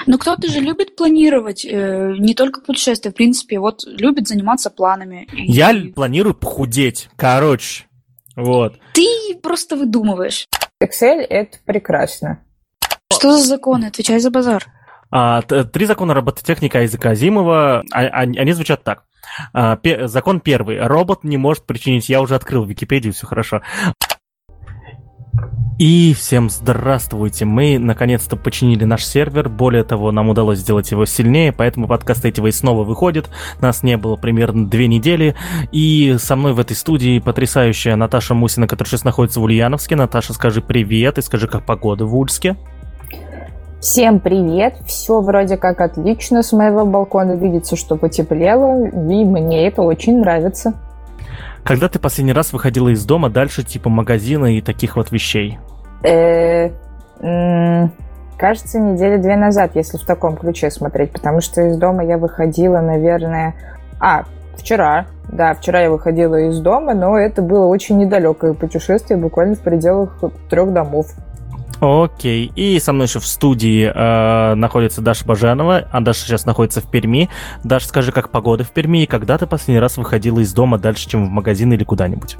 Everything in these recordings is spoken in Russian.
Но кто-то же любит планировать, не только путешествия, в принципе, вот любит заниматься планами. Я планирую похудеть, короче, вот. Ты просто выдумываешь. Excel — это прекрасно. Что за законы? Отвечай за базар. 3 закона робототехника Айзека Азимова, они звучат так. Закон первый. Робот не может причинить... Я уже открыл Википедию, все хорошо. И всем здравствуйте. Мы наконец-то починили наш сервер. Более того, нам удалось сделать его сильнее, поэтому подкаст Gateway снова выходит. Нас не было примерно 2 недели. И со мной в этой студии потрясающая Наташа Мусина, которая сейчас находится в Ульяновске. Наташа, скажи привет и скажи, как погода в Ульске. Всем привет. Все вроде как отлично. С моего балкона видится, что потеплело, и мне это очень нравится. Когда ты последний раз выходила из дома дальше типа магазина и таких вот вещей? Кажется, недели 2 назад, если в таком ключе смотреть, потому что из дома я выходила, наверное... Вчера. Да, вчера я выходила из дома, но это было очень недалекое путешествие, буквально в пределах 3 домов. Окей. И со мной еще в студии находится Даша Баженова, а Даша сейчас находится в Перми. Даша, скажи, как погода в Перми, и когда ты последний раз выходила из дома дальше, чем в магазин или куда-нибудь?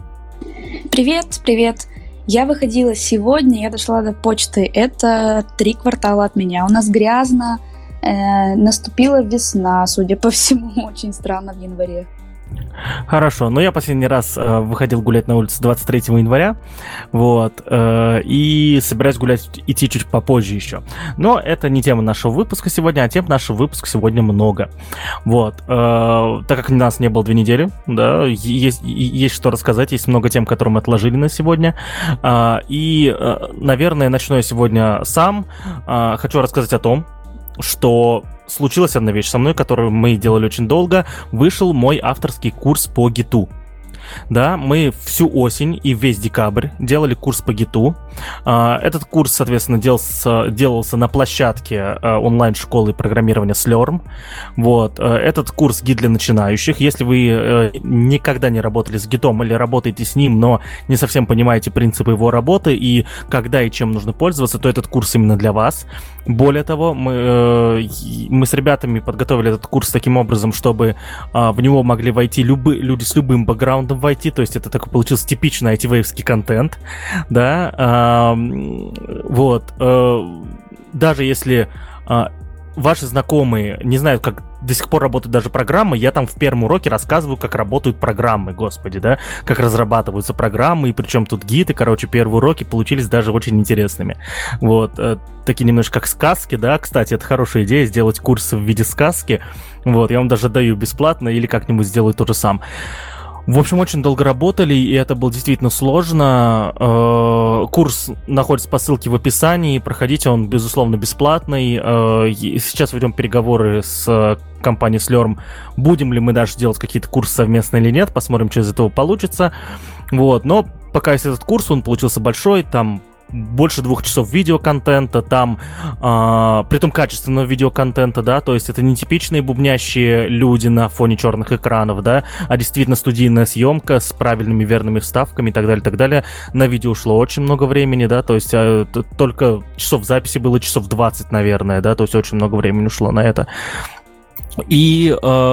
Привет. Я выходила сегодня, я дошла до почты. Это 3 квартала от меня. У нас грязно, наступила весна, судя по всему, очень странно в январе. Хорошо, но я последний раз выходил гулять на улице 23 января, вот, и собираюсь идти чуть попозже еще. Но это не тема нашего выпуска сегодня, а тем нашего выпуска сегодня много. Вот, так как у нас не было 2 недели, да, есть что рассказать, есть много тем, которые мы отложили на сегодня. И, наверное, начну я сегодня сам. Хочу рассказать о том, что случилась одна вещь со мной, которую мы делали очень долго. Вышел мой авторский курс по гиту. Да, мы всю осень и весь декабрь делали курс по гиту. Этот курс, соответственно, делался на площадке онлайн-школы программирования Slurm. Вот. Этот курс гид для начинающих. Если вы никогда не работали с гитом или работаете с ним, но не совсем понимаете принципы его работы и когда и чем нужно пользоваться, то этот курс именно для вас. Более того, мы с ребятами подготовили этот курс таким образом, чтобы в него могли войти люди с любым бэкграундом войти, то есть это такой получился типичный IT-вейвский контент, да, вот, даже если ваши знакомые не знают, как до сих пор работают даже программы, я там в первом уроке рассказываю, как работают программы, господи, да, как разрабатываются программы, и причем тут гиты, короче, первые уроки получились даже очень интересными, вот, такие немножко как сказки, да, кстати, это хорошая идея, сделать курсы в виде сказки, вот, я вам даже даю бесплатно или как-нибудь сделаю то же сам. В общем, очень долго работали, и это было действительно сложно. Курс находится по ссылке в описании. Проходите, он, безусловно, бесплатный. Сейчас ведем переговоры с компанией Slurm. Будем ли мы даже делать какие-то курсы совместно или нет. Посмотрим, что из этого получится. Вот. Но пока есть этот курс, он получился большой. Там больше 2 часов видеоконтента, там, притом качественного видеоконтента, да, то есть это не типичные бубнящие люди на фоне черных экранов, да, а действительно студийная съемка с правильными верными вставками и так далее, так далее. На видео ушло очень много времени, да, то есть только часов записи было часов 20, наверное, да, то есть очень много времени ушло на это. И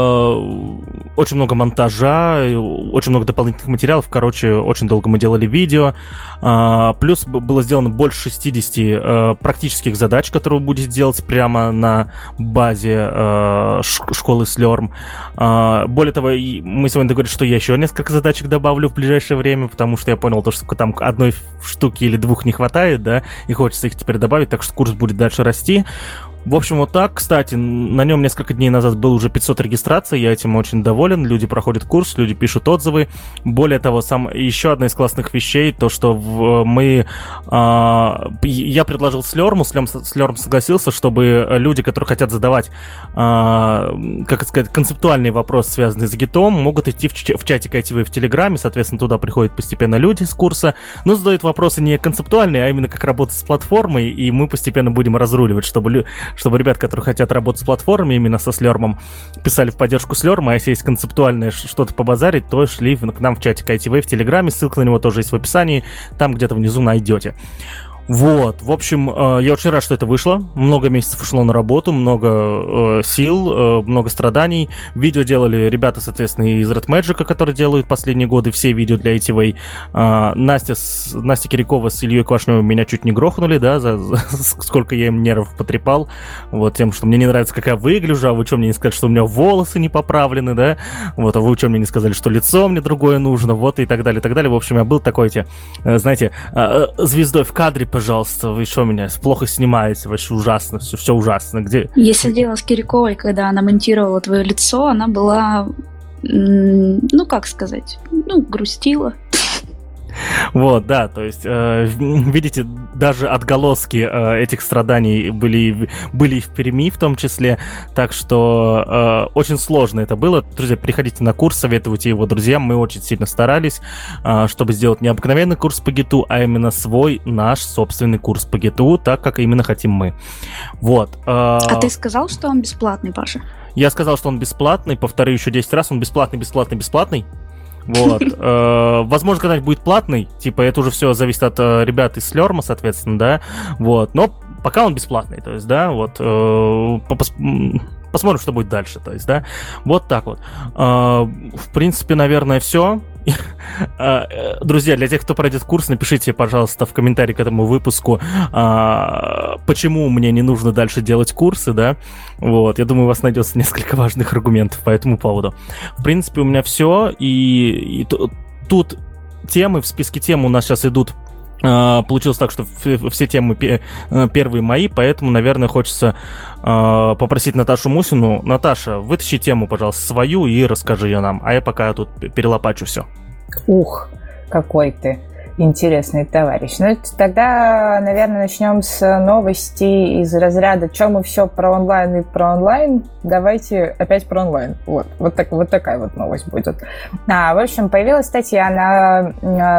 очень много монтажа, очень много дополнительных материалов. Короче, очень долго мы делали видео. Плюс было сделано больше 60 практических задач, которые вы будете делать прямо на базе школы Slurm. Более того, мы сегодня договорились, что я еще несколько задачек добавлю в ближайшее время, потому что я понял, что там одной штуки или 2 не хватает, да, и хочется их теперь добавить, так что курс будет дальше расти. В общем, вот так. Кстати, на нем несколько дней назад было уже 500 регистраций, я этим очень доволен. Люди проходят курс, люди пишут отзывы. Более того, еще одна из классных вещей, то, что я предложил Slurm согласился, чтобы люди, которые хотят задавать, как сказать, концептуальные вопросы, связанные с гитом, могут идти в чатик ITV в Телеграме, соответственно, туда приходят постепенно люди с курса, но задают вопросы не концептуальные, а именно как работать с платформой, и мы постепенно будем разруливать, чтобы ребят, которые хотят работать с платформой, именно со Slurm, писали в поддержку Slurm, а если есть концептуальное что-то побазарить, то шли к нам в чатик ITV в Телеграме, ссылка на него тоже есть в описании, там где-то внизу найдете. Вот, в общем, я очень рад, что это вышло. Много месяцев ушло на работу, много сил, много страданий. Видео делали ребята, соответственно, из Red Magic, которые делают последние годы все видео для ATV. Настя Кирякова с Ильей Квашневым меня чуть не грохнули, да, за сколько я им нервов потрепал. Вот, тем, что мне не нравится, как я выгляжу, а вы что, мне не сказали, что у меня волосы не поправлены, да? Вот, а вы что, мне не сказали, что лицо мне другое нужно, вот, и так далее, и так далее. В общем, я был такой, знаете, звездой в кадре, пожалуйста, вы что меня плохо снимаете, вообще ужасно, все ужасно. Где? Я сидела с Киряковой, когда она монтировала твое лицо, она была, ну как сказать, грустила. Вот, да, то есть, видите, даже отголоски этих страданий были и в Перми в том числе, так что очень сложно это было. Друзья, приходите на курс, советуйте его друзьям, мы очень сильно старались, чтобы сделать не обыкновенный курс по гиту, а именно свой, наш собственный курс по гиту, так, как именно хотим мы. Вот. А ты сказал, что он бесплатный, Паша? Я сказал, что он бесплатный, повторю еще 10 раз, он бесплатный. Вот. Возможно, когда-нибудь будет платный. Типа, это уже все зависит от ребят из Слерма, соответственно, да. Вот. Но пока он бесплатный, то есть, да, вот. Посмотрим, что будет дальше, то есть, да. Вот так вот. В принципе, наверное, все. Друзья, для тех, кто пройдет курс, напишите, пожалуйста, в комментарии к этому выпуску, почему мне не нужно дальше делать курсы, да. Вот, я думаю, у вас найдется несколько важных аргументов по этому поводу. В принципе, у меня все, и тут темы, в списке тем у нас сейчас идут. Получилось так, что все темы первые мои, поэтому, наверное, хочется попросить Наташу Мусину. Наташа, вытащи тему, пожалуйста, свою и расскажи ее нам, а я пока тут перелопачу все. Ух, какой ты интересный товарищ. Ну, тогда, наверное, начнем с новостей из разряда «Чё мы все про онлайн и про онлайн?» Давайте опять про онлайн. Вот такая вот новость будет. В общем, появилась статья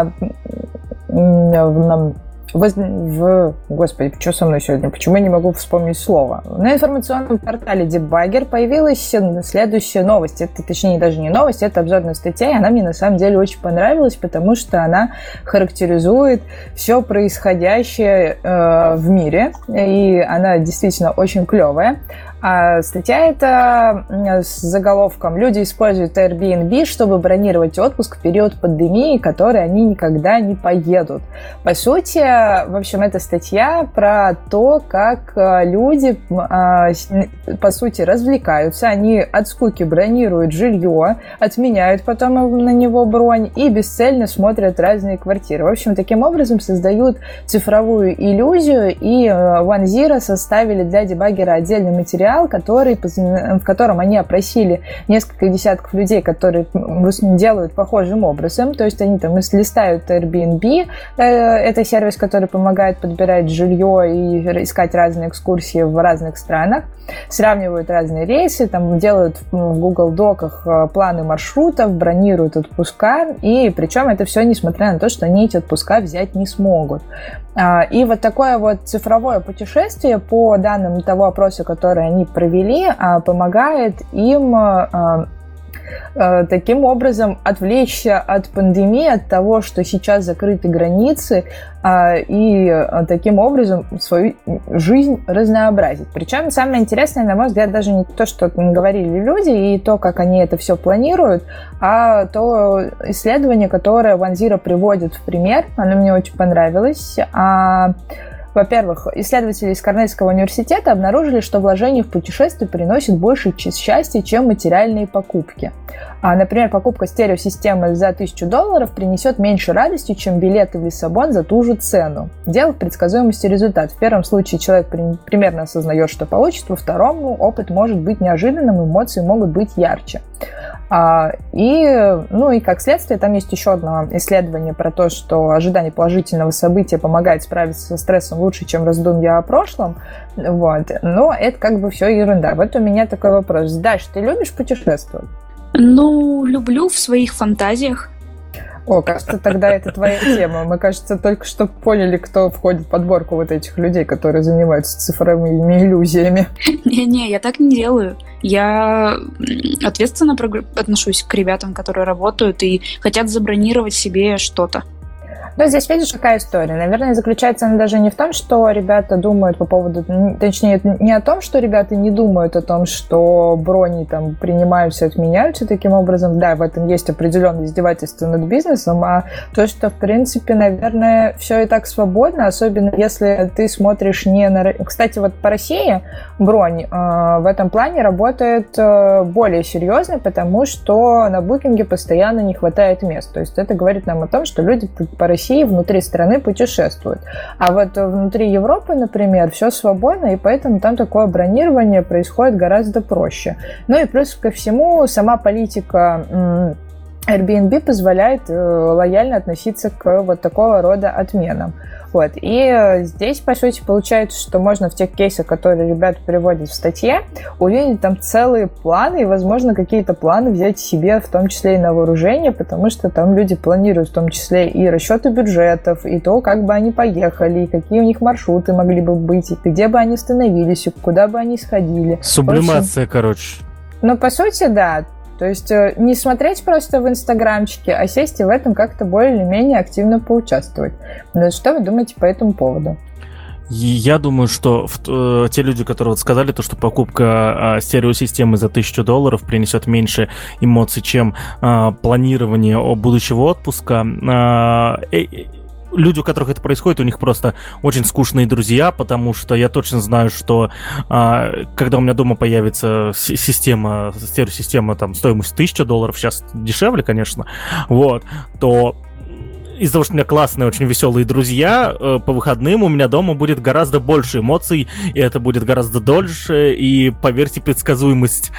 Господи, что со мной сегодня? Почему я не могу вспомнить слово? На информационном портале Debugger появилась следующая новость. Это, точнее, даже не новость, это обзорная статья, и она мне на самом деле очень понравилась, потому что она характеризует все происходящее в мире, и она действительно очень клевая. А статья эта с заголовком «Люди используют Airbnb, чтобы бронировать отпуск в период пандемии, который они никогда не поедут». По сути, в общем, эта статья про то, как люди, по сути, развлекаются, они от скуки бронируют жилье, отменяют потом на него бронь и бесцельно смотрят разные квартиры. В общем, таким образом создают цифровую иллюзию, и OneZero составили для дебаггера отдельный материал, в котором они опросили несколько десятков людей, которые делают похожим образом. То есть они там листают Airbnb, это сервис, который помогает подбирать жилье и искать разные экскурсии в разных странах, сравнивают разные рейсы, там делают в Google Доках планы маршрутов, бронируют отпуска, и причем это все несмотря на то, что они эти отпуска взять не смогут. И вот такое вот цифровое путешествие, по данным того опроса, который они провели, помогает им таким образом отвлечься от пандемии, от того, что сейчас закрыты границы, и таким образом свою жизнь разнообразить. Причем самое интересное, на мой взгляд, даже не то, что говорили люди и то, как они это все планируют, а то исследование, которое OneZero приводит в пример. Оно мне очень понравилось. Во-первых, исследователи из Корнельского университета обнаружили, что вложение в путешествие приносит больше счастья, чем материальные покупки. Например, покупка стереосистемы за $1000 принесет меньше радости, чем билеты в Лиссабон за ту же цену. Дело в предсказуемости результата. В первом случае человек примерно осознает, что получит, во втором опыт может быть неожиданным, эмоции могут быть ярче. И как следствие, там есть еще одно исследование про то, что ожидание положительного события помогает справиться со стрессом лучше, чем раздумья о прошлом. Вот. Но это как бы все ерунда. Вот у меня такой вопрос. Даш, ты любишь путешествовать? Люблю в своих фантазиях. О, кажется, тогда это твоя тема. Мы, кажется, только что поняли, кто входит в подборку вот этих людей, которые занимаются цифровыми иллюзиями. Не, я так не делаю. Я ответственно отношусь к ребятам, которые работают и хотят забронировать себе что-то. Ну, здесь, видишь, какая история. Наверное, заключается она даже не в том, что ребята думают по поводу... Точнее, не о том, что ребята не думают о том, что брони там принимаются, отменяются таким образом. Да, в этом есть определенное издевательство над бизнесом, а то, что, в принципе, наверное, все и так свободно, особенно если ты смотришь не на... Кстати, вот по России бронь в этом плане работает более серьезно, потому что на букинге постоянно не хватает мест. То есть это говорит нам о том, что люди по России внутри страны путешествуют. А вот внутри Европы, например, все свободно, и поэтому там такое бронирование происходит гораздо проще. Ну и плюс ко всему, сама политика Airbnb позволяет лояльно относиться к вот такого рода отменам. Вот. И здесь, по сути, получается, что можно в тех кейсах, которые ребята приводят в статье, увидеть там целые планы и, возможно, какие-то планы взять себе, в том числе и на вооружение, потому что там люди планируют в том числе и расчеты бюджетов, и то, как бы они поехали, и какие у них маршруты могли бы быть, и где бы они остановились, и куда бы они сходили. Сублимация, короче. Ну, по сути, да. То есть не смотреть просто в инстаграмчике, а сесть и в этом как-то более-менее активно поучаствовать. Что вы думаете по этому поводу? Я думаю, что те люди, которые вот сказали, то, что покупка стереосистемы за $1000 принесет меньше эмоций, чем планирование будущего отпуска, люди, у которых это происходит, у них просто очень скучные друзья, потому что я точно знаю, что когда у меня дома появится стереосистема там стоимостью $1000, сейчас дешевле, конечно, вот, то из-за того, что у меня классные, очень веселые друзья, по выходным у меня дома будет гораздо больше эмоций, и это будет гораздо дольше, и, поверьте, предсказуемость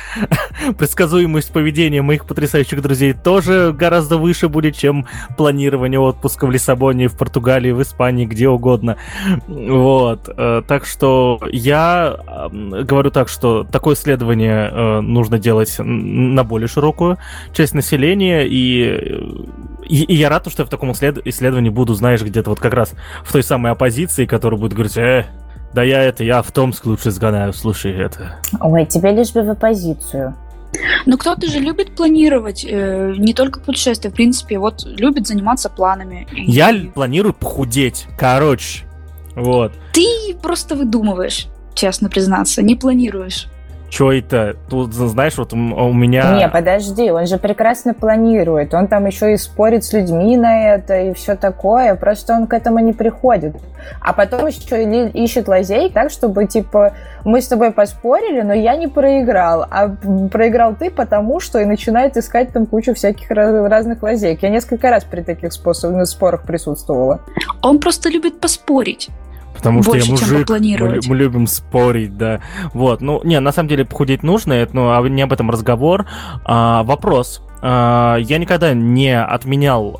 поведения моих потрясающих друзей тоже гораздо выше будет, чем планирование отпуска в Лиссабоне, в Португалии, в Испании, где угодно. Вот. Так что я говорю так, что такое исследование нужно делать на более широкую часть населения, и я рад, что я в таком исследовании буду, знаешь, где-то вот как раз в той самой оппозиции, которая будет говорить, да я в Томск лучше сгоняю, слушай, это... Ой, тебе лишь бы в оппозицию. Ну, кто-то же любит планировать, не только путешествия, в принципе, вот любит заниматься планами. Я планирую похудеть, короче, вот. Ты просто выдумываешь, честно признаться, не планируешь. Чё это? Тут, знаешь, вот у меня... Не, подожди, он же прекрасно планирует. Он там еще и спорит с людьми на это и все такое. Просто он к этому не приходит. А потом еще ищет лазей так, чтобы, типа, мы с тобой поспорили, но я не проиграл. А проиграл ты, потому что... И начинает искать там кучу всяких разных лазеек. Я несколько раз при таких спорах присутствовала. Он просто любит поспорить. Потому больше, что я мужик, мы любим спорить, да. Вот, ну, не, на самом деле похудеть нужно, это, ну, не об этом разговор. Вопрос. Я никогда не отменял,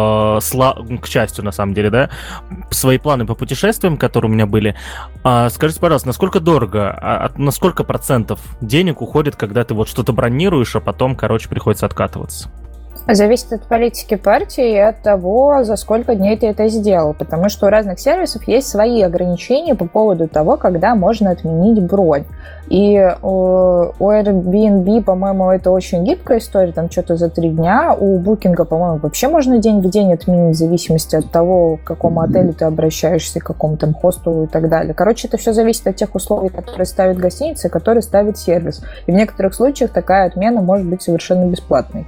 к счастью, на самом деле, да, свои планы по путешествиям, которые у меня были. Скажите, пожалуйста, насколько дорого, на сколько процентов денег уходит, когда ты вот что-то бронируешь, а потом, короче, приходится откатываться? Зависит от политики партии и от того, за сколько дней ты это сделал. Потому что у разных сервисов есть свои ограничения по поводу того, когда можно отменить бронь. И у Airbnb, по-моему, это очень гибкая история, там что-то за 3 дня. У Booking, по-моему, вообще можно день в день отменить в зависимости от того, к какому отелю ты обращаешься, к какому там хостелу и так далее. Короче, это все зависит от тех условий, которые ставит гостиница и которые ставит сервис. И в некоторых случаях такая отмена может быть совершенно бесплатной.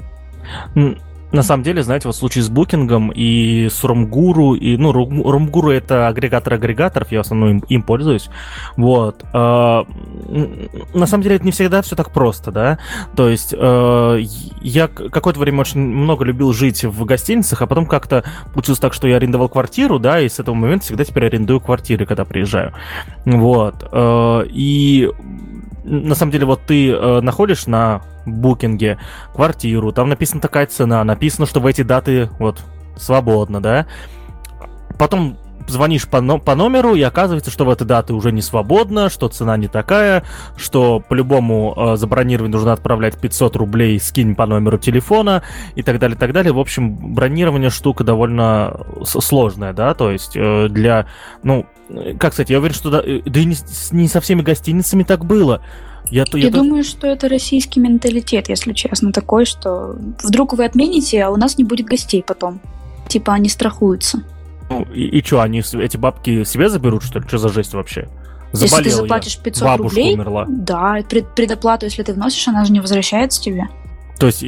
На самом деле, знаете, вот в случае с Букингом и с Румгуру, и, ну, Румгуру это агрегатор агрегаторов, я в основном им пользуюсь, вот. На самом деле это не всегда все так просто, да, то есть я какое-то время очень много любил жить в гостиницах, а потом как-то получилось так, что я арендовал квартиру, да, и с этого момента всегда теперь арендую квартиры, когда приезжаю, вот. И на самом деле вот ты находишь на букинге квартиру, там написана такая цена, написано, что в эти даты вот свободно, да. Потом звонишь по номеру, и оказывается, что в эти даты уже не свободно, что цена не такая, что по-любому за бронирование нужно отправлять 500 рублей, скинь по номеру телефона и так далее, так далее. В общем, бронирование штука довольно сложная, да, то есть для, ну, как сказать, я уверен, что да и не со всеми гостиницами так было. Я думаю, что это российский менталитет, если честно, такой, что вдруг вы отмените, а у нас не будет гостей потом. Типа они страхуются. И что, они эти бабки себе заберут, что ли? Что за жесть вообще? Заболел если ты заплатишь 500 бабушка рублей, умерла. Да, предоплату, если ты вносишь, она же не возвращается тебе. То есть,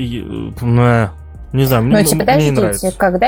не знаю, мне не нравится. Когда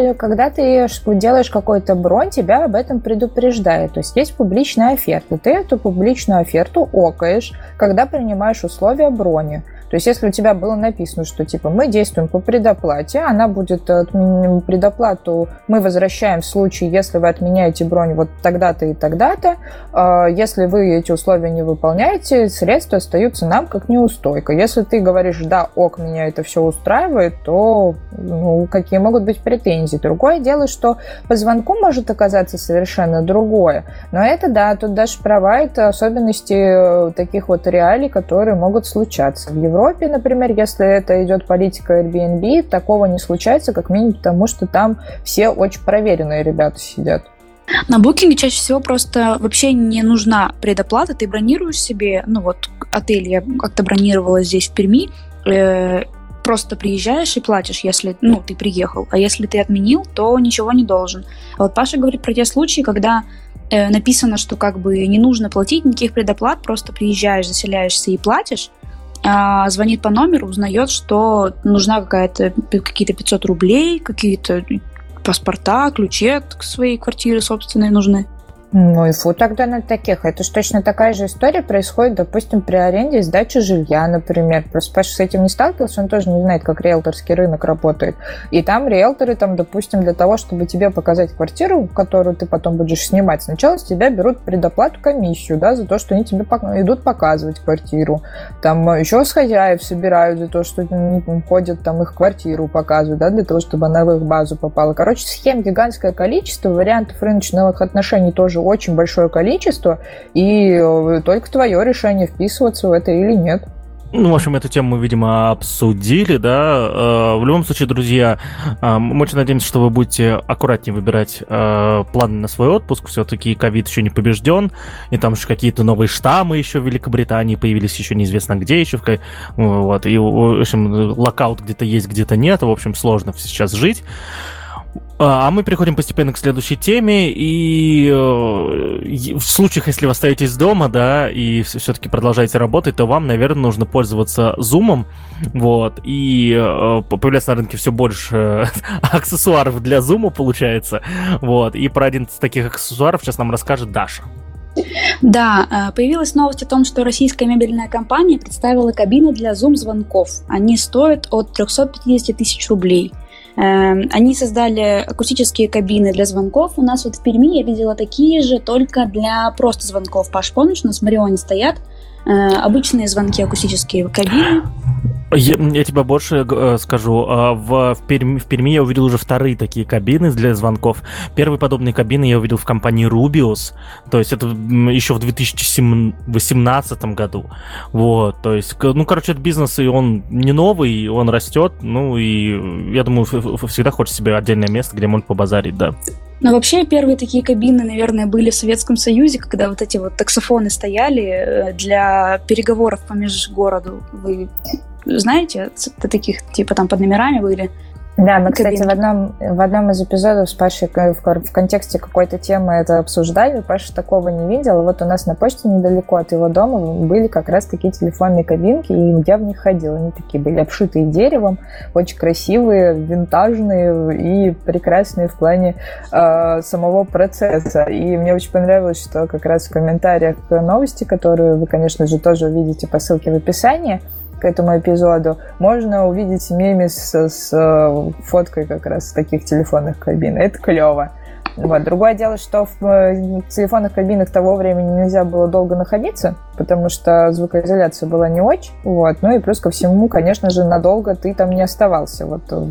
ты делаешь какую-то бронь, тебя об этом предупреждают. То есть есть публичная оферта. Ты эту публичную оферту окаешь, когда принимаешь условия брони. То есть если у тебя было написано, что типа мы действуем по предоплате, она будет предоплату мы возвращаем в случае, если вы отменяете бронь вот тогда-то и тогда-то. Если вы эти условия не выполняете, средства остаются нам как неустойка. Если ты говоришь, да, ок, меня это все устраивает, то какие могут быть претензии? Другое дело, что по звонку может оказаться совершенно другое. Но это, да, тут даже права, это особенности таких вот реалий, которые могут случаться. В Европе, например, если это идет политика Airbnb, такого не случается, как минимум потому, что там все очень проверенные ребята сидят. На букинге чаще всего просто вообще не нужна предоплата, ты бронируешь себе, отель я как-то бронировала здесь в Перми, просто приезжаешь и платишь, если, ты приехал, а если ты отменил, то ничего не должен. А вот Паша говорит про те случаи, когда написано, что как бы не нужно платить никаких предоплат, просто приезжаешь, заселяешься и платишь, звонит по номеру, узнает, что нужна какие-то 500 рублей, какие-то паспорта, ключи от своей квартиры собственной нужны. Ну и фу тогда на таких. Это же точно такая же история происходит, допустим, при аренде и сдаче жилья, например. Просто Паша с этим не сталкивался, он тоже не знает, как риэлторский рынок работает. И там риэлторы, допустим, для того, чтобы тебе показать квартиру, которую ты потом будешь снимать, сначала с тебя берут предоплату, комиссию, да, за то, что они тебе идут показывать квартиру. Там еще с хозяев собирают за то, что ходят, там их квартиру показывают, да, для того, чтобы она в их базу попала. Короче, схем гигантское количество, вариантов рыночных отношений тоже очень большое количество, и только твое решение, вписываться в это или нет. В общем, эту тему мы, видимо, обсудили, да. В любом случае, друзья, мы очень надеемся, что вы будете аккуратнее выбирать планы на свой отпуск. Все-таки ковид еще не побежден, и там же какие-то новые штаммы еще в Великобритании появились, еще неизвестно где еще. Вот. И, в общем, локаут где-то есть, где-то нет. В общем, сложно сейчас жить. А мы переходим постепенно к следующей теме, и в случаях, если вы остаетесь дома, да, и все-таки продолжаете работать, то вам, наверное, нужно пользоваться Zoom, вот, и появляется на рынке все больше аксессуаров для Zoom, получается, вот, и про один из таких аксессуаров сейчас нам расскажет Даша. Да, появилась новость о том, что российская мебельная компания представила кабины для Zoom-звонков. Они стоят от 350 тысяч рублей. Они создали акустические кабины для звонков. У нас вот в Перми я видела такие же, только для просто звонков. Паш, помнишь, у нас в Марионе стоят обычные звонки, акустические кабины. Я тебе больше скажу. В Перми я увидел уже вторые такие кабины для звонков. Первые подобные кабины я увидел в компании Rubius. То есть это еще в 2018 году. Вот, то есть, этот бизнес, и он не новый, он растет. И я думаю, всегда хочет себе отдельное место, где можно побазарить, да. Но вообще первые такие кабины, наверное, были в Советском Союзе, когда вот эти вот таксофоны стояли для переговоров по межгороду. Вы знаете, таких типа там под номерами были? Да, мы, кстати, в одном из эпизодов с Пашей в контексте какой-то темы это обсуждали. Паша такого не видел. Вот у нас на почте недалеко от его дома были как раз такие телефонные кабинки, и я в них ходила. Они такие были обшитые деревом, очень красивые, винтажные и прекрасные в плане самого процесса. И мне очень понравилось, что как раз в комментариях к новости, которую вы, конечно же, тоже увидите по ссылке в описании к этому эпизоду, можно увидеть меми с фоткой как раз таких телефонных кабин. Это клево. Вот. Другое дело, что в телефонных кабинах того времени нельзя было долго находиться, потому что звукоизоляция была не очень. Вот. Ну и плюс ко всему, конечно же, надолго ты там не оставался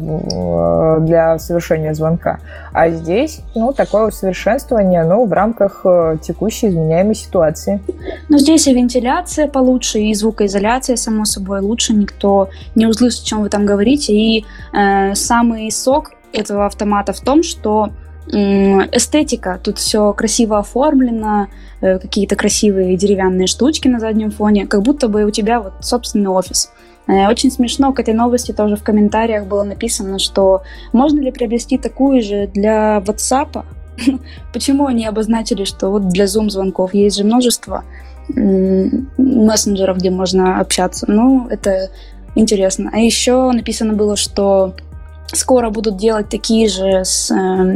для совершения звонка. А здесь, такое усовершенствование, в рамках текущей изменяемой ситуации. Но здесь и вентиляция получше, и звукоизоляция, само собой, лучше. Никто не услышит, о чем вы там говорите. И самый сок этого автомата в том, что Эстетика, тут все красиво оформлено, какие-то красивые деревянные штучки на заднем фоне, как будто бы у тебя вот собственный офис. Очень смешно, к этой новости тоже в комментариях было написано, что можно ли приобрести такую же для WhatsApp. Почему они обозначили, что вот для Zoom-звонков есть же множество мессенджеров, где можно общаться. Ну, это интересно. А еще написано было, что скоро будут делать такие же с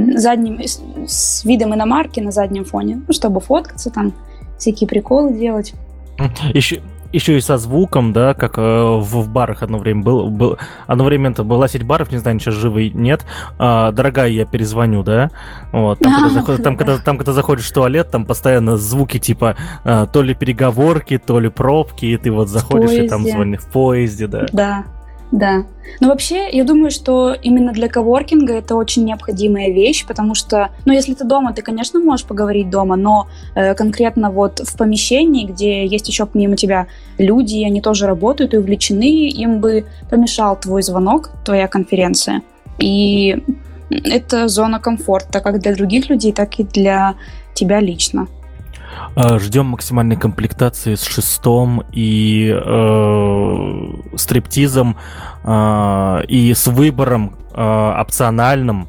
видом иномарки на заднем фоне, ну, чтобы фоткаться там, всякие приколы делать. Еще и со звуком, да, как в барах одно время был. Одно время это была сеть баров, не знаю, сейчас живой нет. Дорогая, я перезвоню, да. Вот, когда заходишь в туалет, там постоянно звуки типа то ли переговорки, то ли пробки, и ты вот заходишь и там звонишь в поезде, да. Да. Но вообще, я думаю, что именно для коворкинга это очень необходимая вещь, потому что, ну, если ты дома, ты, конечно, можешь поговорить дома, но конкретно вот в помещении, где есть еще помимо тебя люди, и они тоже работают и увлечены, им бы помешал твой звонок, твоя конференция. И это зона комфорта как для других людей, так и для тебя лично. Ждем максимальной комплектации с шестом и стриптизом и с выбором опциональным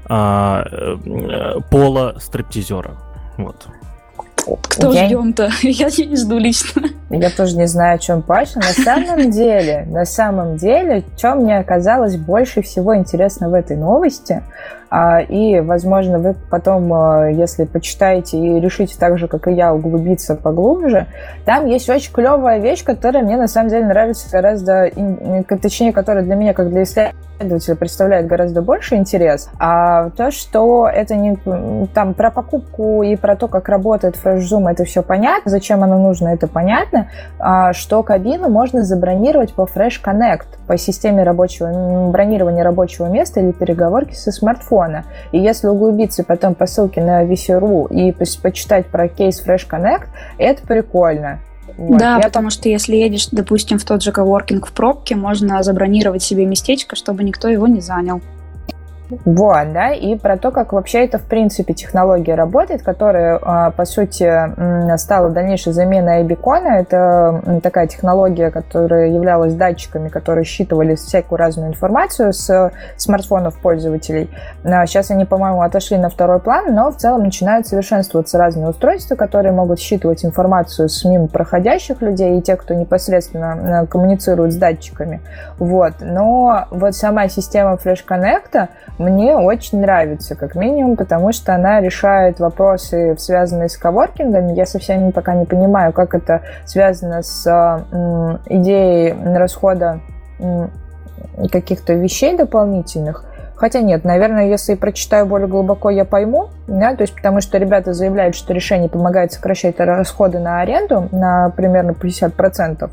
пола стриптизера. Вот. Кто ждем-то? Я не жду лично. Я тоже не знаю, о чем Паша. На самом деле, что мне оказалось больше всего интересно в этой новости, и, возможно, вы потом, если почитаете и решите так же, как и я, углубиться поглубже, там есть очень клевая вещь, которая мне, на самом деле, нравится гораздо, точнее, которая для меня, как для исследователя, представляет гораздо больше интерес. А то, что это не там про покупку и про то, как работает FreshZoom, это все понятно, зачем оно нужно, это понятно, что кабину можно забронировать по Fresh Connect, по системе бронирования рабочего места или переговорки со смартфона. И если углубиться потом по ссылке на VC.ru и почитать про кейс Fresh Connect, это прикольно. Вот. Да, потому что если едешь, допустим, в тот же коворкинг в пробке, можно забронировать себе местечко, чтобы никто его не занял. Вот, да, и про то, как вообще это, в принципе, технология работает, которая, по сути, стала дальнейшей заменой айбикона. Это такая технология, которая являлась датчиками, которые считывали всякую разную информацию с смартфонов пользователей. Сейчас они, по-моему, отошли на второй план, но в целом начинают совершенствоваться разные устройства, которые могут считывать информацию с мимо проходящих людей и тех, кто непосредственно коммуницирует с датчиками. Вот. Но вот сама система Fresh Connect мне очень нравится, как минимум, потому что она решает вопросы, связанные с коворкингами. Я совсем пока не понимаю, как это связано с идеей расхода каких-то вещей дополнительных. Хотя нет, наверное, если прочитаю более глубоко, я пойму, да, то есть потому что ребята заявляют, что решение помогает сокращать расходы на аренду на примерно 50%.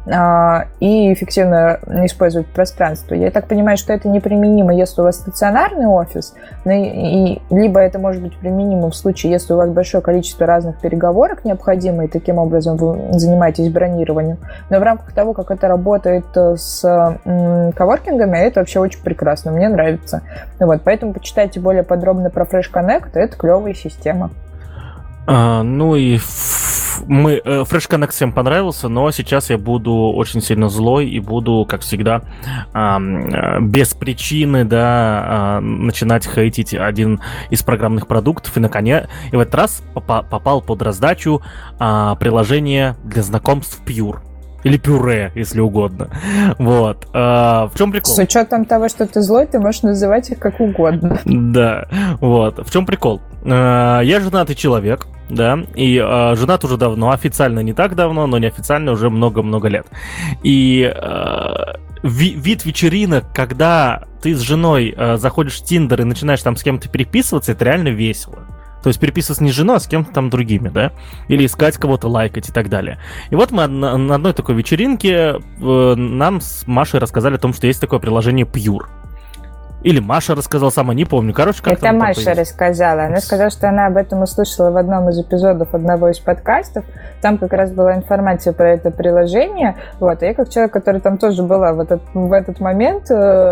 И эффективно использовать пространство. Я так понимаю, что это неприменимо, если у вас стационарный офис, либо это может быть применимо в случае, если у вас большое количество разных переговорок необходимо, и таким образом вы занимаетесь бронированием. Но в рамках того, как это работает с коворкингами, это вообще очень прекрасно, мне нравится. Вот, поэтому почитайте более подробно про Fresh Connect, это клевая система. Ну и Fresh Connect всем понравился, но сейчас я буду очень сильно злой и буду, как всегда, без причины, да, начинать хейтить один из программных продуктов. И в этот раз попал под раздачу приложение для знакомств Pure. Или пюре, если угодно. Вот. В чем прикол? С учетом того, что ты злой, ты можешь называть их как угодно. Да. Вот. В чем прикол? Я женатый человек, да, и женат уже давно, официально не так давно, но неофициально уже много-много лет. И вид вечеринок, когда ты с женой заходишь в Тиндер и начинаешь там с кем-то переписываться, это реально весело. То есть переписываться не с женой, а с кем-то там другими, да? Или искать кого-то, лайкать и так далее. И вот мы на одной такой вечеринке нам с Машей рассказали о том, что есть такое приложение Pure. Или Маша рассказала сама, не помню. Короче, как это Маша рассказала. Она сказала, что она об этом услышала в одном из эпизодов одного из подкастов. Там как раз была информация про это приложение. Вот. А я, как человек, который там тоже была в этот момент,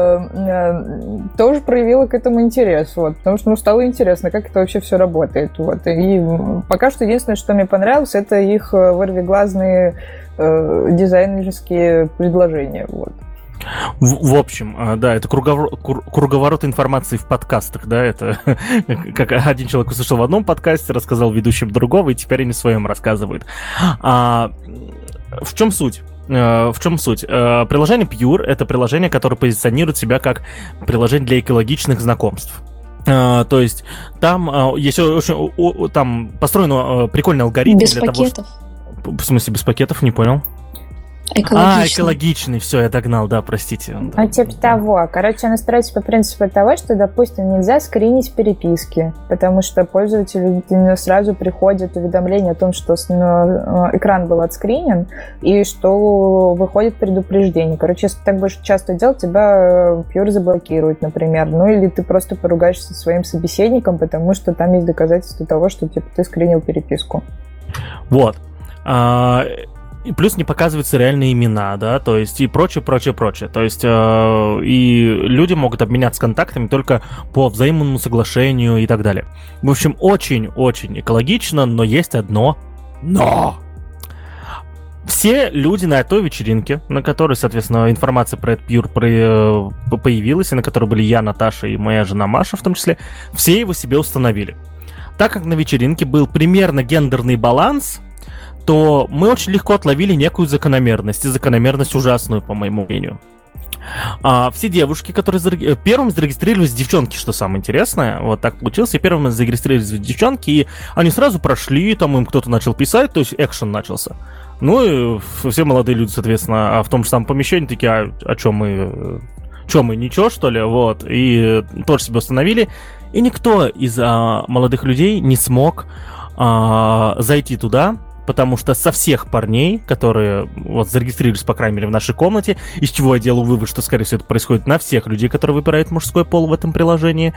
тоже проявила к этому интерес. Вот. Потому что стало интересно, как это вообще все работает. Вот. И пока что единственное, что мне понравилось, это их вырвиглазные дизайнерские предложения. Вот. В общем, да, это круговорот информации в подкастах, да, это как один человек услышал в одном подкасте, рассказал ведущим другого, и теперь они в своем рассказывают. В чем суть? Приложение Pure — это приложение, которое позиционирует себя как приложение для экологичных знакомств. То есть там есть очень там построен прикольный алгоритм без для пакетов. Того, в смысле без пакетов, не понял. Экологичный, все, я догнал, да, простите. Типа того. Короче, она строится по принципу того, что, допустим, нельзя скринить переписки, потому что пользователю сразу приходит уведомление о том, что экран был отскринен, и что выходит предупреждение. Короче, если ты так будешь часто делать, тебя Pure заблокирует, например. Ну, или ты просто поругаешься со своим собеседником, потому что там есть доказательства того, что типа ты скринил переписку. Вот. И плюс не показываются реальные имена, да, то есть и прочее. То есть и люди могут обменяться контактами только по взаимному соглашению и так далее. В общем, очень-очень экологично, но есть одно «но». Все люди на той вечеринке, на которой, соответственно, информация про Pure появилась, и на которой были я, Наташа и моя жена Маша в том числе, все его себе установили. Так как на вечеринке был примерно гендерный баланс, то мы очень легко отловили некую закономерность, и закономерность ужасную, по моему мнению. Все девушки, которые первым зарегистрировались девчонки, что самое интересное, вот так получилось, и первым зарегистрировались девчонки, и они сразу прошли, там им кто-то начал писать, то есть экшен начался. Ну и все молодые люди, соответственно, в том же самом помещении такие, что мы, ничего, что ли, вот, и тоже себе установили, и никто из молодых людей не смог зайти туда, потому что со всех парней, которые вот зарегистрировались, по крайней мере, в нашей комнате, из чего я делаю вывод, что, скорее всего, это происходит на всех людей, которые выбирают мужской пол в этом приложении,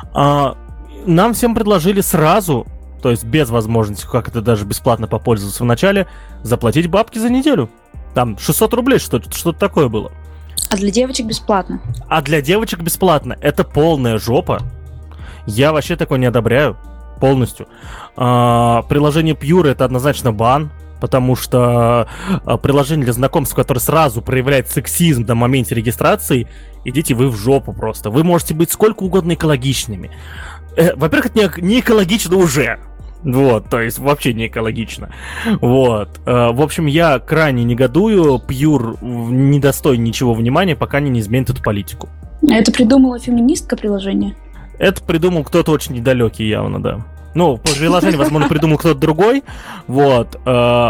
нам всем предложили сразу, то есть без возможности как-то даже бесплатно попользоваться в начале, заплатить бабки за неделю. Там 600 рублей, что-то такое было. А для девочек бесплатно? А для девочек бесплатно. Это полная жопа. Я вообще такое не одобряю. Полностью. Приложение Pure — это однозначно бан, потому что приложение для знакомств, которое сразу проявляет сексизм на моменте регистрации, идите вы в жопу просто. Вы можете быть сколько угодно экологичными. Во-первых, это не экологично уже. Вот, то есть вообще не экологично. Вот. В общем, я крайне негодую. Pure не достоин ничего внимания, пока не изменит эту политику. Это придумала феминистка приложение? Это придумал кто-то очень недалекий явно, да. Ну, приложение, возможно, придумал кто-то другой, вот,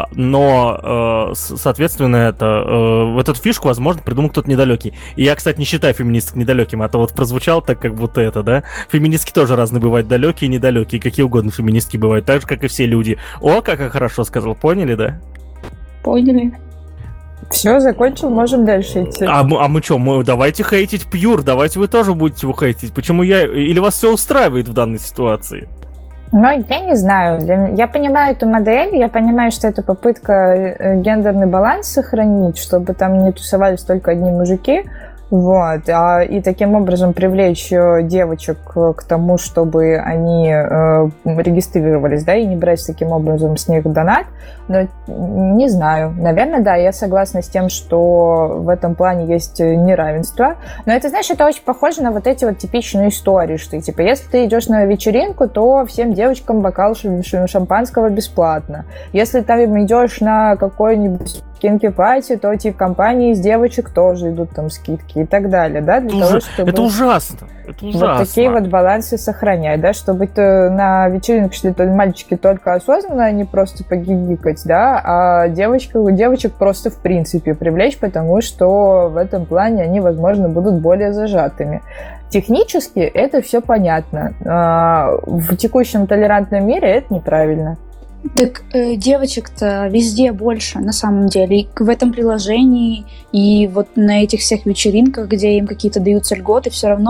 но, соответственно, эту фишку, возможно, придумал кто-то недалекий. И я, кстати, не считаю феминисток недалеким, а то вот прозвучало так, как будто это, да? Феминистки тоже разные бывают, далекие и недалекие, какие угодно феминистки бывают, так же, как и все люди. О, как я хорошо сказал, поняли, да? Поняли. Все, закончил, можем дальше идти. А мы что, давайте хейтить Pure, давайте вы тоже будете его хейтить. Почему или вас все устраивает в данной ситуации? Ну, я не знаю. Я понимаю эту модель, я понимаю, что это попытка гендерный баланс сохранить, чтобы там не тусовались только одни мужики, вот, и таким образом привлечь девочек к тому, чтобы они регистрировались, да, и не брать таким образом с них донат. Но не знаю. Наверное, да, я согласна с тем, что в этом плане есть неравенство. Но это, знаешь, это очень похоже на вот эти вот типичные истории, что, типа, если ты идешь на вечеринку, то всем девочкам бокал шампанского бесплатно. Если ты идешь на какой-нибудь кинки-пати, то типа компании из девочек тоже идут там скидки и так далее, да, для того, чтобы... Это ужасно. Это ужасно. Вот такие вот балансы сохранять, да, чтобы на вечеринку шли мальчики только осознанно, а не просто погигикать, да, а девочек просто в принципе привлечь, потому что в этом плане они, возможно, будут более зажатыми. Технически это все понятно. В текущем толерантном мире это неправильно. Так девочек-то везде больше, на самом деле. И в этом приложении, и вот на этих всех вечеринках, где им какие-то даются льготы, все равно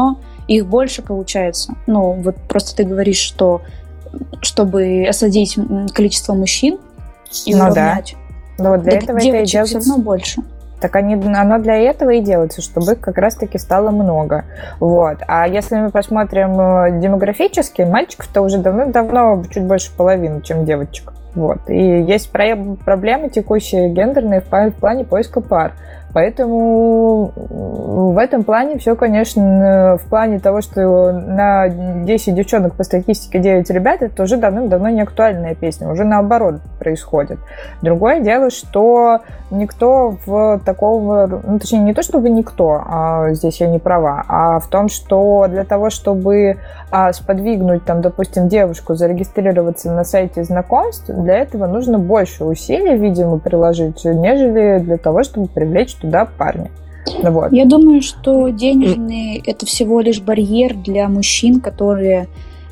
их больше получается. Ну, вот просто ты говоришь, что чтобы осадить количество мужчин и уравнять. Да. Вот для этого это и делается. Все равно больше. Так оно для этого и делается, чтобы их как раз-таки стало много. Вот. А если мы посмотрим демографически, мальчиков-то уже давно чуть больше половины, чем девочек. Вот. И есть проблемы текущие гендерные в плане поиска пар. Поэтому в этом плане все, конечно, в плане того, что на 10 девчонок по статистике 9 ребят, это уже давным-давно не актуальная песня, уже наоборот происходит. Другое дело, что никто в такого, ну, точнее, не то чтобы никто, здесь я не права, а в том, что для того, чтобы сподвигнуть, там, допустим, девушку зарегистрироваться на сайте знакомств, для этого нужно больше усилий, видимо, приложить, нежели для того, чтобы привлечь туда парня. Вот. Я думаю, что денежный это всего лишь барьер для мужчин, которые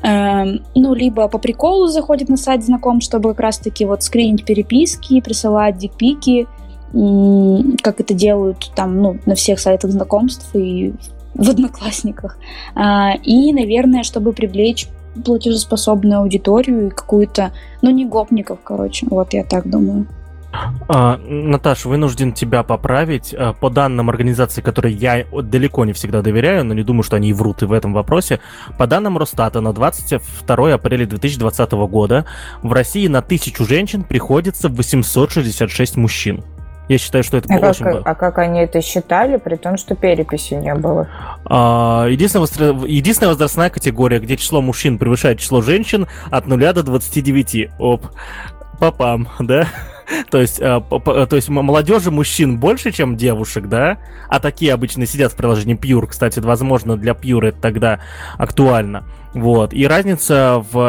либо по приколу заходят на сайт знакомств, чтобы как раз-таки вот скринить переписки, присылать дикпики, как это делают там, на всех сайтах знакомств и в Одноклассниках. И, наверное, чтобы привлечь платежеспособную аудиторию и какую-то, не гопников, короче. Вот я так думаю. Наташ, вынужден тебя поправить. По данным организации, которой я далеко не всегда доверяю, но не думаю, что они и врут и в этом вопросе, по данным Росстата на 22 апреля 2020 года в России на 1000 женщин приходится 866 мужчин. Я считаю, что это очень много. А как они это считали, при том, что переписи не было? Единственная возрастная категория, где число мужчин превышает число женщин от 0 до 29. Папам, да? То есть молодежи мужчин больше, чем девушек, да? А такие обычно сидят в приложении Pure. Кстати, возможно, для Pure это тогда актуально. Вот. И разница в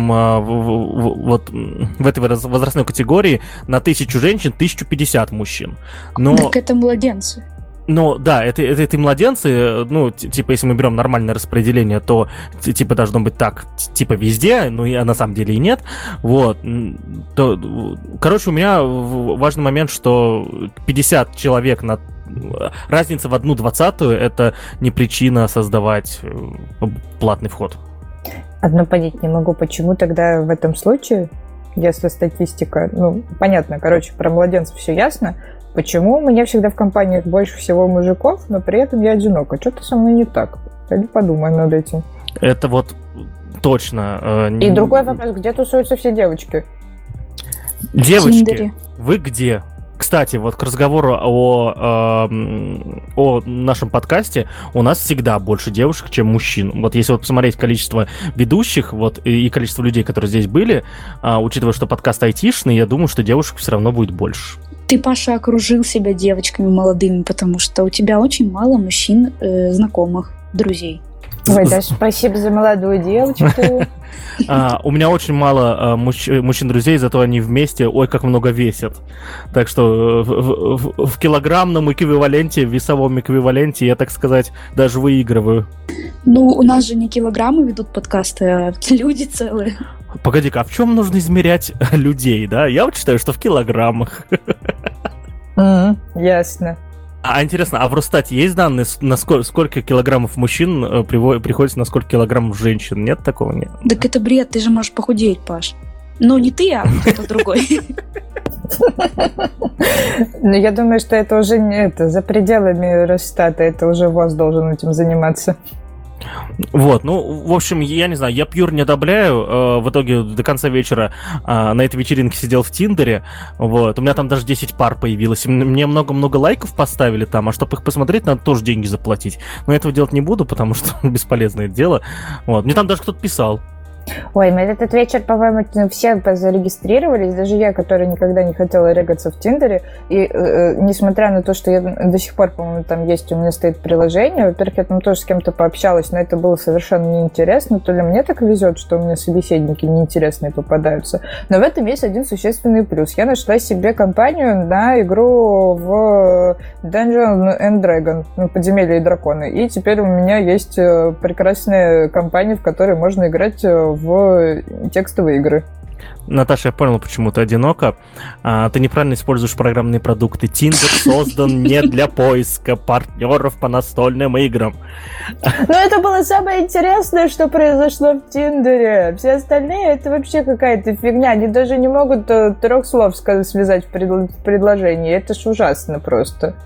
этой возрастной категории на 1000 женщин 1050 мужчин. Так это младенцы. Да, это младенцы, если мы берем нормальное распределение, то, должно быть так, везде, на самом деле и нет, вот, короче, у меня важный момент, что 50 человек разница в 1/20 это не причина создавать платный вход. Одно понять не могу, почему тогда в этом случае, если статистика, понятно, про младенцев все ясно, почему у меня всегда в компаниях больше всего мужиков, но при этом я одинока? Что-то со мной не так. Пойду подумай над этим. Это вот точно. И другой вопрос, где тусуются все девочки? Девочки, вы где? Кстати, вот к разговору о нашем подкасте, у нас всегда больше девушек, чем мужчин. Вот если посмотреть количество ведущих и количество людей, которые здесь были, учитывая, что подкаст айтишный, я думаю, что девушек все равно будет больше. Ты, Паша, окружил себя девочками молодыми, потому что у тебя очень мало мужчин, знакомых, друзей. Ой, да, спасибо за молодую девочку. У меня очень мало мужчин-друзей, зато они вместе, как много весят. Так что в килограммном эквиваленте, весовом эквиваленте, я, так сказать, даже выигрываю. У нас же не килограммы ведут подкасты, а люди целые. Погоди-ка, а в чем нужно измерять людей, да? Я вот считаю, что в килограммах. Ясно. А интересно, а в Росстате есть данные, на сколько килограммов мужчин приходится на сколько килограммов женщин? Нет такого? Нет. Так это бред, ты же можешь похудеть, Паш. Не ты, а кто-то другой. Я думаю, что это уже не за пределами Росстата, это уже ВОЗ должен этим заниматься. Вот, в общем, я не знаю, я Pure не одобряю. В итоге до конца вечера на этой вечеринке сидел в Тиндере. Вот, у меня там даже 10 пар появилось. Мне много-много лайков поставили там, а чтобы их посмотреть, надо тоже деньги заплатить. Но этого делать не буду, потому что бесполезное дело. Вот, мне там даже кто-то писал. Ой, мы этот вечер, по-моему, все зарегистрировались, даже я, которая никогда не хотела регаться в Тиндере, и несмотря на то, что я до сих пор, по-моему, там есть, у меня стоит приложение, во-первых, я там тоже с кем-то пообщалась, но это было совершенно неинтересно, то ли мне так везет, что у меня собеседники неинтересные попадаются, но в этом есть один существенный плюс. Я нашла себе компанию на игру в Dungeons and Dragons, подземелья и драконы, и теперь у меня есть прекрасная компания, в которой можно играть в текстовые игры. Наташа, я понял, почему ты одинока. Ты неправильно используешь программные продукты. Tinder создан не для поиска партнеров по настольным играм. Но это было самое интересное, что произошло в Тиндере. Все остальные — это вообще какая-то фигня. Они даже не могут 3 слов связать в предложении. Это ж ужасно просто.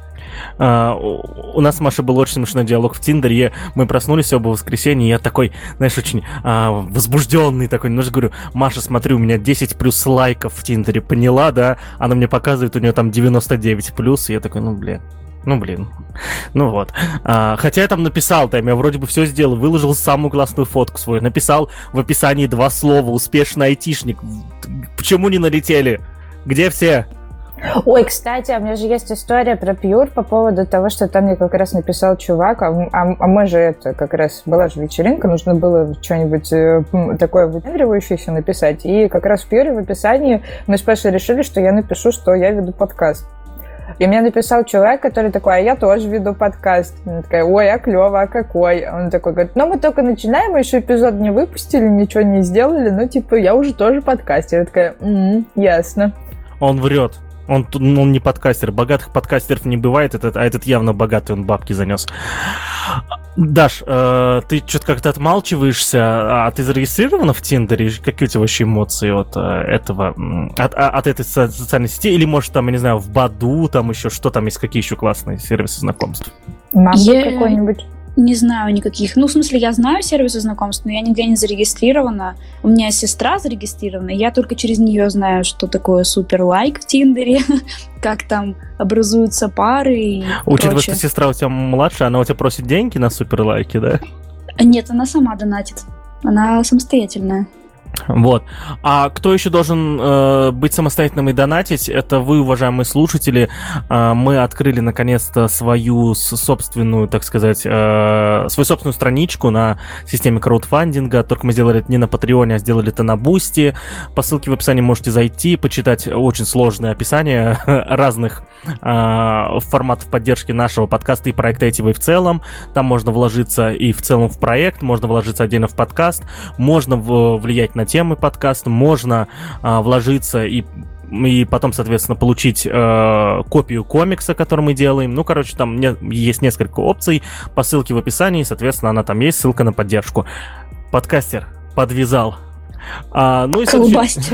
У нас с Машей был очень смешной диалог в Тиндере. Мы проснулись оба в воскресенье, и я такой, знаешь, очень возбужденный такой. Немножко говорю: Маша, смотри, у меня 10 плюс лайков в Тиндере, поняла, да? Она мне показывает, у нее там 99 плюс, и я такой, ну блин. Ну вот. Хотя я там написал, я вроде бы все сделал, выложил самую классную фотку свою, написал в описании 2 слова: успешный айтишник. Почему не налетели? Где все? Ой, кстати, у меня же есть история про Пьюр по поводу того, что там мне как раз написал чувак, а мы же это, как раз была же вечеринка, нужно было что-нибудь такое выпендривающееся написать, и как раз в Пьюре в описании мы с Пашей решили, что я напишу, что я веду подкаст. И мне написал человек, который такой: а я тоже веду подкаст. Она такая: ой, а клево, а какой? Он такой говорит: ну, мы только начинаем, мы еще эпизод не выпустили, ничего не сделали, ну, типа, я уже тоже подкастер. Я такая: ясно. Он врет. Он не подкастер. Богатых подкастеров не бывает, а этот явно богатый, он бабки занес. Даш, ты что-то как-то отмалчиваешься, а ты зарегистрирована в Тиндере? Какие у тебя вообще эмоции от этого, от этой социальной сети? Или, может, там, я не знаю, в Баду, там еще что там есть, какие еще классные сервисы знакомств? Мамбл какой-нибудь? Не знаю никаких. Ну, в смысле, я знаю сервисы знакомств, но я нигде не зарегистрирована. У меня сестра зарегистрирована, и я только через нее знаю, что такое супер лайк в Тиндере, как там образуются пары и Учитывая, что сестра у тебя младшая, она у тебя просит деньги на супер лайки, да? Нет, она сама донатит. Она самостоятельная. Вот. А кто еще должен быть самостоятельным и донатить? Это вы, уважаемые слушатели. Мы открыли наконец-то свою собственную, так сказать, свою собственную страничку на системе краудфандинга. Только мы сделали это не на Патреоне, а сделали это на Бусти. По ссылке в описании можете зайти, почитать очень сложное описание разных форматов поддержки нашего подкаста и проекта ITV в целом. Там можно вложиться и в целом в проект, можно вложиться отдельно в подкаст, можно влиять на темы подкаста, можно вложиться и потом, соответственно, получить копию комикса, который мы делаем. Ну, короче, там есть несколько опций по ссылке в описании, соответственно, она там есть, ссылка на поддержку. Подкастер подвязал. Ну и колбастер.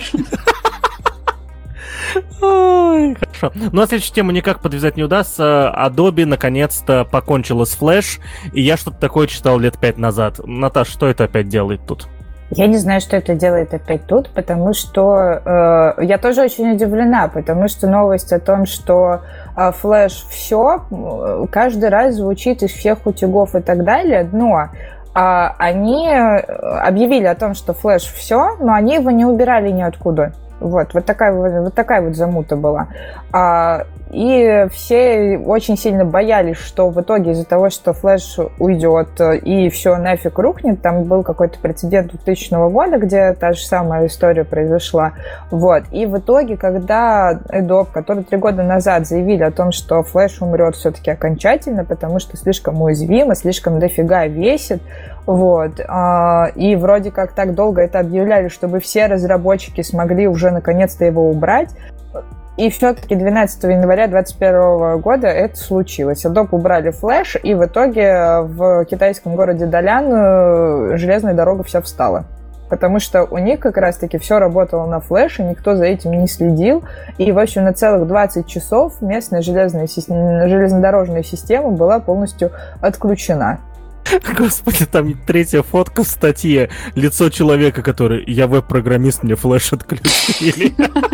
Ой, хорошо. Ну, а следующую тему никак подвязать не удастся. Adobe наконец-то покончила с Flash, и я что-то такое читал лет 5 назад. Наташ, что это опять делает тут? Я не знаю, что это делает опять тут, потому что я тоже очень удивлена, потому что новость о том, что Flash все, каждый раз звучит из всех утюгов и так далее, но они объявили о том, что Flash все, но они его не убирали ниоткуда. Вот такая вот замута была. И все очень сильно боялись, что в итоге из-за того, что Flash уйдет и все нафиг рухнет, там был какой-то прецедент 2000 года, где та же самая история произошла. Вот. И в итоге, когда Adobe, которые 3 года назад заявили о том, что Flash умрет все-таки окончательно, потому что слишком уязвимо, слишком дофига весит, вот. И вроде как так долго это объявляли, чтобы все разработчики смогли уже наконец-то его убрать. И все-таки 12 января 2021 года это случилось. Adobe убрали Flash, и в итоге в китайском городе Далян железная дорога вся встала. Потому что у них как раз-таки все работало на Flash, никто за этим не следил. И, в общем, на целых 20 часов местная железнодорожная система была полностью отключена. Господи, там 3-я фотка в статье. Лицо человека, который: я веб-программист, мне Flash отключили.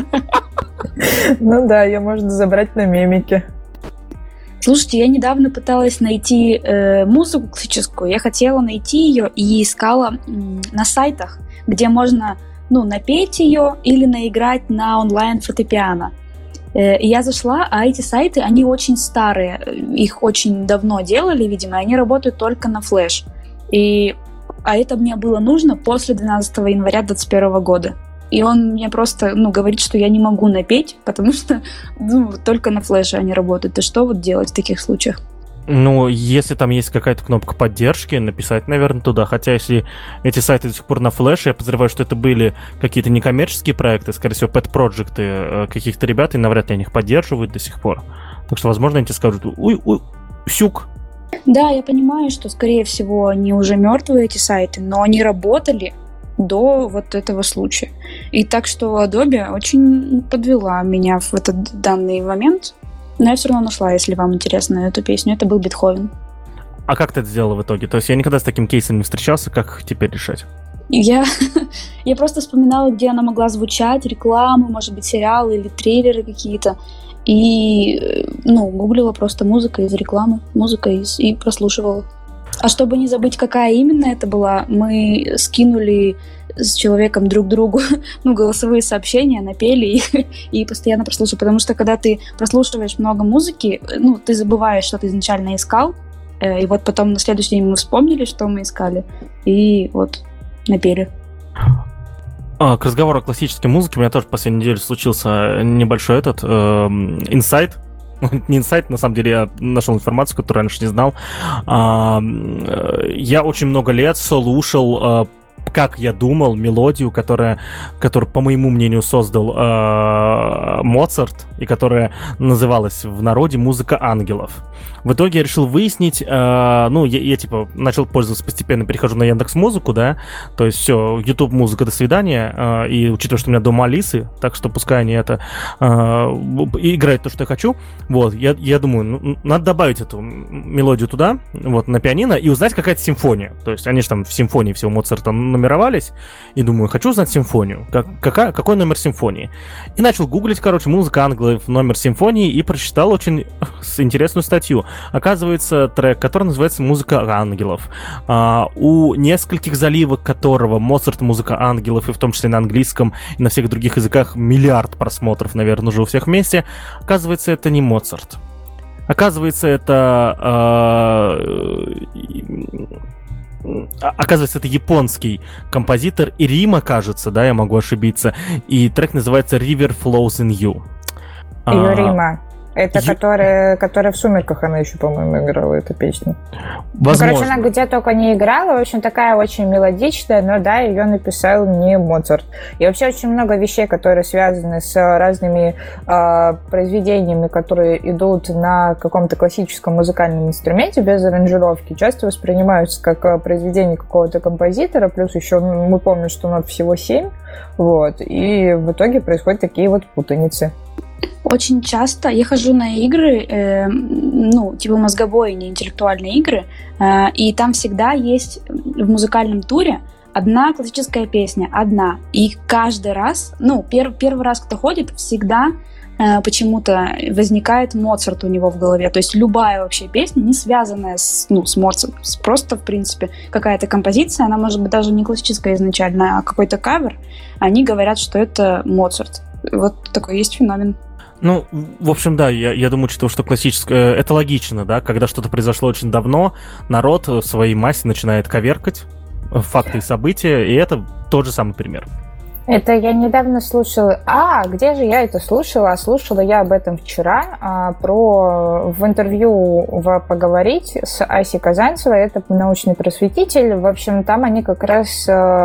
Ну да, ее можно забрать на мемике. Слушайте, я недавно пыталась найти музыку классическую. Я хотела найти ее и искала на сайтах, где можно, напеть ее или наиграть на онлайн-фортепиано. И я зашла, а эти сайты, они очень старые. Их очень давно делали, видимо, и они работают только на Flash. А это мне было нужно после 12 января 2021 года. И он мне просто, говорит, что я не могу напеть, потому что только на флеше они работают. И что вот делать в таких случаях? Ну, если там есть какая-то кнопка поддержки, написать, наверное, туда. Хотя, если эти сайты до сих пор на флеше, я подозреваю, что это были какие-то некоммерческие проекты, скорее всего, пэт-проджекты каких-то ребят, и навряд ли они их поддерживают до сих пор. Так что, возможно, они тебе скажут: уй, сюк. Да, я понимаю, что, скорее всего, они уже мертвые, эти сайты, но они работали до вот этого случая. И так что Adobe очень подвела меня в этот данный момент. Но я все равно нашла, если вам интересно, эту песню. Это был Бетховен. А как ты это сделала в итоге? То есть я никогда с таким кейсом не встречался. Как их теперь решать? Я просто вспоминала, где она могла звучать, рекламы, может быть, сериалы или трейлеры какие-то. И, гуглила просто музыка из рекламы, и прослушивала. А чтобы не забыть, какая именно это была, мы скинули с человеком друг другу голосовые сообщения, напели их и постоянно прослушивали. Потому что когда ты прослушиваешь много музыки, ты забываешь, что ты изначально искал. И вот потом на следующий день мы вспомнили, что мы искали. И вот напели. К разговору о классической музыке у меня тоже в последнюю неделю случился небольшой инсайт. Не инсайт, на самом деле я нашел информацию, которую раньше не знал. Я очень много лет слушал, как я думал, мелодию, которую, по моему мнению, создал Моцарт, и которая называлась в народе «Музыка ангелов». В итоге я решил выяснить, я начал пользоваться, постепенно перехожу на Яндекс.Музыку, да, то есть все, YouTube музыка, до свидания, и учитывая, что у меня дома Алисы, так что пускай они играют то, что я хочу, вот, я думаю, надо добавить эту мелодию туда, вот, на пианино, и узнать, какая-то симфония, то есть они же там в симфонии всего Моцарта нумеровались, и думаю, хочу узнать симфонию, какой номер симфонии, и начал гуглить, «Музыка ангелов», номер симфонии, и прочитал очень интересную статью. Оказывается, трек, который называется «Музыка ангелов», у нескольких заливок которого Моцарт, «Музыка ангелов», и в том числе на английском и на всех других языках миллиард просмотров, наверное, уже у всех вместе. Оказывается, это не Моцарт. Оказывается, это японский композитор Ирима, кажется, да, я могу ошибиться. И трек называется «River Flows in You». Юрима. Это которая в «Сумерках» она еще, по-моему, играла эту песню. Возможно. Она где только не играла. В общем, такая очень мелодичная, но да, ее написал не Моцарт. И вообще очень много вещей, которые связаны с разными произведениями, которые идут на каком-то классическом музыкальном инструменте без аранжировки, часто воспринимаются как произведение какого-то композитора, плюс еще мы помним, что нот всего 7, вот, и в итоге происходят такие вот путаницы. Очень часто я хожу на игры, типа мозгобойни, интеллектуальные игры, и там всегда есть в музыкальном туре одна классическая песня, одна. И каждый раз, первый раз, кто ходит, всегда почему-то возникает Моцарт у него в голове. То есть любая вообще песня, не связанная с Моцартом, просто, в принципе, какая-то композиция, она может быть даже не классическая изначально, а какой-то кавер, они говорят, что это Моцарт. Вот такой есть феномен. В общем, да, я думаю, что классическое, это логично, да, когда что-то произошло очень давно, народ в своей массе начинает коверкать факты и события, и это тот же самый пример. Это я недавно слушала... где же я это слушала? Слушала я об этом вчера, в интервью «Поговорить» с Асей Казанцевой. Это научный просветитель. В общем, там они как раз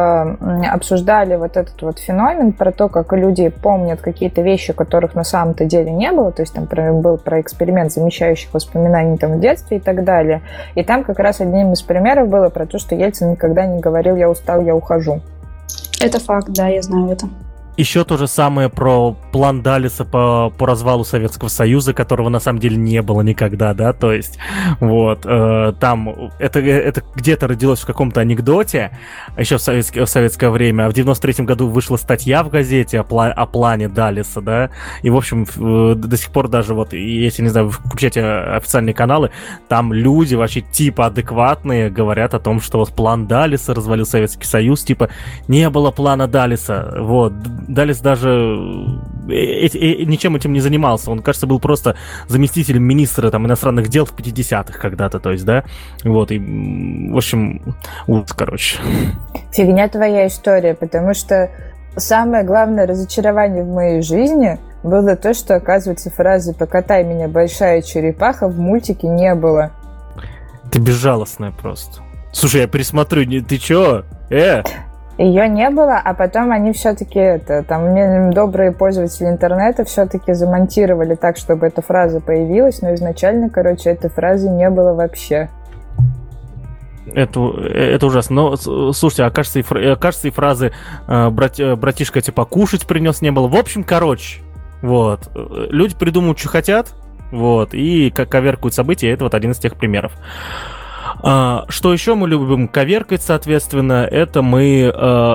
обсуждали вот этот вот феномен про то, как люди помнят какие-то вещи, которых на самом-то деле не было. То есть там был про эксперимент замещающих воспоминаний там в детстве и так далее. И там как раз одним из примеров было про то, что Ельцин никогда не говорил «я устал, я ухожу». Это факт, да, я знаю это. Еще то же самое про план Даллеса по развалу Советского Союза, которого на самом деле не было никогда, да, то есть вот, там это где-то родилось в каком-то анекдоте, еще в советское время, а в 93-м году вышла статья в газете о плане Даллеса, да, и, в общем, до сих пор даже вот, если, не знаю, вы включаете официальные каналы, там люди вообще типа адекватные говорят о том, что вот план Даллеса развалил Советский Союз, типа не было плана Даллеса, вот. Даллес даже ничем этим не занимался. Он, кажется, был просто заместителем министра иностранных дел в 50-х когда-то, то есть, да. Вот, и, в общем, короче. Фигня твоя история, потому что самое главное разочарование в моей жизни было то, что, оказывается, фразы «покатай меня, большая черепаха» в мультике не было. Ты безжалостная просто. Слушай, я пересмотрю, ты чё? Ее не было, а потом они все-таки там добрые пользователи интернета все-таки замонтировали так, чтобы эта фраза появилась, но изначально, короче, этой фразы не было вообще. Это ужасно. Но, слушайте, кажется, и фразы «братишка тебе покушать принес» не было. В общем, короче, вот. Люди придумывают, что хотят, вот, и как коверкуют события, это вот один из тех примеров. Что еще мы любим коверкать, соответственно, это мы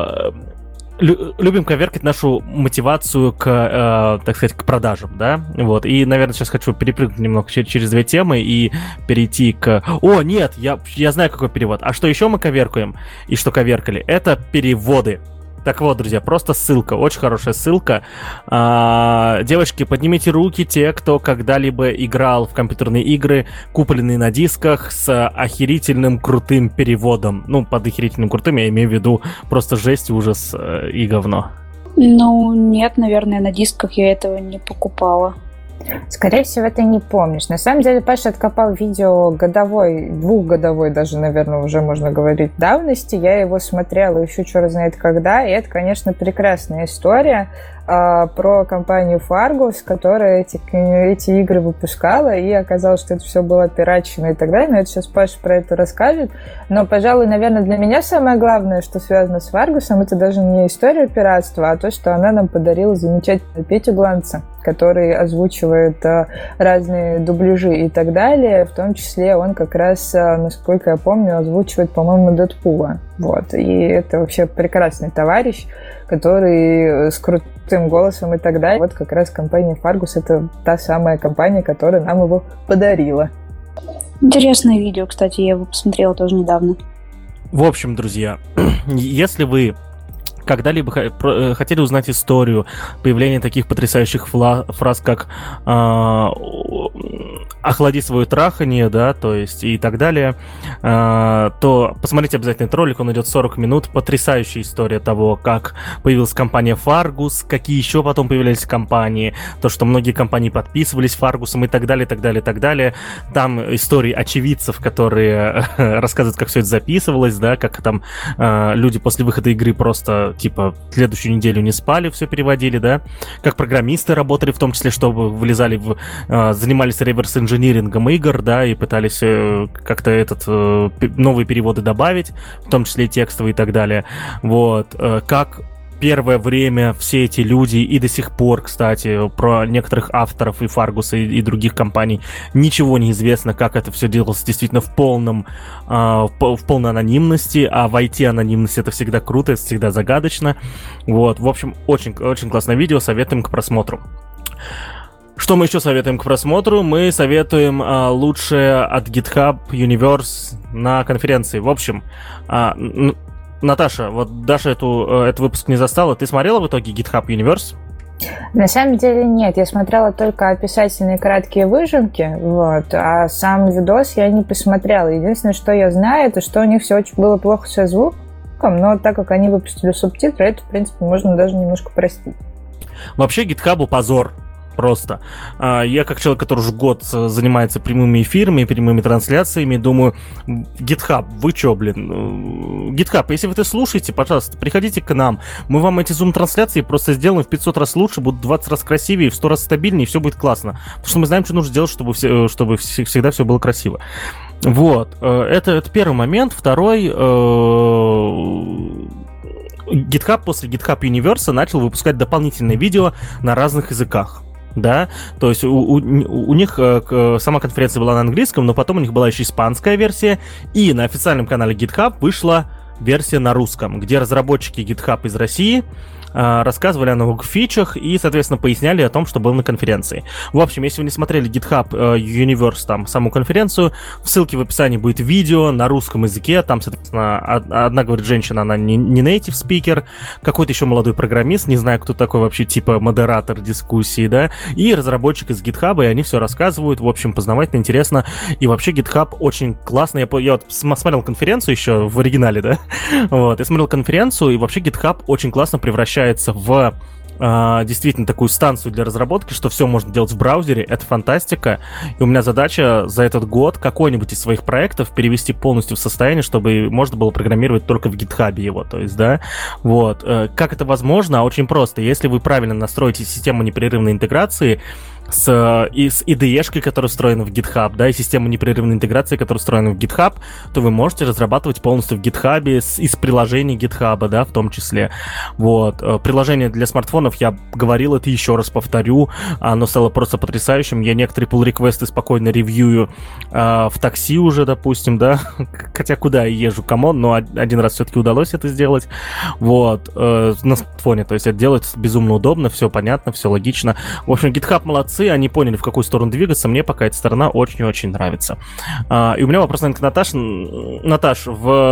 любим коверкать нашу мотивацию так сказать, к продажам, да, вот, и, наверное, сейчас хочу перепрыгнуть немного через две темы и перейти к... О, нет, я знаю, какой перевод. А что еще мы коверкаем и что коверкали, это переводы. Так вот, друзья, просто ссылка, очень хорошая ссылка. Девочки, поднимите руки, те, кто когда-либо играл в компьютерные игры, купленные на дисках, с охерительным крутым переводом. Ну, под охерительным крутым я имею в виду просто жесть, ужас и говно. Ну, нет, наверное, на дисках я этого не покупала. Скорее всего, ты не помнишь. На самом деле, Паша откопал видео двухгодовой даже, наверное, уже можно говорить, давности. Я его смотрела еще черт знает когда, и это, конечно, прекрасная история про компанию Fargus, которая эти игры выпускала, и оказалось, что это все было пиратчено и так далее. Но это сейчас Паша про это расскажет. Но, пожалуй, наверное, для меня самое главное, что связано с Fargus, это даже не история пиратства, а то, что она нам подарила замечательного Петю Гланца, который озвучивает разные дубляжи и так далее. В том числе он как раз, насколько я помню, озвучивает, по-моему, Дэдпула. Вот. И это вообще прекрасный товарищ, который с крутым голосом и так далее. Вот как раз компания Fargus — это та самая компания, которая нам его подарила. Интересное видео, кстати, я его посмотрела тоже недавно. В общем, друзья, если вы когда-либо хотели узнать историю появления таких потрясающих фраз, как «охлади свое траханье», да, то есть и так далее, то посмотрите обязательно этот ролик, он идет 40 минут. Потрясающая история того, как появилась компания Fargus, какие еще потом появлялись компании, то, что многие компании подписывались Fargus'ом и так далее, так далее, так далее. Там истории очевидцев, которые рассказывают, как все это записывалось, да, как там люди после выхода игры просто типа следующую неделю не спали, все переводили, да, как программисты работали, в том числе, чтобы занимались реверс-инжинирингом игр, да, и пытались как-то новые переводы добавить, в том числе и текстовые и так далее. Вот, как первое время все эти люди, и до сих пор, кстати, про некоторых авторов и Fargus, и других компаний ничего не известно, как это все делалось действительно в полной анонимности, а в IT-анонимности это всегда круто, это всегда загадочно. Вот, в общем, очень, очень классное видео, советуем к просмотру. Что мы еще советуем к просмотру? Мы советуем лучшее от GitHub Universe на конференции. В общем, Наташа, вот Даша этот выпуск не застала. Ты смотрела в итоге GitHub Universe? На самом деле нет, я смотрела только описательные краткие выжимки, вот, а сам видос я не посмотрела. Единственное, что я знаю, это что у них все очень было плохо со звуком, но так как они выпустили субтитры, это, в принципе, можно даже немножко простить. Вообще GitHub'у позор. Просто. Я, как человек, который уже год занимается прямыми эфирами, прямыми трансляциями, думаю, GitHub, вы чё, блин? GitHub, если вы это слушаете, пожалуйста, приходите к нам. Мы вам эти зум-трансляции просто сделаем в 500 раз лучше, будут 20 раз красивее, в 100 раз стабильнее, и все будет классно. Потому что мы знаем, что нужно сделать, чтобы всегда все было красиво. Вот. Это первый момент. Второй... GitHub после GitHub Universe начал выпускать дополнительные видео на разных языках. Да, то есть у них сама конференция была на английском, но потом у них была еще испанская версия, и на официальном канале GitHub вышла версия на русском, где разработчики GitHub из России рассказывали о новых фичах и, соответственно, поясняли о том, что было на конференции. В общем, если вы не смотрели GitHub Universe, там, саму конференцию, в ссылке в описании будет видео на русском языке, там, соответственно, одна, говорит, женщина, она не native speaker, какой-то еще молодой программист, не знаю, кто такой вообще, типа модератор дискуссии, да, и разработчик из GitHub, и они все рассказывают, в общем, познавательно, интересно, и вообще GitHub очень классный. Я вот смотрел конференцию еще в оригинале, да, вот, я смотрел конференцию, и вообще GitHub очень классно превращается в действительно такую станцию для разработки, что все можно делать в браузере, это фантастика. И у меня задача за этот год какой-нибудь из своих проектов перевести полностью в состояние, чтобы можно было программировать только в GitHub его, то есть, да, вот. Как это возможно? Очень просто. Если вы правильно настроите систему непрерывной интеграции с IDE-шкой, которая встроена в GitHub, да, и систему непрерывной интеграции, которая встроена в GitHub, то вы можете разрабатывать полностью в GitHub из приложений GitHub, да, в том числе. Вот. Приложение для смартфонов, я говорил, это еще раз повторю, оно стало просто потрясающим. Я некоторые pull-реквесты спокойно ревьюю в такси уже, допустим, да, хотя куда я езжу, камон, но один раз все-таки удалось это сделать. Вот. На смартфоне, то есть это делать безумно удобно, все понятно, все логично. В общем, GitHub молодцы, они поняли, в какую сторону двигаться. Мне пока эта сторона очень-очень нравится. И у меня вопрос, наверное, к Наташе. Наташ,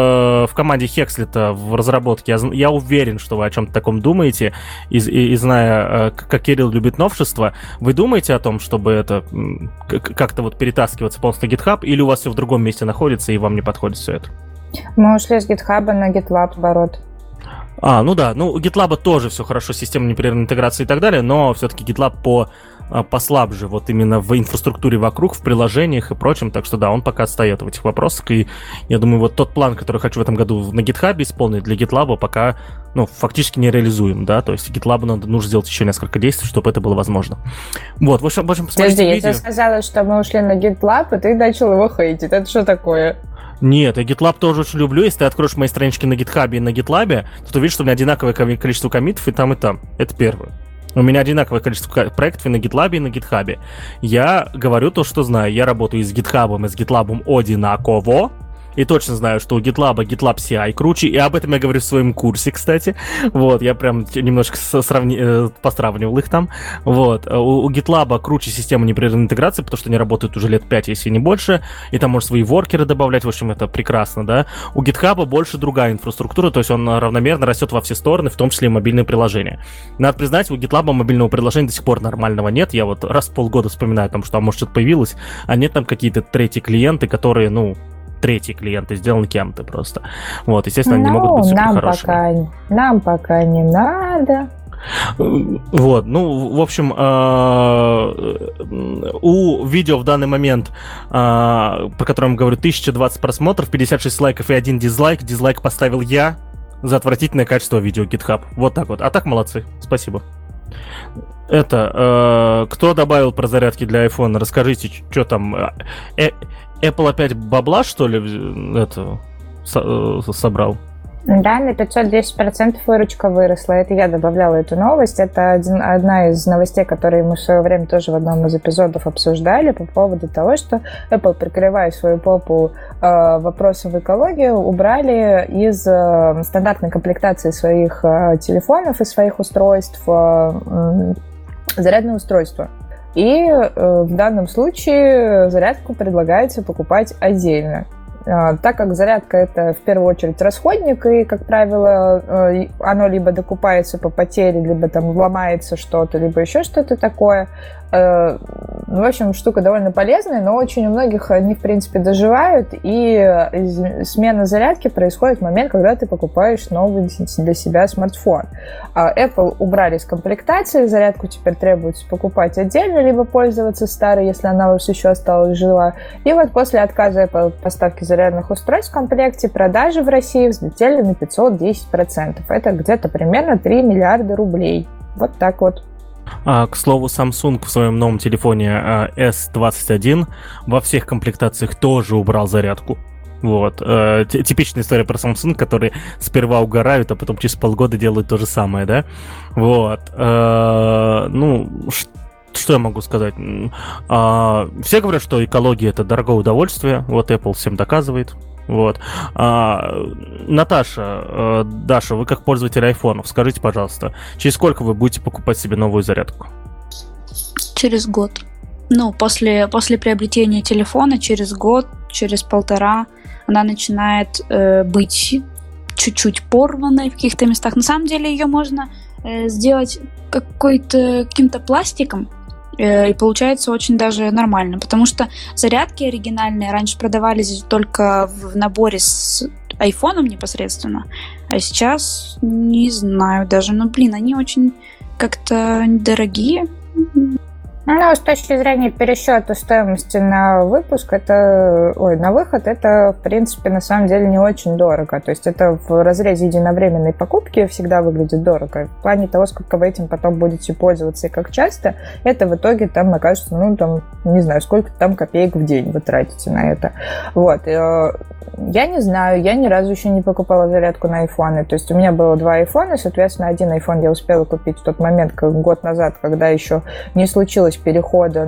в команде Hexlet в разработке, я уверен, что вы о чем-то таком думаете, и зная, как Кирилл любит новшества, вы думаете о том, чтобы это как-то вот перетаскиваться полностью на GitHub, или у вас все в другом месте находится, и вам не подходит все это? Мы ушли с GitHub на GitLab, наоборот. Ну да, у GitLab тоже все хорошо, система непрерывной интеграции и так далее, но все-таки GitLab послабже вот именно в инфраструктуре вокруг, в приложениях и прочем, так что да, он пока отстает в этих вопросах, и я думаю, вот тот план, который хочу в этом году на GitHub исполнить для GitLab, пока, фактически не реализуем, да, то есть GitLab нужно сделать еще несколько действий, чтобы это было возможно. Вот, в общем, посмотрите видео. Я тебе сказала, что мы ушли на GitLab, и ты начал его хейтить, это что такое? Нет, я GitLab тоже очень люблю. Если ты откроешь мои странички на GitHub и на GitLab, то ты увидишь, что у меня одинаковое количество коммитов и там, и там. Это первое. У меня одинаковое количество проектов и на GitLab, и на GitHub. Я говорю то, что знаю. Я работаю и с GitHub, и с GitLab одинаково. И точно знаю, что у GitLab CI круче. И об этом я говорю в своем курсе, кстати. Вот, я прям немножко постравнивал их там. Вот. У GitLab круче система непрерывной интеграции, потому что они работают уже лет 5, если не больше. И там можно свои воркеры добавлять. В общем, это прекрасно, да. У GitHub больше другая инфраструктура, то есть он равномерно растет во все стороны, в том числе и мобильные приложения. Надо признать, у GitLab мобильного приложения до сих пор нормального нет. Я вот раз в полгода вспоминаю о том, что может что-то появилось, а нет там какие-то третьи клиенты, которые, третьи клиенты сделаны кем-то просто. Вот, естественно, они не могут быть супер хорошими. Нам пока не надо. Вот, в общем, у видео в данный момент, про которое я говорю, 1020 просмотров, 56 лайков и 1 дизлайк. Дизлайк поставил я за отвратительное качество видео GitHub. Вот так вот. А так молодцы. Спасибо. Кто добавил про зарядки для iPhone? Расскажите, что там... Apple опять бабла, что ли, собрал? Да, на 510% выручка выросла. Это я добавляла эту новость. Это одна из новостей, которые мы в свое время тоже в одном из эпизодов обсуждали по поводу того, что Apple, прикрывая свою попу вопросом в экологию, убрали из стандартной комплектации своих телефонов и своих устройств зарядное устройство. И в данном случае зарядку предлагается покупать отдельно. Так как зарядка – это в первую очередь расходник, и, как правило, оно либо докупается по потере, либо там ломается что-то, либо еще что-то такое. В общем, штука довольно полезная, но очень у многих они, в принципе, доживают, и смена зарядки происходит в момент, когда ты покупаешь новый для себя смартфон. Apple убрали из комплектации, зарядку теперь требуется покупать отдельно, либо пользоваться старой, если она у вас еще осталась жива. И вот после отказа Apple от поставки зарядных устройств в комплекте продажи в России взлетели на 510%. Это где-то примерно 3 миллиарда рублей. Вот так вот. К слову, Samsung в своем новом телефоне S21 во всех комплектациях тоже убрал зарядку. Вот. Типичная история про Samsung, которые сперва угорают, а потом через полгода делают то же самое, да? Вот. Что я могу сказать? Все говорят, что экология — это дорогое удовольствие. Вот Apple всем доказывает. Вот. Наташа, Даша, вы как пользователь айфонов, скажите, пожалуйста, через сколько вы будете покупать себе новую зарядку? Через год. После приобретения телефона, через год, через 1,5 она начинает быть чуть-чуть порванной в каких-то местах. На самом деле ее можно сделать каким-то пластиком, и получается очень даже нормально, потому что зарядки оригинальные раньше продавались только в наборе с айфоном непосредственно, а сейчас не знаю даже, они очень как-то дорогие. Ну, с точки зрения пересчета стоимости на выпуск, на выход, это, в принципе, на самом деле не очень дорого. То есть это в разрезе единовременной покупки всегда выглядит дорого. В плане того, сколько вы этим потом будете пользоваться и как часто, это в итоге там окажется, не знаю, сколько там копеек в день вы тратите на это. Вот. Я не знаю, я ни разу еще не покупала зарядку на айфоны. То есть у меня было 2 айфона, соответственно, один айфон я успела купить в тот момент, год назад, когда еще не случилось перехода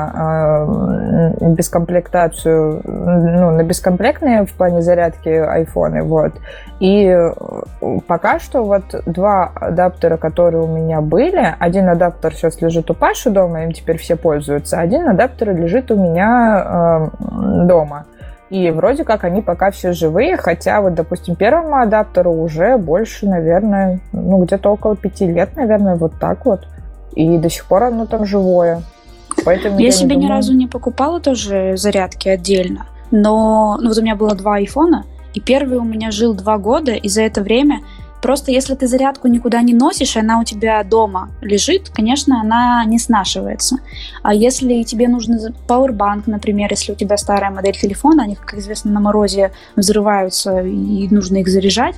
на бескомплектацию, на бескомплектные в плане зарядки айфоны, вот. И пока что вот 2 адаптера, которые у меня были, один адаптер сейчас лежит у Паши дома, им теперь все пользуются, один адаптер лежит у меня дома. И вроде как они пока все живые, хотя вот, допустим, первому адаптеру уже больше, наверное, где-то около 5 лет, наверное, вот так вот. И до сих пор оно там живое. Поэтому я себе ни разу не покупала тоже зарядки отдельно. Но вот у меня было 2 айфона, и первый у меня жил 2 года, и за это время просто если ты зарядку никуда не носишь, и она у тебя дома лежит, конечно, она не снашивается. А если тебе нужен пауэрбанк, например, если у тебя старая модель телефона, они, как известно, на морозе взрываются, и нужно их заряжать,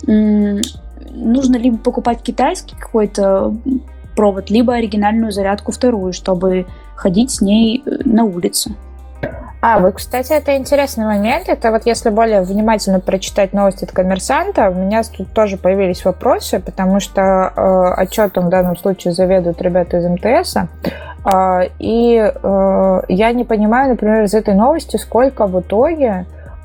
нужно либо покупать китайский какой-то провод, либо оригинальную зарядку вторую, чтобы ходить с ней на улице. Вот, кстати, это интересный момент. Это вот если более внимательно прочитать новости от «Коммерсанта», у меня тут тоже появились вопросы, потому что отчетом в данном случае заведуют ребята из МТС. И я не понимаю, например, из этой новости, сколько в итоге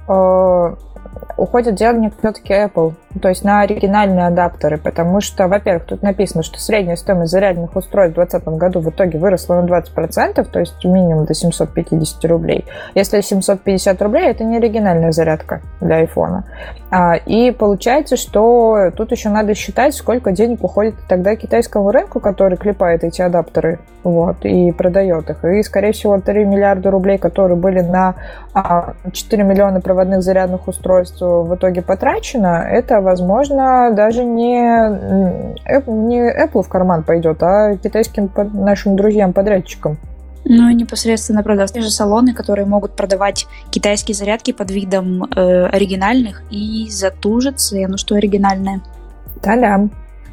уходит денег все-таки Apple, то есть на оригинальные адаптеры, потому что, во-первых, тут написано, что средняя стоимость зарядных устройств в 2020 году в итоге выросла на 20%, то есть минимум до 750 рублей. Если 750 рублей, это не оригинальная зарядка для айфона. И получается, что тут еще надо считать, сколько денег уходит тогда китайскому рынку, который клепает эти адаптеры, вот, и продает их. И, скорее всего, 3 миллиарда рублей, которые были на 4 миллиона проводных зарядных устройств, в итоге потрачено, это, возможно, даже не Apple в карман пойдет, а китайским нашим друзьям-подрядчикам. Ну и непосредственно продаст. Те же салоны, которые могут продавать китайские зарядки под видом оригинальных и за ту же цену, что оригинальная. Да-да.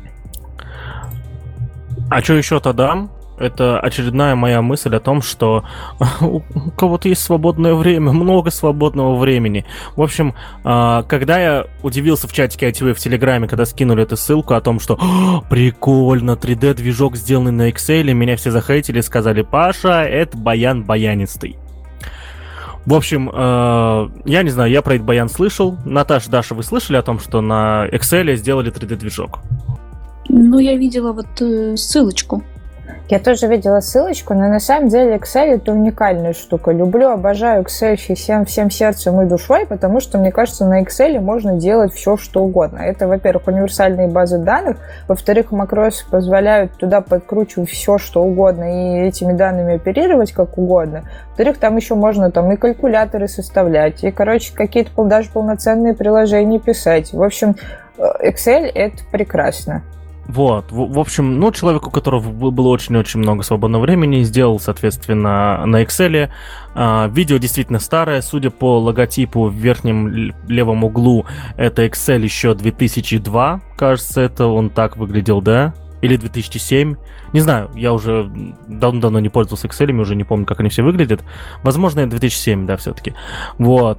А что еще-то дам? Это очередная моя мысль о том, что у кого-то есть свободное время, много свободного времени. В общем, когда я удивился в чатике ITV в Телеграме, когда скинули эту ссылку о том, что прикольно, 3D-движок сделанный на Excel, меня все захейтили и сказали: Паша, это баян баянистый. В общем, я не знаю, я про этот баян слышал. Наташа, Даша, вы слышали о том, что на Excel сделали 3D-движок? Ну, я видела вот ссылочку. Я тоже видела ссылочку, но на самом деле Excel — это уникальная штука. Люблю, обожаю Excel всем сердцем и душой, потому что, мне кажется, на Excel можно делать все, что угодно. Это, во-первых, универсальные базы данных, во-вторых, макросы позволяют туда подкручивать все, что угодно, и этими данными оперировать как угодно. Во-вторых, там еще можно и калькуляторы составлять, и, какие-то даже полноценные приложения писать. В общем, Excel — это прекрасно. Вот, в общем, человек, у которого было очень-очень много свободного времени, сделал, соответственно, на Excel. Видео действительно старое, судя по логотипу в верхнем левом углу, это Excel еще 2002, кажется, это он так выглядел, да? Или 2007, не знаю, я уже давно не пользовался Excel, уже не помню, как они все выглядят. Возможно, это 2007, да, все-таки. Вот,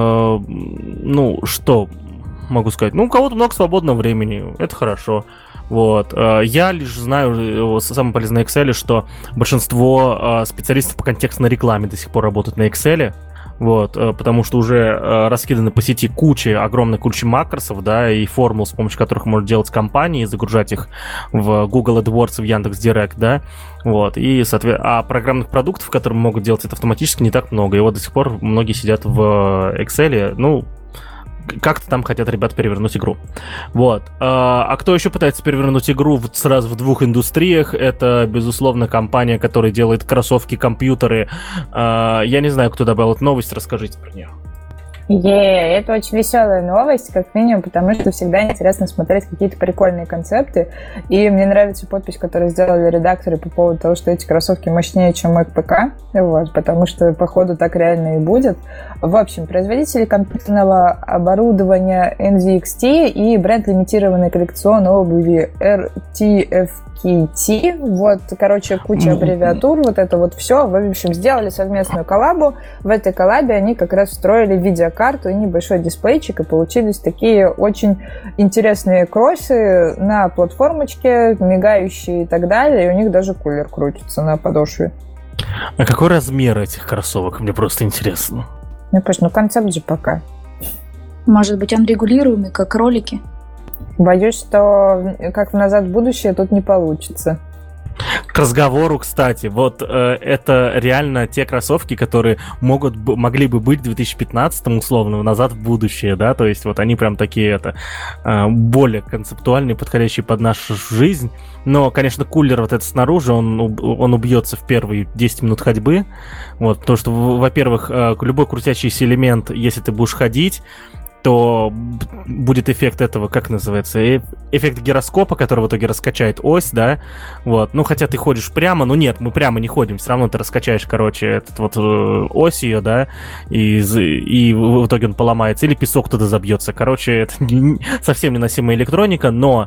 что могу сказать? У кого-то много свободного времени, это хорошо. Вот. Я лишь знаю, самое полезное на Excel, что большинство специалистов по контекстной рекламе до сих пор работают на Excel, вот, потому что уже раскиданы по сети огромной куча макросов, да, и формул, с помощью которых можно делать кампании, загружать их в Google AdWords, в Яндекс.Директ, да, вот, и, соответственно, программных продуктов, которые могут делать это автоматически, не так много, и вот до сих пор многие сидят в Excel, как-то там хотят ребята перевернуть игру. Вот. А кто еще пытается перевернуть игру сразу в 2 индустриях? Это, безусловно, компания, которая делает кроссовки, компьютеры. Я не знаю, кто добавил эту новость, расскажите про нее. Это очень веселая новость, как минимум, потому что всегда интересно смотреть какие-то прикольные концепты. И мне нравится подпись, которую сделали редакторы по поводу того, что эти кроссовки мощнее, чем Mac ПК. Вот, потому что, походу, так реально и будет. В общем, производители компьютерного оборудования NZXT и бренд лимитированной коллекционной обуви RTFKT. Вот, короче, куча аббревиатур, вот это вот все. В общем, сделали совместную коллабу. В этой коллабе они как раз встроили видеокарту и небольшой дисплейчик, и получились такие очень интересные кроссы на платформочке, мигающие и так далее. И у них даже кулер крутится на подошве. А какой размер этих кроссовок? Мне просто интересно. Концепт же пока. Может быть, он регулируемый, как ролики? Боюсь, что как в «Назад в будущее» тут не получится. К разговору, кстати, вот это реально те кроссовки, которые могли бы быть в 2015-м, условно, «Назад в будущее», да, то есть вот они прям такие, более концептуальные, подходящие под нашу жизнь, но, конечно, кулер вот этот снаружи, он убьется в первые 10 минут ходьбы, вот, потому что, во-первых, любой крутящийся элемент, если ты будешь ходить, то будет эффект этого, как называется, эффект гироскопа, который в итоге раскачает ось, да, вот, ну, хотя ты ходишь прямо, но нет, мы прямо не ходим, все равно ты раскачаешь, короче, ось ее, да, и в итоге он поломается, или песок туда забьется, короче, это совсем неносимая электроника, но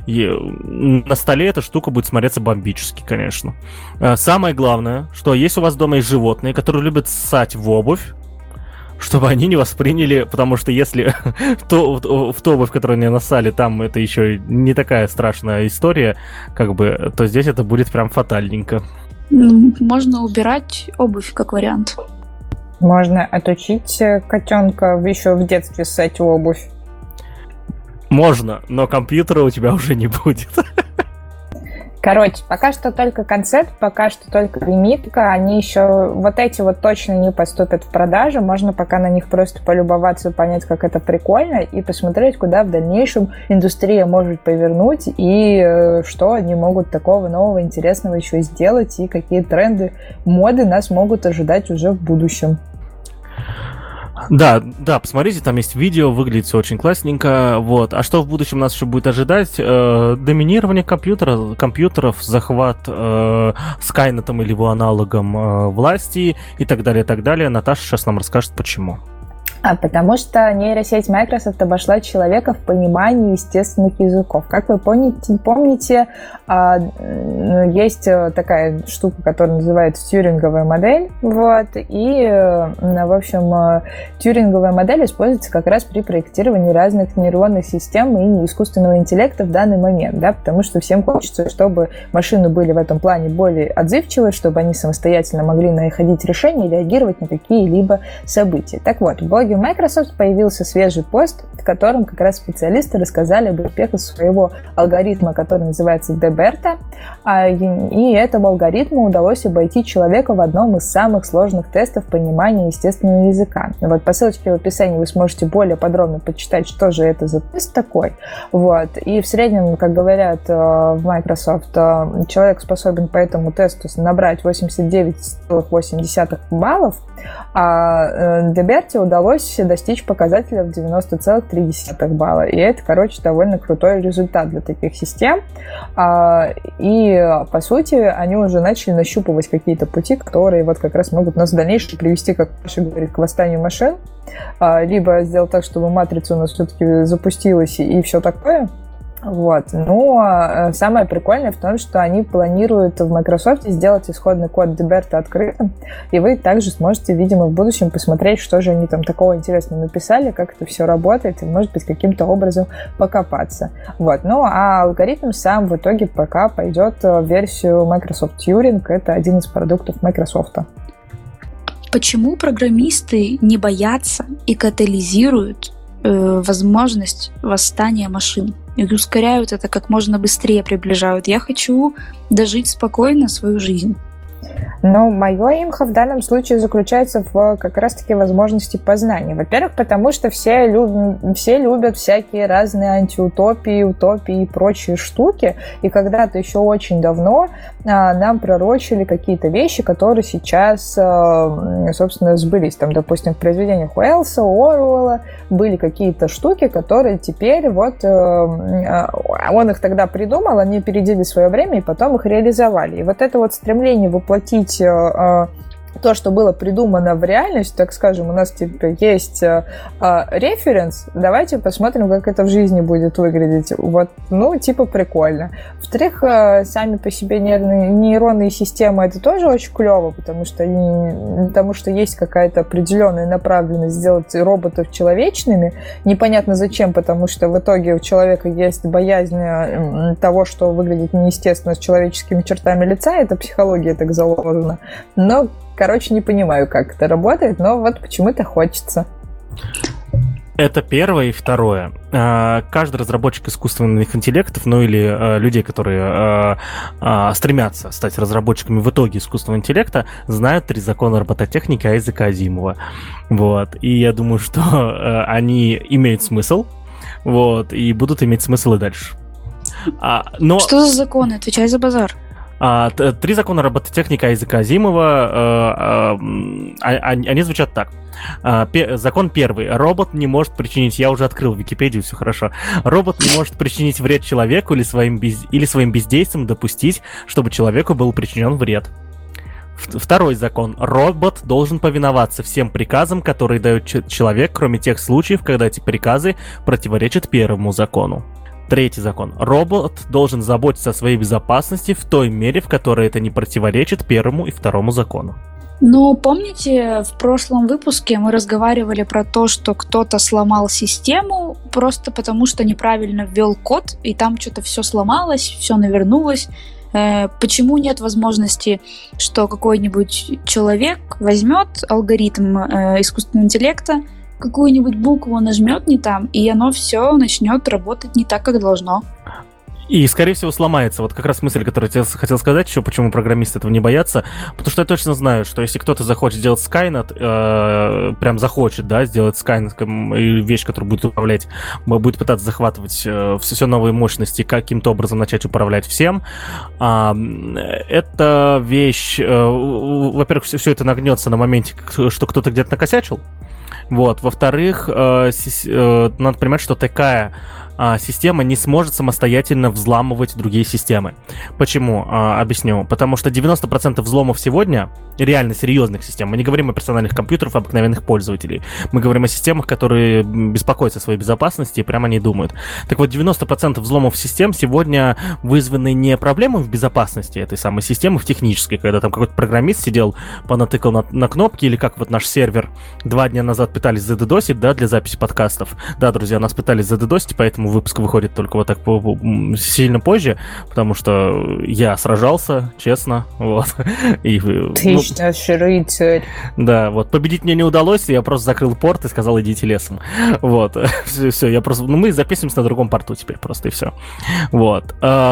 на столе эта штука будет смотреться бомбически, конечно. Самое главное, что если у вас дома есть животные, которые любят ссать в обувь, чтобы они не восприняли, потому что если в ту обувь, которую они нассали, там это еще не такая страшная история, как бы, то здесь это будет прям фатальненько. Можно убирать обувь, как вариант. Можно отучить котенка еще в детстве ссать обувь. Можно, но компьютера у тебя уже не будет. Короче, пока что только концепт, пока что только лимитка. Они еще, вот эти вот точно не поступят в продажу. Можно пока на них просто полюбоваться, понять, как это прикольно, и посмотреть, куда в дальнейшем индустрия может повернуть, и что они могут такого нового, интересного еще сделать, и какие тренды, моды нас могут ожидать уже в будущем. Да, посмотрите, там есть видео, выглядит все очень классненько, вот. А что в будущем нас еще будет ожидать? Доминирование компьютеров, захват Скайнетом или его аналогом власти и так далее, и так далее. Наташа сейчас нам расскажет, почему. Потому что нейросеть Microsoft обошла человека в понимании естественных языков. Как вы помните, есть такая штука, которая называется тьюринговая модель. Вот, и, в общем, тьюринговая модель используется как раз при проектировании разных нейронных систем и искусственного интеллекта в данный момент, да, потому что всем хочется, чтобы машины были в этом плане более отзывчивы, чтобы они самостоятельно могли находить решения и реагировать на какие-либо события. Так вот, в блоге Microsoft появился свежий пост, в котором как раз специалисты рассказали об успехах своего алгоритма, который называется DBERT, и этому алгоритму удалось обойти человека в одном из самых сложных тестов понимания естественного языка. Вот по ссылочке в описании вы сможете более подробно почитать, что же это за тест такой. Вот. И в среднем, как говорят в Microsoft, человек способен по этому тесту набрать 89,8 баллов, а DBERT удалось достичь показателя в 90,3 балла. И это, короче, довольно крутой результат для таких систем. И, по сути, они уже начали нащупывать какие-то пути, которые вот как раз могут нас в дальнейшем привести, как Паша говорит, к восстанию машин, либо сделать так, чтобы матрица у нас все-таки запустилась и все такое. Вот. Но самое прикольное в том, что они планируют в Microsoft сделать исходный код DBERT открытым, и вы также сможете, видимо, в будущем посмотреть, что же они там такого интересного написали, как это все работает, и, может быть, каким-то образом покопаться. Вот. Ну, а алгоритм сам в итоге пока пойдет в версию Microsoft Turing, это один из продуктов Microsoft. Почему программисты не боятся и катализируют возможность восстания машин и ускоряют это как можно быстрее, приближают? Я хочу дожить спокойно свою жизнь. Но мое имхо в данном случае заключается в как раз-таки возможности познания. Во-первых, потому что все любят всякие разные антиутопии, утопии и прочие штуки. И когда-то еще очень давно нам пророчили какие-то вещи, которые сейчас, собственно, сбылись. Там, допустим, в произведениях Уэллса, Оруэлла были какие-то штуки, которые теперь вот он их тогда придумал, они опередили свое время и потом их реализовали. И вот это вот стремление воплотить то, что было придумано в реальность, так скажем, у нас типа есть референс, давайте посмотрим, как это в жизни будет выглядеть. Вот, ну, типа прикольно. Во-вторых, сами по себе нейронные системы это тоже очень клево, потому что есть какая-то определенная направленность сделать роботов человечными. Непонятно зачем, потому что в итоге у человека есть боязнь того, что выглядит неестественно с человеческими чертами лица, это психология так заложена. Но короче, не понимаю, как это работает, но вот почему-то хочется. Это первое. И второе. Каждый разработчик искусственных интеллектов, ну или людей, которые стремятся стать разработчиками в итоге искусственного интеллекта, знают 3 закона робототехники Айзека Азимова. Вот. И я думаю, что они имеют смысл, вот, и будут иметь смысл и дальше. Но... Что за законы? Отвечай за базар. 3 закона робототехники Айзека Азимова, они звучат так. Закон первый. Робот не может причинить... Я уже открыл Википедию, все хорошо. Робот не может причинить вред человеку или своим бездействием допустить, чтобы человеку был причинен вред. Второй закон. Робот должен повиноваться всем приказам, которые дает человек, кроме тех случаев, когда эти приказы противоречат первому закону. Третий закон. Робот должен заботиться о своей безопасности в той мере, в которой это не противоречит первому и второму закону. Ну, помните, в прошлом выпуске мы разговаривали про то, что кто-то сломал систему просто потому, что неправильно ввел код, и там что-то все сломалось, все навернулось. Почему нет возможности, что какой-нибудь человек возьмет алгоритм искусственного интеллекта, какую-нибудь букву нажмет не там, и оно все начнет работать не так, как должно. И, скорее всего, сломается. Вот как раз мысль, которую я хотел сказать еще, почему программисты этого не боятся. Потому что я точно знаю, что если кто-то захочет сделать Skynet, прям захочет, да, сделать Skynet, вещь, которая будет управлять, будет пытаться захватывать все новые мощности, каким-то образом начать управлять всем, эта вещь, во-первых, все это нагнется на моменте, что кто-то где-то накосячил. Вот. Во-вторых, надо понимать, что такая система не сможет самостоятельно взламывать другие системы. Почему? Объясню. Потому что 90% взломов сегодня реально серьезных систем. Мы не говорим о персональных компьютерах, обыкновенных пользователей. Мы говорим о системах, которые беспокоятся о своей безопасности и прямо не думают. Так вот, 90% взломов систем сегодня вызваны не проблемой в безопасности этой самой системы, в технической, когда там какой-то программист сидел, понатыкал на кнопки, или как вот наш сервер 2 дня назад пытались задедосить, да, для записи подкастов. Да, друзья, нас пытались задедосить, поэтому выпуск выходит только вот так сильно позже, потому что я сражался, честно, вот. И, рыцарь. Да, вот, победить мне не удалось, я просто закрыл порт и сказал, идите лесом. Вот, все, я просто, мы записываемся на другом порту теперь просто, и все. Вот.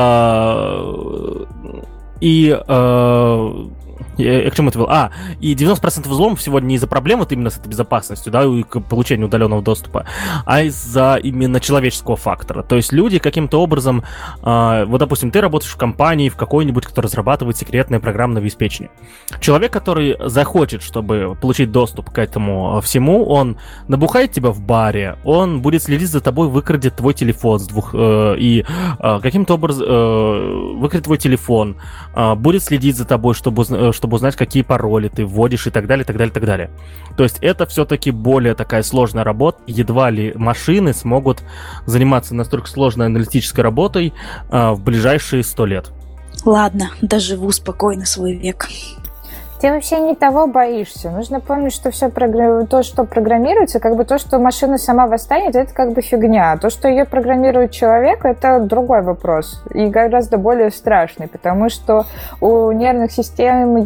Я к чему это был? И 90% взломов сегодня не из-за проблем вот именно с этой безопасностью, да, и к получению удаленного доступа, а из-за именно человеческого фактора. То есть люди каким-то образом, вот, допустим, ты работаешь в компании, в какой-нибудь, которая разрабатывает секретное программное обеспечение. Человек, который захочет, чтобы получить доступ к этому всему, он набухает тебя в баре, он будет следить за тобой, выкрадет твой телефон и каким-то образом выкрадет твой телефон, будет следить за тобой, чтобы узнать, какие пароли ты вводишь и так далее, так далее, так далее. То есть это все-таки более такая сложная работа. Едва ли машины смогут заниматься настолько сложной аналитической работой в ближайшие 100 лет. Ладно, доживу спокойно свой век. Ты вообще не того боишься. Нужно помнить, что все то, что программируется, как бы то, что машина сама восстанет, это как бы фигня. А то, что ее программирует человек, это другой вопрос. И гораздо более страшный, потому что у нейронных систем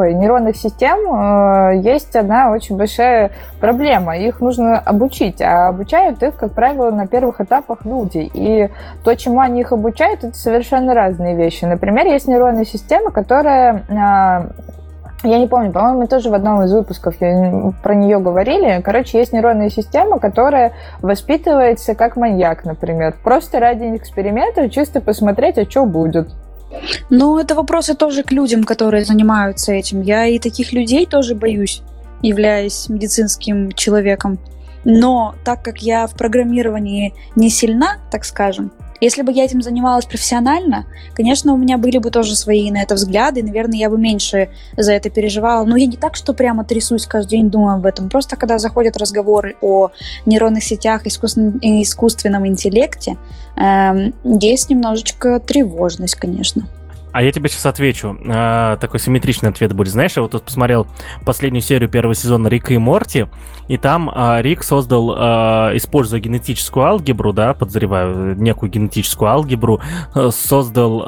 есть одна очень большая проблема. Их нужно обучить. А обучают их, как правило, на первых этапах люди. И то, чему они их обучают, это совершенно разные вещи. Например, есть нейронная система, которая... Я не помню, по-моему, мы тоже в одном из выпусков про нее говорили. Короче, есть нейронная система, которая воспитывается как маньяк, например. Просто ради эксперимента, чисто посмотреть, а что будет. Ну, это вопросы тоже к людям, которые занимаются этим. Я и таких людей тоже боюсь, являясь медицинским человеком. Но так как я в программировании не сильна, так скажем, если бы я этим занималась профессионально, конечно, у меня были бы тоже свои на это взгляды, и, наверное, я бы меньше за это переживала. Но я не так, что прямо трясусь каждый день, думаю об этом. Просто когда заходят разговоры о нейронных сетях, искусственном интеллекте, есть немножечко тревожность, конечно. А я тебе сейчас отвечу. Такой симметричный ответ будет. Знаешь, я вот тут посмотрел последнюю серию первого сезона Рика и Морти, и там Рик создал, используя генетическую алгебру, да, подозреваю, некую генетическую алгебру, создал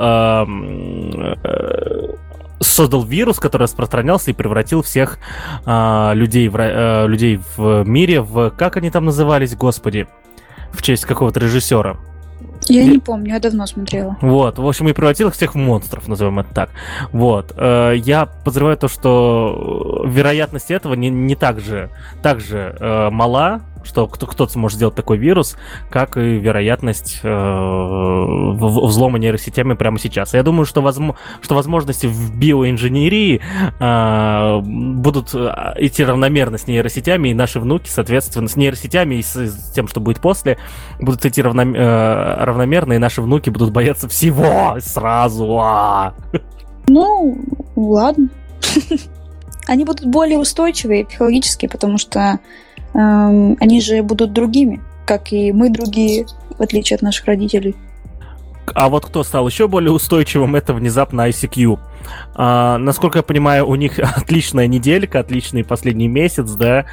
вирус, который распространялся и превратил всех людей в мире в... Как они там назывались, господи? В честь какого-то режиссера. Я не помню, я давно смотрела. Вот, в общем, и превратил их всех в монстров, назовем это так. Вот, я подозреваю то, что вероятность этого не так же мала, что кто-то сможет сделать такой вирус, как и вероятность взлома нейросетями прямо сейчас. Я думаю, что возможности в биоинженерии будут идти равномерно с нейросетями, и наши внуки, соответственно, с нейросетями и с тем, что будет после, будут идти равномерно, и наши внуки будут бояться всего сразу. Ну, ладно. Они будут более устойчивые психологически, потому что они же будут другими, как и мы другие, в отличие от наших родителей. А вот кто стал еще более устойчивым, это внезапно ICQ. Насколько я понимаю, у них отличная неделька, отличный последний месяц, да?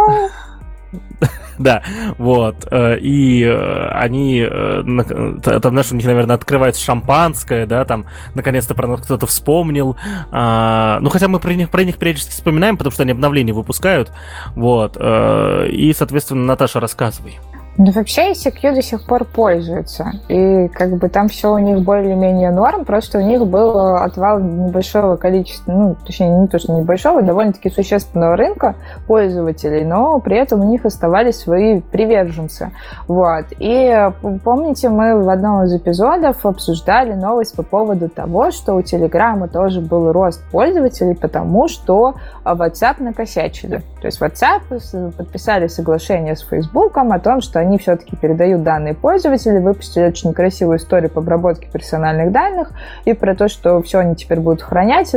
Да, вот. И они... Там, знаешь, у них, наверное, открывается шампанское, да, там, наконец-то про нас кто-то вспомнил. Ну, хотя мы про них периодически вспоминаем, потому что они обновления выпускают. Вот. И, соответственно, Наташа, рассказывай. Ну, вообще, ICQ до сих пор пользуется. И как бы там все у них более-менее норм, просто у них был отвал небольшого количества, ну, точнее, не то, что небольшого, довольно-таки существенного рынка пользователей, но при этом у них оставались свои приверженцы. Вот. И помните, мы в одном из эпизодов обсуждали новость по поводу того, что у Телеграма тоже был рост пользователей, потому что WhatsApp накосячили. То есть WhatsApp подписали соглашение с Фейсбуком о том, что они все-таки передают данные пользователей, выпустили очень красивую историю по обработке персональных данных и про то, что все они теперь будут хранить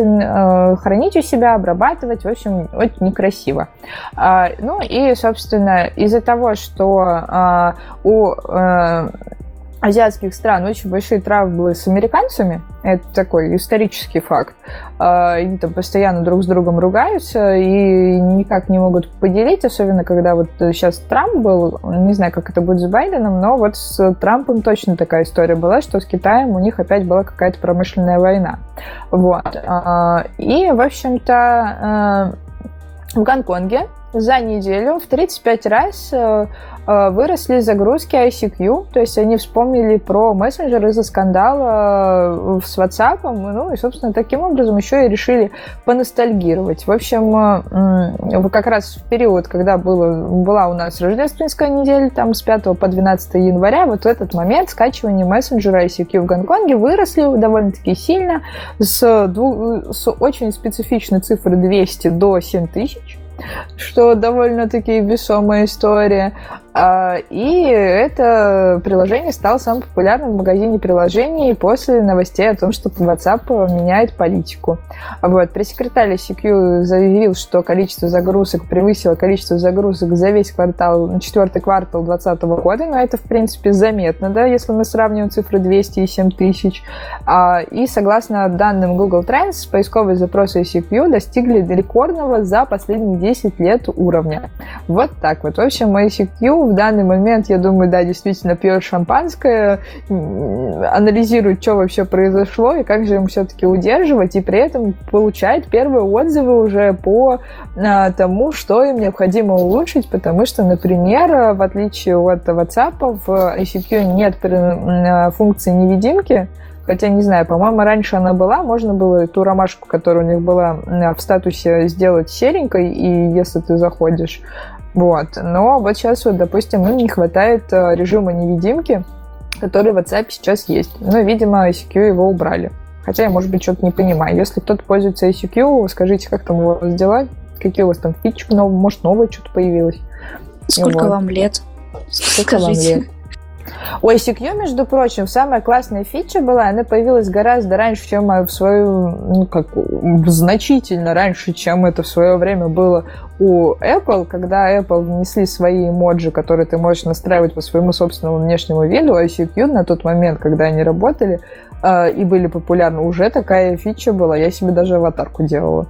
у себя, обрабатывать. В общем, очень некрасиво. Ну и, собственно, из-за того, что у азиатских стран очень большие травмы с американцами, это такой исторический факт. Они там постоянно друг с другом ругаются и никак не могут поделить, особенно когда вот сейчас Трамп был, не знаю, как это будет с Байденом, но вот с Трампом точно такая история была, что с Китаем у них опять была какая-то промышленная война. Вот. И, в общем-то, в Гонконге за неделю в 35 раз выросли загрузки ICQ, то есть они вспомнили про мессенджер из-за скандала с WhatsApp, ну и, собственно, таким образом еще и решили поностальгировать. В общем, как раз в период, когда была у нас рождественская неделя, там с 5 по 12 января, вот в этот момент скачивание мессенджера ICQ в Гонконге выросли довольно-таки сильно с очень специфичной цифры 200 до 7000, что довольно-таки весомая история. И это приложение стало самым популярным в магазине приложений после новостей о том, что WhatsApp меняет политику. Вот. Пресс-секретарь ICQ заявил, что количество загрузок превысило количество загрузок за весь четвертый квартал 2020 года, но это, в принципе, заметно, да, если мы сравниваем цифры 200 и 7 тысяч. И согласно данным Google Trends, поисковые запросы ICQ достигли рекордного за последние 10 лет уровня. Вот так вот. В общем, ICQ в данный момент, я думаю, да, действительно пьет шампанское, анализирует, что вообще произошло и как же им все-таки удерживать, и при этом получает первые отзывы уже по тому, что им необходимо улучшить, потому что, например, в отличие от WhatsApp, в ICQ нет функции невидимки, хотя, не знаю, по-моему, раньше она была, можно было ту ромашку, которая у них была в статусе, сделать серенькой, и если ты заходишь. Вот. Но вот сейчас, вот, допустим, им не хватает режима невидимки, который в WhatsApp сейчас есть. Но, видимо, ICQ его убрали. Хотя я, может быть, что-то не понимаю. Если кто-то пользуется ICQ, скажите, как там у вас дела? Какие у вас там фичи? Может, новое что-то появилось? Сколько вам лет? Сколько вам лет? У ICQ, между прочим, самая классная фича была, она появилась гораздо раньше, чем значительно раньше, чем это в свое время было у Apple, когда Apple внесли свои эмоджи, которые ты можешь настраивать по своему собственному внешнему виду, а ICQ на тот момент, когда они работали и были популярны, уже такая фича была, я себе даже аватарку делала.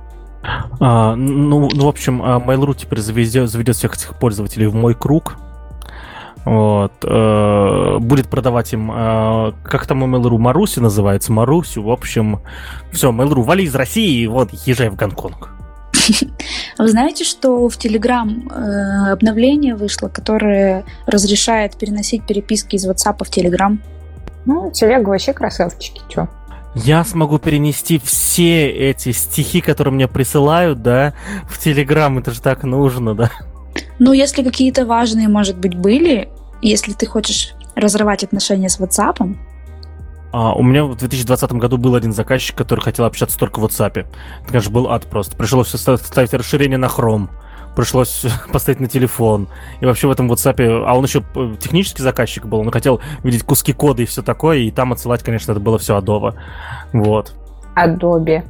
В общем, Mail.ru теперь заведет всех этих пользователей в мой круг. Вот. Будет продавать им, как там у Mail.ru, Маруси называется, Марусю. В общем, все, Mail.ru, вали из России и вот езжай в Гонконг. Вы знаете, что в Telegram обновление вышло, которое разрешает переносить переписки из WhatsApp в Telegram? Телега вообще красавчики, чё? Я смогу перенести все эти стихи, которые мне присылают, да, в Telegram, это же так нужно, да? Если какие-то важные, может быть, были, если ты хочешь разрывать отношения с WhatsApp. У меня в 2020 году был один заказчик, который хотел общаться только в WhatsApp. Это, конечно, был ад просто. Пришлось ставить расширение на Chrome. Пришлось поставить на телефон. И вообще в этом WhatsApp... А он еще технический заказчик был. Он хотел видеть куски кода и все такое. И там отсылать, конечно, это было все адово. Вот. Adobe.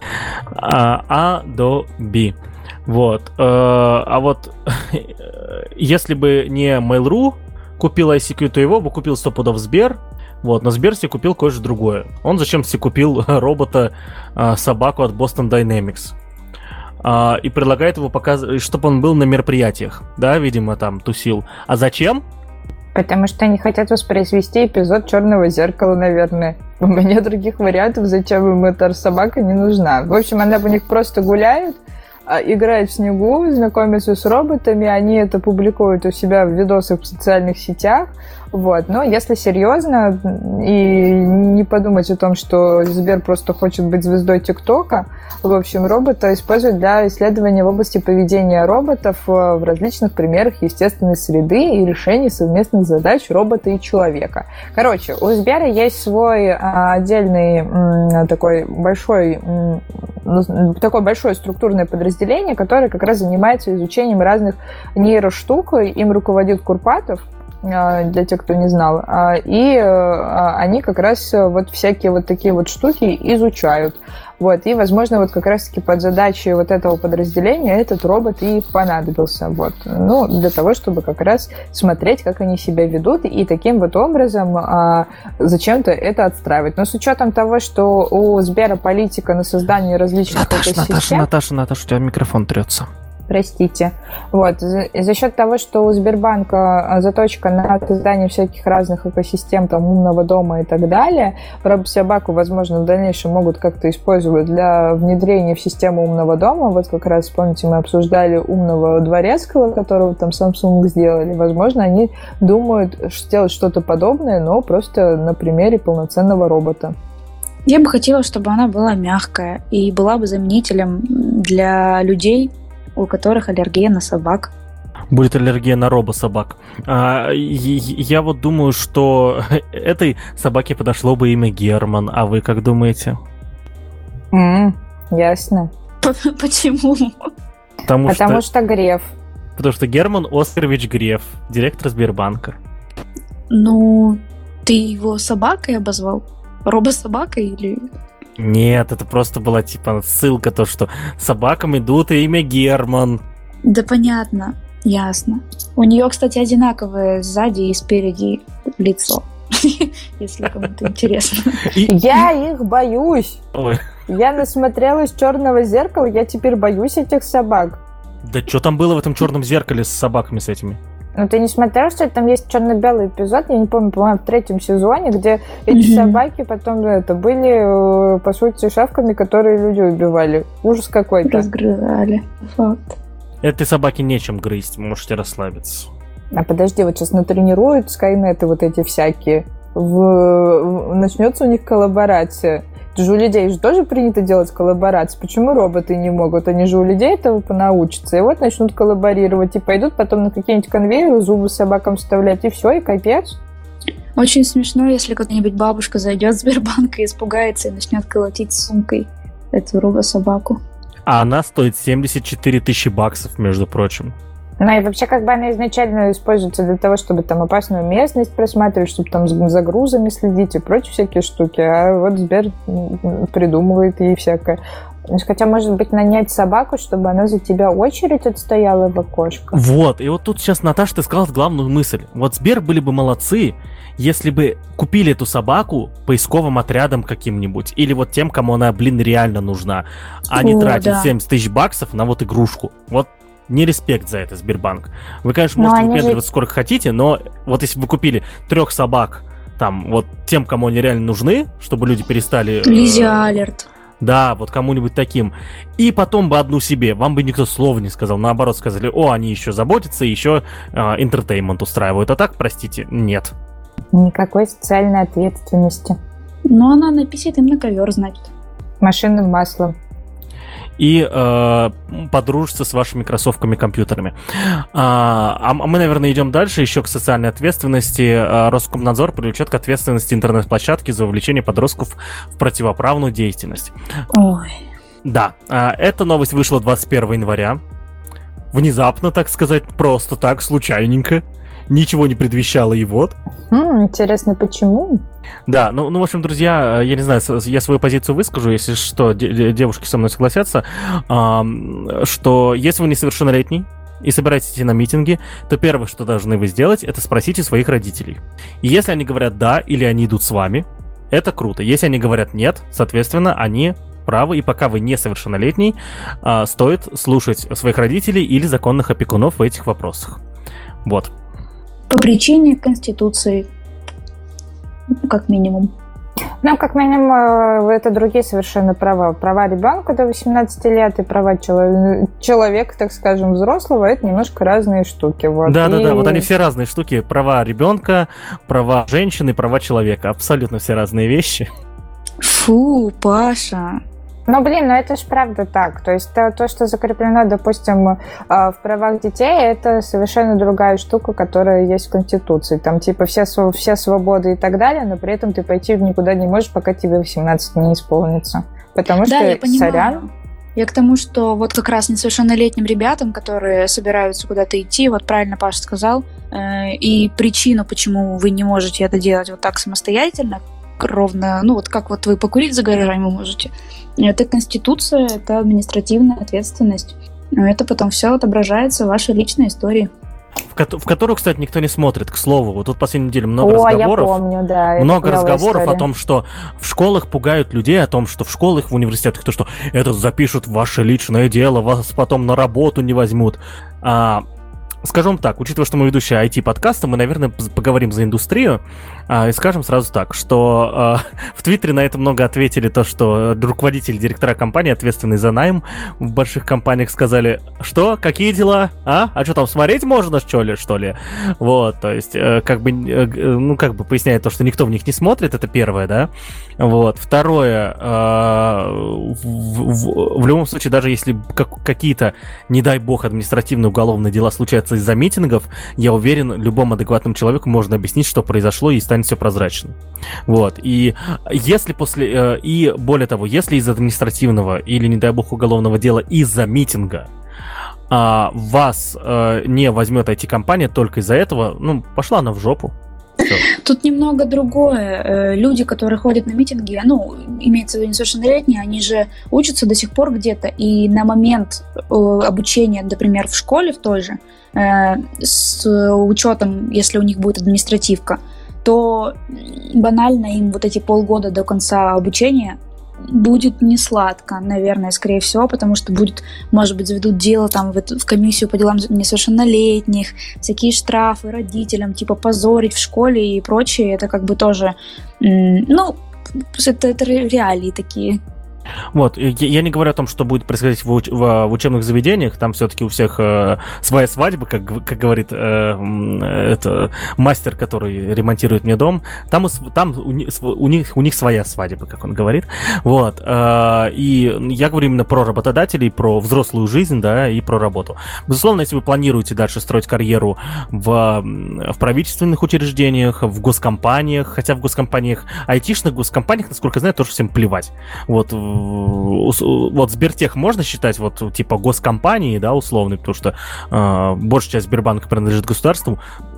Adobe. Вот. А вот если бы не Mail.ru купил ICQ, то его бы купил 100 пудов Сбер. Вот, но Сбер себе купил кое-что другое. Он зачем себе купил робота-собаку от Boston Dynamics. И предлагает его показывать, чтобы он был на мероприятиях. Да, видимо, там тусил. А зачем? Потому что они хотят воспроизвести эпизод «Черного зеркала», наверное. У меня других вариантов, зачем им эта собака не нужна. В общем, она у них просто гуляет, играет в снегу, знакомится с роботами, они это публикуют у себя в видосах в социальных сетях. Вот. Но если серьезно и не подумать о том, что Сбер просто хочет быть звездой ТикТока, в общем, робота используют для исследования в области поведения роботов в различных примерах естественной среды и решения совместных задач робота и человека. Короче, у Сбера есть свой отдельный такое большое структурное подразделение, которое как раз занимается изучением разных нейроштук. Им руководит Курпатов, для тех, кто не знал. И они как раз вот всякие вот такие вот штуки изучают. Вот. И, возможно, вот как раз-таки под задачей вот этого подразделения этот робот и понадобился. Вот. Для того, чтобы как раз смотреть, как они себя ведут, и таким вот образом зачем-то это отстраивать. Но с учетом того, что у Сбера политика на создание различных экосистем... Наташа, у тебя микрофон трется. Простите. Вот. За счет того, что у Сбербанка заточка на создание всяких разных экосистем, там, умного дома и так далее, робот-собаку, возможно, в дальнейшем могут как-то использовать для внедрения в систему умного дома. Вот как раз, помните, мы обсуждали умного дворецкого, которого там Samsung сделали. Возможно, они думают сделать что-то подобное, но просто на примере полноценного робота. Я бы хотела, чтобы она была мягкая и была бы заменителем для людей, у которых аллергия на собак. Будет аллергия на робособак. Я вот думаю, что этой собаке подошло бы имя Герман. А вы как думаете? Ясно. Почему? Потому что Греф. Потому что Герман Оскарович Греф, директор Сбербанка. Ну, ты его собакой обозвал? Робособакой или... Нет, это просто была типа ссылка, то, что собакам идут имя Герман. Да понятно, ясно. У нее, кстати, одинаковое сзади и спереди лицо, если кому-то интересно. Я их боюсь. Ой. Я насмотрелась «Черного зеркала», я теперь боюсь этих собак. Да что там было в этом черном зеркале с собаками с этими? Ну, ты не смотрел, что там есть черно-белый эпизод, я не помню, по-моему, в 3-м сезоне, где эти собаки потом были, по сути, шавками, которые люди убивали. Ужас какой-то. Разгрызали. Факт. Этой собаке нечем грызть, можете расслабиться. А подожди, вот сейчас натренируют Скайнеты вот эти всякие, начнется у них коллаборация. Это же у людей же тоже принято делать коллаборации. Почему роботы не могут? Они же у людей этого понаучатся. И вот начнут коллаборировать. И пойдут потом на какие-нибудь конвейеры зубы собакам вставлять. И все, и капец. Очень смешно, если какая-нибудь бабушка зайдет в Сбербанк и испугается и начнет колотить сумкой эту робособаку. А она стоит 74 тысячи баксов, между прочим. Ну и вообще, как бы она изначально используется для того, чтобы там опасную местность просматривать, чтобы там за грузами следить и прочие всякие штуки. А вот Сбер придумывает ей всякое. Хотя, может быть, нанять собаку, чтобы она за тебя очередь отстояла в окошко. Вот, и вот тут сейчас, Наташа, ты сказала главную мысль. Вот Сбер были бы молодцы, если бы купили эту собаку поисковым отрядом каким-нибудь. Или вот тем, кому она, реально нужна. А не тратить 70 тысяч баксов на вот игрушку. Вот не респект за это, Сбербанк. Вы, конечно, можете выпендриваться сколько хотите, но вот если бы вы купили 3 собак, там, вот тем, кому они реально нужны, чтобы люди перестали... Лизи Алерт. Да, вот кому-нибудь таким. И потом бы одну себе. Вам бы никто слова не сказал. Наоборот, сказали, они еще заботятся, еще интертеймент устраивают. А так, простите, нет. Никакой социальной ответственности. Но она написит им на ковер, значит. Машинным маслом. И подружиться с вашими кроссовками-компьютерами. А мы, наверное, идем дальше. Еще к социальной ответственности. Роскомнадзор привлечет к ответственности интернет-площадки за вовлечение подростков в противоправную деятельность. Ой. Да, эта новость вышла 21 января. Внезапно, так сказать, просто так, случайненько. Ничего не предвещало, и вот. Интересно, почему? Да, ну, в общем, друзья, я не знаю, я свою позицию выскажу, если что, девушки со мной согласятся, что если вы несовершеннолетний и собираетесь идти на митинги, то первое, что должны вы сделать, это спросите своих родителей. И если они говорят «да» или они идут с вами, это круто. Если они говорят «нет», соответственно, они правы, и пока вы несовершеннолетний, стоит слушать своих родителей или законных опекунов в этих вопросах. Вот. По причине Конституции, как минимум. Ну, как минимум, это другие совершенно права. Права ребенка до 18 лет и права человека, так скажем, взрослого, это немножко разные штуки. Вот. Да, вот они все разные штуки. Права ребенка, права женщины, права человека. Абсолютно все разные вещи. Фу, Паша. Ну, это ж правда так. То есть то, что закреплено, допустим, в правах детей, это совершенно другая штука, которая есть в Конституции. Там типа все свободы и так далее, но при этом ты пойти никуда не можешь, пока тебе 18 не исполнится. Потому что, я понимаю. сорян. Я к тому, что вот как раз несовершеннолетним ребятам, которые собираются куда-то идти, вот правильно Паша сказал, и причину, почему вы не можете это делать вот так самостоятельно, ровно, вот как вот вы покурить за гаражами можете. Это Конституция, это административная ответственность. Это потом все отображается в вашей личной истории. В которую, кстати, никто не смотрит, к слову. Вот тут последнюю неделю много разговоров. Я помню, да. Много разговоров о том, что в школах пугают людей, о том, что в школах, в университетах, то, что это запишут в ваше личное дело, вас потом на работу не возьмут. Скажем так, учитывая, что мы ведущие IT-подкаста, мы, наверное, поговорим за индустрию и скажем сразу так, что в Твиттере на это много ответили, то, что руководители, директора компании, ответственные за найм в больших компаниях, сказали, что, какие дела, а что там, смотреть можно, что ли? Вот, то есть, как бы поясняет то, что никто в них не смотрит, это первое, да, вот. Второе, в любом случае, даже если какие-то, не дай бог, административные уголовные дела случаются из-за митингов, я уверен, любому адекватному человеку можно объяснить, что произошло, и станет все прозрачным. Вот. И если более того, если из административного или, не дай бог, уголовного дела из-за митинга вас не возьмет IT-компания только из-за этого, ну, пошла она в жопу. Все. Тут немного другое. Люди, которые ходят на митинги, ну, имеется в виду несовершеннолетние, они же учатся до сих пор где-то, и на момент обучения, например, в школе в той же, с учетом, если у них будет административка, то банально им вот эти полгода до конца обучения будет не сладко, наверное, скорее всего, потому что будет, может быть, заведут дело там в комиссию по делам несовершеннолетних, всякие штрафы родителям, типа позорить в школе и прочее, это как бы тоже, ну, это реалии такие. Вот, я не говорю о том, что будет происходить в учебных заведениях, там все-таки у всех своя свадьба, как говорит это мастер, который ремонтирует мне дом, там у них своя свадьба, как он говорит, вот, и я говорю именно про работодателей, про взрослую жизнь, да, и про работу. Безусловно, если вы планируете дальше строить карьеру в правительственных учреждениях, в госкомпаниях, хотя в госкомпаниях, айтишных госкомпаниях, насколько я знаю, тоже всем плевать, вот Сбертех можно считать вот типа госкомпанией, да, условной, потому что большая часть Сбербанка принадлежит государству.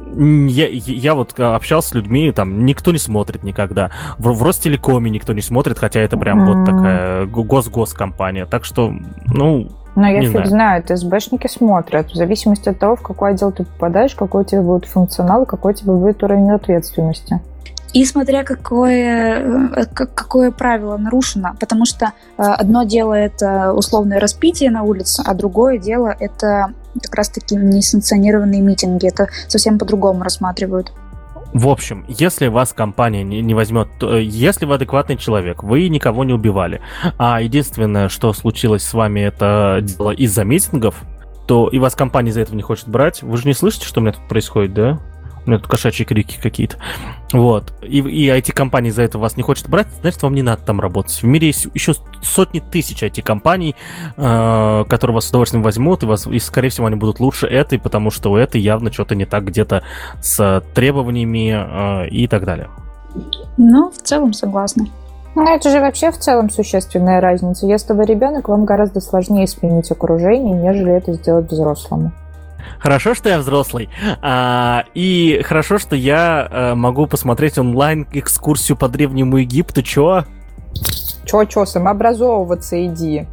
Я вот общался с людьми, там никто не смотрит никогда. В Ростелекоме никто не смотрит, хотя это прям вот такая госкомпания. Так что, ну... Но я фиг знаю, СБшники смотрят. В зависимости от того, в какой отдел ты попадаешь, какой у тебя будет функционал, какой у тебя будет уровень ответственности. И смотря какое правило нарушено, потому что одно дело это условное распитие на улице, а другое дело это как раз-таки несанкционированные митинги. Это совсем по-другому рассматривают. В общем, если вас компания не возьмет, если вы адекватный человек, вы никого не убивали, а единственное, что случилось с вами, это дело из-за митингов, то и вас компания за этого не хочет брать. Вы же не слышите, что у меня тут происходит, да? У меня тут кошачьи крики какие-то. Вот. И IT-компании за это вас не хочет брать, значит, вам не надо там работать. В мире есть еще сотни тысяч IT-компаний, которые вас с удовольствием возьмут, и, скорее всего, они будут лучше этой, потому что у этой явно что-то не так где-то с требованиями и так далее. Ну, в целом согласна. Ну, это же вообще в целом существенная разница. Если вы ребенок, вам гораздо сложнее сменить окружение, нежели это сделать взрослому. Хорошо, что я взрослый, и хорошо, что я могу посмотреть онлайн-экскурсию по Древнему Египту. Чё, самообразовываться иди.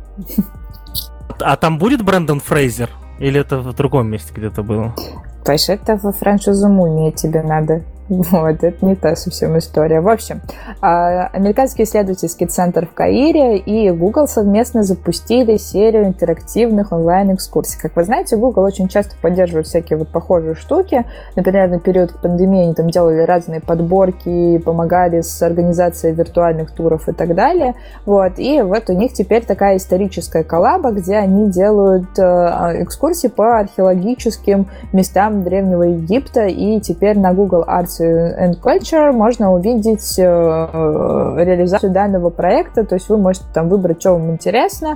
А там будет Брэндон Фрейзер? Или это в другом месте где-то было? То есть это во франшизу «Мумия» тебе надо. Вот, это не та совсем история. В общем, американский исследовательский центр в Каире и Google совместно запустили серию интерактивных онлайн-экскурсий. Как вы знаете, Google очень часто поддерживает всякие вот похожие штуки. Например, на период пандемии они там делали разные подборки, помогали с организацией виртуальных туров и так далее. Вот, и вот у них теперь такая историческая коллаба, где они делают экскурсии по археологическим местам Древнего Египта, и теперь на Google Arts and Culture можно увидеть реализацию данного проекта, то есть вы можете там выбрать, что вам интересно,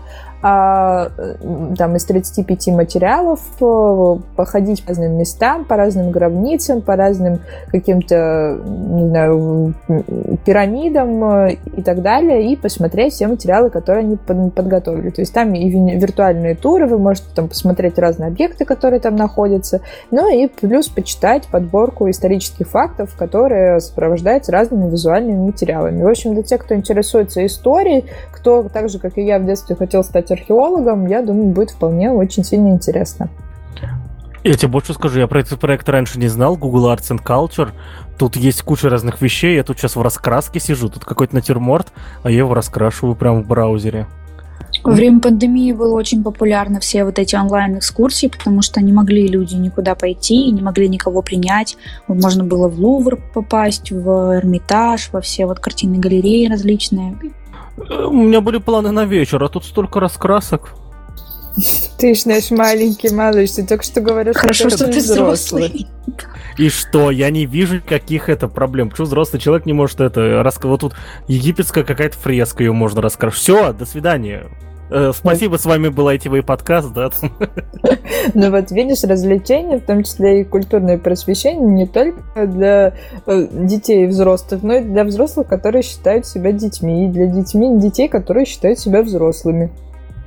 там из 35 материалов, походить по разным местам, по разным гробницам, по разным каким-то, не знаю, пирамидам и так далее, и посмотреть все материалы, которые они подготовили. То есть там и виртуальные туры, вы можете там посмотреть разные объекты, которые там находятся, ну и плюс почитать подборку исторических фактов, которые сопровождаются разными визуальными материалами. В общем, для тех, кто интересуется историей, кто так же, как и я в детстве хотел стать археологом, я думаю, будет вполне очень сильно интересно. Я тебе больше скажу, я про этот проект раньше не знал, Google Arts and Culture. Тут есть куча разных вещей, я тут сейчас в раскраске сижу, тут какой-то натюрморт, а я его раскрашиваю прямо в браузере. Во время пандемии было очень популярно все вот эти онлайн-экскурсии, потому что не могли люди никуда пойти, не могли никого принять. Можно было в Лувр попасть, в Эрмитаж, во все вот картинные галереи различные. У меня были планы на вечер, а тут столько раскрасок. Ты ж наш маленький малыш, ты только что говоришь, хорошо, что ты взрослый. И что? Я не вижу никаких проблем. Почему взрослый человек не может вот тут египетская какая-то фреска, ее можно раскрасить. Все, до свидания. Спасибо, с вами был ITV подкаст, да? Ну вот видишь, развлечения, в том числе и культурное просвещение, не только для детей и взрослых, но и для взрослых, которые считают себя детьми, и для детей, которые считают себя взрослыми.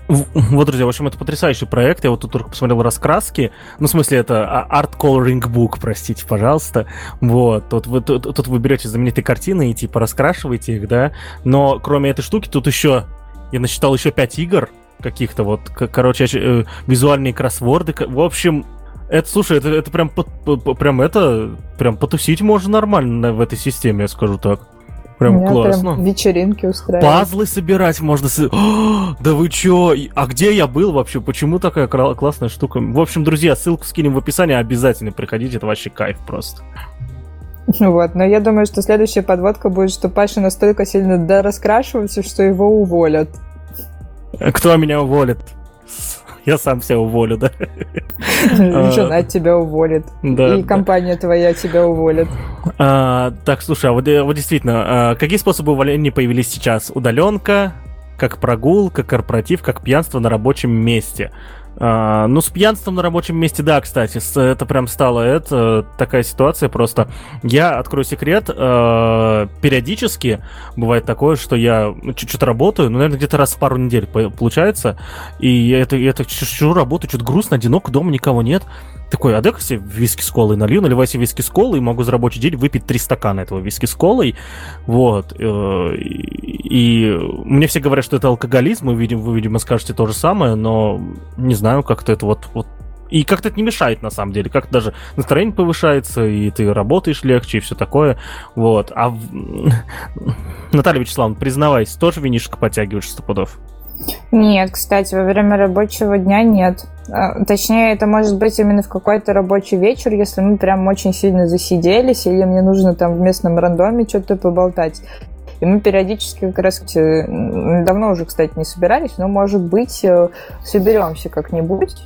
Вот, друзья, в общем, это потрясающий проект. Я вот тут только посмотрел раскраски. Ну, в смысле, это Art Coloring Book, простите, пожалуйста. Вот, тут вы берете знаменитые картины и типа раскрашиваете их, да. Но кроме этой штуки, тут еще, я насчитал еще 5 игр каких-то вот, короче, визуальные кроссворды. В общем, это, слушай, это прям потусить можно нормально в этой системе, я скажу так. Прям классно. Прям вечеринки устраивать. Пазлы собирать можно. Да вы чё? А где я был вообще? Почему такая классная штука? В общем, друзья, ссылку скинем в описании. Обязательно приходите. Это вообще кайф просто. Вот, но я думаю, что следующая подводка будет, что Паша настолько сильно дораскрашивается, что его уволят. Кто меня уволит? Я сам себя уволю, да? Жена тебя уволит. И компания твоя тебя уволит. Так, слушай, а вот действительно, какие способы увольнения появились сейчас? Удаленка, как прогулка, корпоратив, как пьянство на рабочем месте. Ну, с пьянством на рабочем месте, да, кстати, это прям стало такая ситуация просто. Я открою секрет, периодически бывает такое, что я что-то работаю, ну, наверное, где-то раз в пару недель получается, и я сижу, работаю, что-то грустно, одиноко, дома никого нет. Такой, а дай-ка себе виски с колой налью, наливаю себе виски с колой, и могу за рабочий день выпить 3 стакана этого виски с колой, вот, и мне все говорят, что это алкоголизм, вы, видимо, скажете то же самое, но не знаю, как-то это вот, и как-то это не мешает, на самом деле, как-то даже настроение повышается, и ты работаешь легче, и все такое, вот, Наталья Вячеславовна, признавайся, тоже винишко подтягиваешь 100 пудов? Нет, кстати, во время рабочего дня нет. Точнее, это может быть именно в какой-то рабочий вечер, если мы прям очень сильно засиделись, или мне нужно там в местном рандоме что-то поболтать. И мы периодически как раз, давно уже, кстати, не собирались, но, может быть, соберемся как-нибудь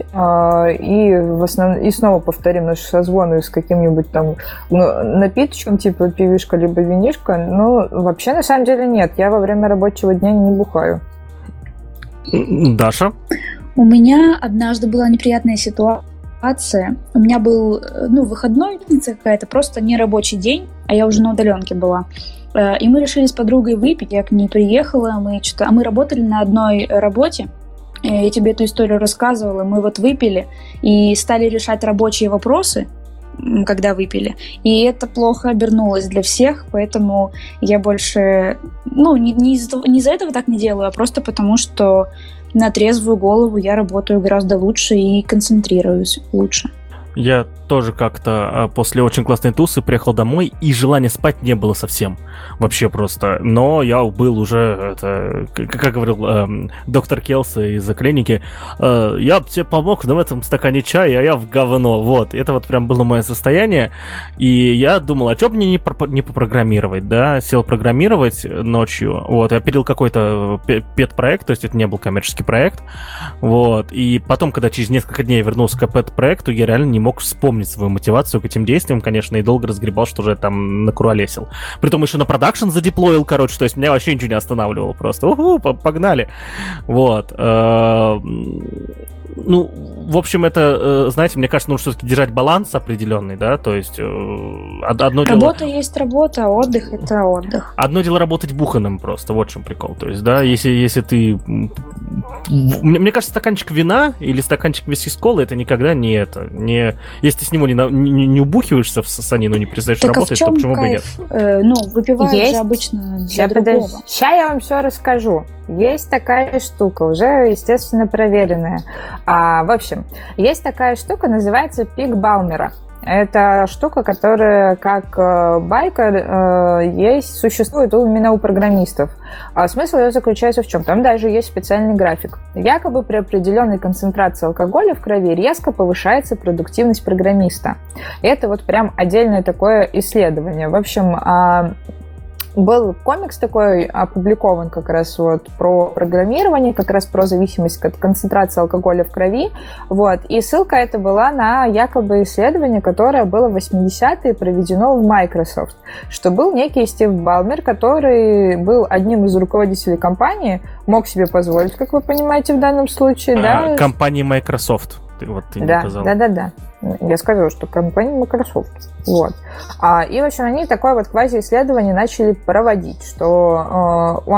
и снова повторим наши созвоны с каким-нибудь там напиточком, типа пивишка либо винишка. Но вообще, на самом деле, нет. Я во время рабочего дня не бухаю. Даша? У меня однажды была неприятная ситуация. У меня был, выходной, пятница какая-то, просто не рабочий день, а я уже на удаленке была. И мы решили с подругой выпить. Я к ней приехала, мы работали на одной работе. Я тебе эту историю рассказывала. Мы вот выпили и стали решать рабочие вопросы, когда выпили. И это плохо обернулось для всех, поэтому я больше... не из-за этого так не делаю, а просто потому, что на трезвую голову я работаю гораздо лучше и концентрируюсь лучше. Я тоже как-то после очень классной тусы приехал домой, и желания спать не было совсем. Вообще просто. Но я был уже, как говорил доктор Келси из клиники, я бы тебе помог, но в этом стакане чая, а я в говно. Вот. Это вот прям было мое состояние. И я думал, а что бы мне не попрограммировать, да? Сел программировать ночью. Вот. Я пилил какой-то пет-проект, то есть это не был коммерческий проект. Вот. И потом, когда через несколько дней вернулся к пет-проекту, я реально не мог вспомнить свою мотивацию к этим действиям, конечно, и долго разгребал, что же я там накуролесил. Притом еще на продакшн задеплоил, короче, то есть меня вообще ничего не останавливало просто. Погнали. Вот. В общем, это, знаете, мне кажется, нужно все-таки держать баланс определенный, да, то есть одно дело... Работа есть работа, а отдых — это отдых. Одно дело работать буханым просто, вот в чем прикол, то есть, да, если ты... Мне кажется, стаканчик вина или стаканчик виски с колой, это никогда не это, не... Если ты с него не убухиваешься в санину, не перестаешь работать, то почему бы и нет? Выпивают же обычно для другого. Сейчас я вам все расскажу. Есть такая штука, уже, естественно, проверенная. В общем, есть такая штука, называется пик Балмера. Это штука, которая как байка существует именно у программистов. А смысл ее заключается в чем? Там даже есть специальный график. Якобы при определенной концентрации алкоголя в крови резко повышается продуктивность программиста. И это вот прям отдельное такое исследование. В общем, был комикс такой опубликован как раз вот про программирование, как раз про зависимость от концентрации алкоголя в крови. Вот. И ссылка эта была на якобы исследование, которое было в 80-е проведено в Microsoft. Что был некий Стив Балмер, который был одним из руководителей компании, мог себе позволить, как вы понимаете, в данном случае. Да? Компании Microsoft. Да. Я сказала, что компания Microsoft. Вот. И, в общем, они такое вот квази-исследование начали проводить, что он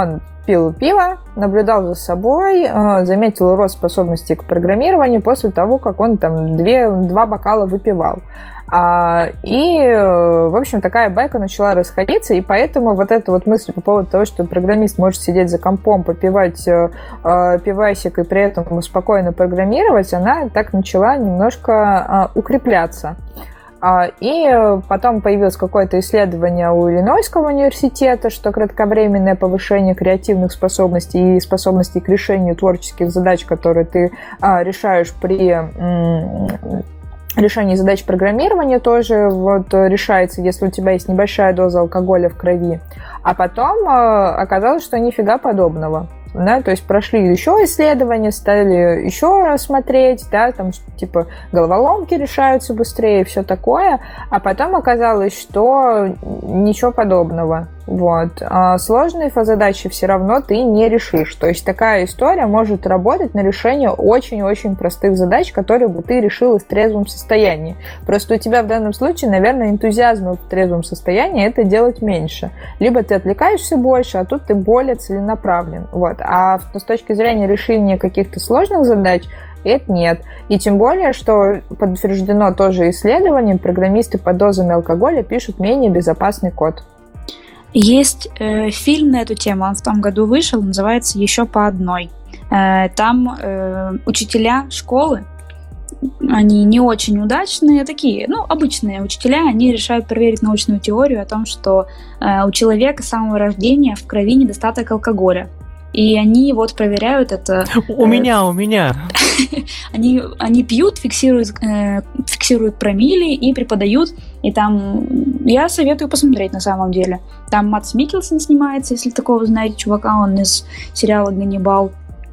пил пиво, наблюдал за собой, заметил рост способностей к программированию после того, как он там 2 бокала выпивал. И, в общем, такая байка начала расходиться, и поэтому вот эта вот мысль по поводу того, что программист может сидеть за компом, попивать пивасик и при этом спокойно программировать, она так начала немножко укрепляться. И потом появилось какое-то исследование у Иллинойского университета, что кратковременное повышение креативных способностей и способностей к решению творческих задач, которые ты решаешь при решение задач программирования, тоже вот решается, если у тебя есть небольшая доза алкоголя в крови. А потом оказалось, что нифига подобного. Да, то есть прошли еще исследования, стали еще раз смотреть, да, там типа головоломки решаются быстрее и все такое, а потом оказалось, что ничего подобного. Вот. А сложные задачи все равно ты не решишь. То есть такая история может работать на решение очень-очень простых задач, которые бы ты решила в трезвом состоянии. Просто у тебя в данном случае, наверное, энтузиазма в трезвом состоянии это делать меньше. Либо ты отвлекаешься больше, а тут ты более целенаправлен. Вот. А с точки зрения решения каких-то сложных задач, это нет. И тем более, что подтверждено тоже исследованием, программисты под дозами алкоголя пишут менее безопасный код. Есть фильм на эту тему, он в том году вышел, называется «Еще по одной». Там учителя школы, они не очень удачные, такие, обычные учителя, они решают проверить научную теорию о том, что у человека с самого рождения в крови недостаток алкоголя. И они вот проверяют это... У меня. Они пьют, фиксируют промилле и преподают. И там... Я советую посмотреть на самом деле. Там Мадс Миккелсен снимается, если такого знаете, чувака. Он из сериала «Ганнибал».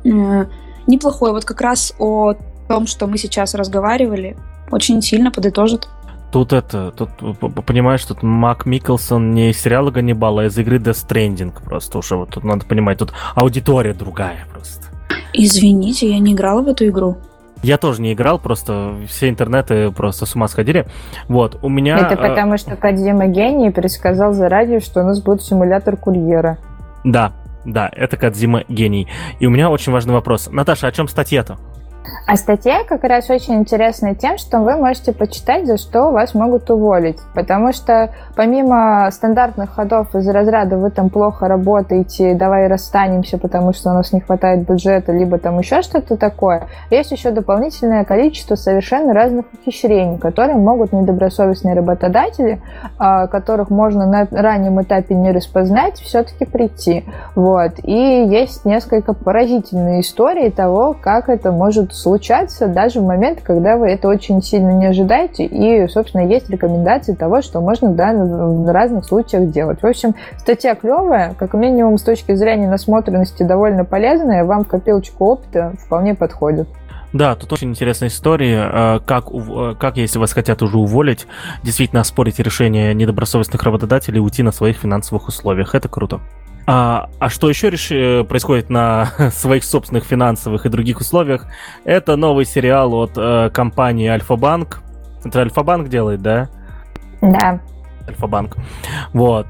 Неплохой. Вот как раз о том, что мы сейчас разговаривали, очень сильно подытожит. Тут понимаешь, тут Мак Миккелсон не из сериала «Ганнибал», а из игры Death Stranding просто уже. Вот тут надо понимать, тут аудитория другая просто. Извините, я не играла в эту игру. Я тоже не играл, просто все интернеты просто с ума сходили. Вот, у меня... Это потому, что Кодзима гений предсказал заранее, что у нас будет симулятор курьера. Да, это Кодзима гений. И у меня очень важный вопрос. Наташа, о чем статья-то? А статья как раз очень интересная тем, что вы можете почитать, за что вас могут уволить. Потому что помимо стандартных ходов из разряда «вы там плохо работаете, давай расстанемся, потому что у нас не хватает бюджета», либо там еще что-то такое, есть еще дополнительное количество совершенно разных ухищрений, которые могут недобросовестные работодатели, которых можно на раннем этапе не распознать, все-таки прийти. Вот. И есть несколько поразительные истории того, как это может случаться даже в момент, когда вы это очень сильно не ожидаете, и, собственно, есть рекомендации того, что можно в разных случаях делать. В общем, статья клевая, как минимум с точки зрения насмотренности довольно полезная, вам в копилочку опыта вполне подходит. Да, тут очень интересная история, как если вас хотят уже уволить, действительно оспорить решение недобросовестных работодателей и уйти на своих финансовых условиях. Это круто. А что еще происходит на своих собственных финансовых и других условиях, это новый сериал от компании Альфа-Банк. Это Альфа-Банк делает, да? Да. Альфа-Банк. Вот.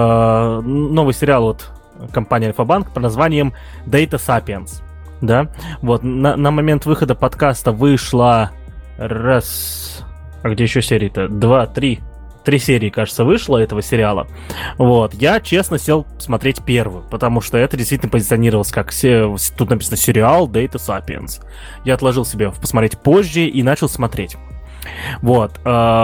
Новый сериал от компании Альфа-Банк под названием Data Sapiens. Да? Вот. На момент выхода подкаста вышло раз... А где еще серии-то? 2, 3. 3 серии, кажется, вышло этого сериала. Вот. Я, честно, сел смотреть первую, потому что это действительно позиционировалось как... Тут написано «Сериал Data Sapiens». Я отложил себе посмотреть позже и начал смотреть. Вот.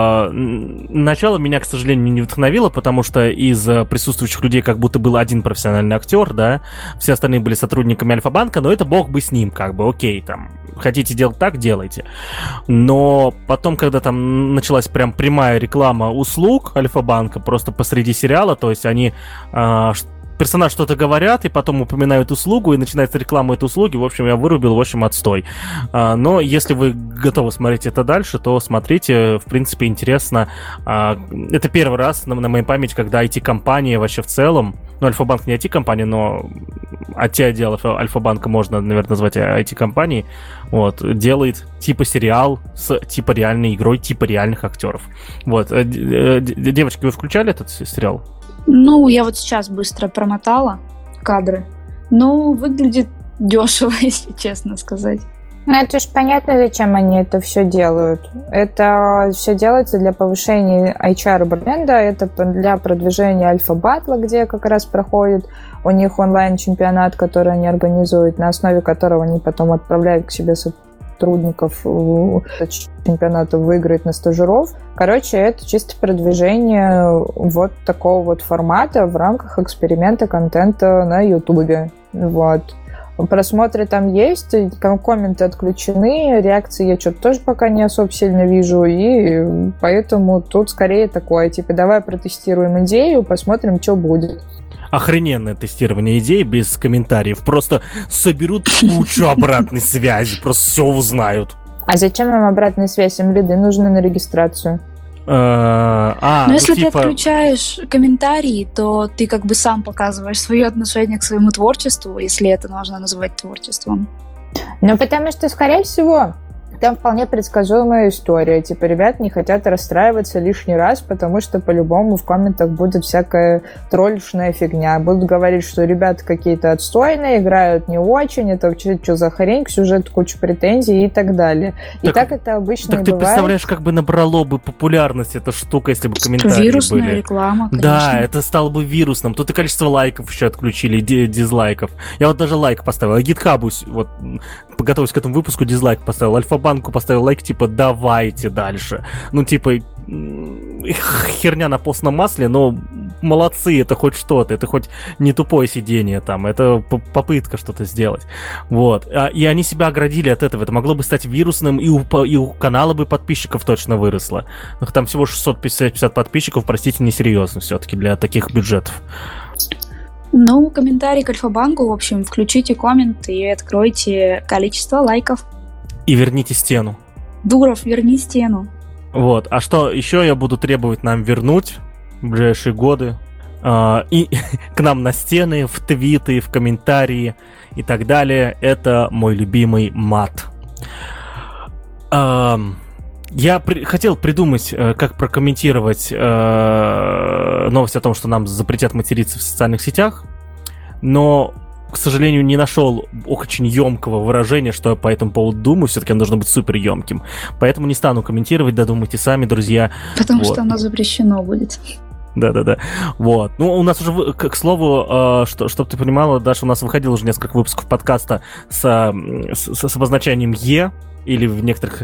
Начало меня, к сожалению, не вдохновило, потому что из присутствующих людей как будто был один профессиональный актер, да, все остальные были сотрудниками Альфа-банка, но это бог бы с ним, как бы, окей, там, хотите делать так, делайте. Но потом, когда там началась прям прямая реклама услуг Альфа-банка просто посреди сериала, то есть они... персонаж что-то говорят, и потом упоминают услугу, и начинается реклама этой услуги. В общем, я вырубил, в общем, отстой. Но если вы готовы смотреть это дальше, то смотрите, в принципе, интересно. Это первый раз на моей памяти, когда IT-компания вообще в целом, Альфа-банк не IT-компания, но IT-отдел Альфа-банка можно, наверное, назвать IT-компанией, вот, делает типа сериал с типа реальной игрой, типа реальных актеров. Вот. Девочки, вы включали этот сериал? Я вот сейчас быстро промотала кадры. Ну, выглядит дешево, если честно сказать. Ну, это же понятно, зачем они это все делают. Это все делается для повышения HR-бренда, это для продвижения Альфа-Батла, где как раз проходит у них онлайн-чемпионат, который они организуют, на основе которого они потом отправляют к себе сотрудников чемпионата выиграть на стажеров. Короче, это чисто продвижение вот такого вот формата в рамках эксперимента контента на Ютубе. Вот. Просмотры там есть, комменты отключены, реакции я что-то тоже пока не особо сильно вижу, и поэтому тут скорее такое, типа, давай протестируем идею, посмотрим, что будет. Охрененное тестирование идей без комментариев. Просто соберут кучу обратной связи, просто все узнают. А зачем им обратная связь? Им лиды нужны на регистрацию. Но если ты отключаешь комментарии, то ты как бы сам показываешь свое отношение к своему творчеству, если это можно назвать творчеством. Ну, потому что, скорее всего, там вполне предсказуемая история. Типа, ребят не хотят расстраиваться лишний раз, потому что по-любому в комментах будет всякая троллишная фигня. Будут говорить, что ребята какие-то отстойные, играют не очень, это вообще что за хрень, к сюжету куча претензий и так далее. И так это обычно так и бывает. Ты представляешь, как бы набрало бы популярность эта штука, если бы комментарии вирусная были. Реклама, конечно. Да, это стало бы вирусным. Тут и количество лайков еще отключили, дизлайков. Я вот даже лайк поставил. А GitHub, вот, готовясь к этому выпуску, дизлайк поставил. Альфа-банку поставил лайк, типа, давайте дальше. Ну, типа, херня на постном масле, но молодцы, это хоть что-то, это хоть не тупое сидение там, это попытка что-то сделать. Вот. И они себя оградили от этого. Это могло бы стать вирусным, и у канала бы подписчиков точно выросло. Там всего 650 подписчиков, простите, несерьезно все-таки для таких бюджетов. Ну, комментарий к Альфа-банку, в общем, включите коммент и откройте количество лайков. И верните стену. Дуров, верни стену. Вот. А что еще я буду требовать нам вернуть в ближайшие годы? И к нам на стены, в твиты, в комментарии и так далее. Это мой любимый мат. Я хотел придумать, как прокомментировать новость о том, что нам запретят материться в социальных сетях, но, к сожалению, не нашел очень емкого выражения, что я по этому поводу думаю. Все-таки оно должно быть супер емким. Поэтому не стану комментировать, додумайте сами, друзья. Потому что оно запрещено будет. Да-да-да. Вот. Ну, у нас уже, к слову, чтобы ты понимала, Даша, у нас выходило уже несколько выпусков подкаста с обозначением «Е», или в некоторых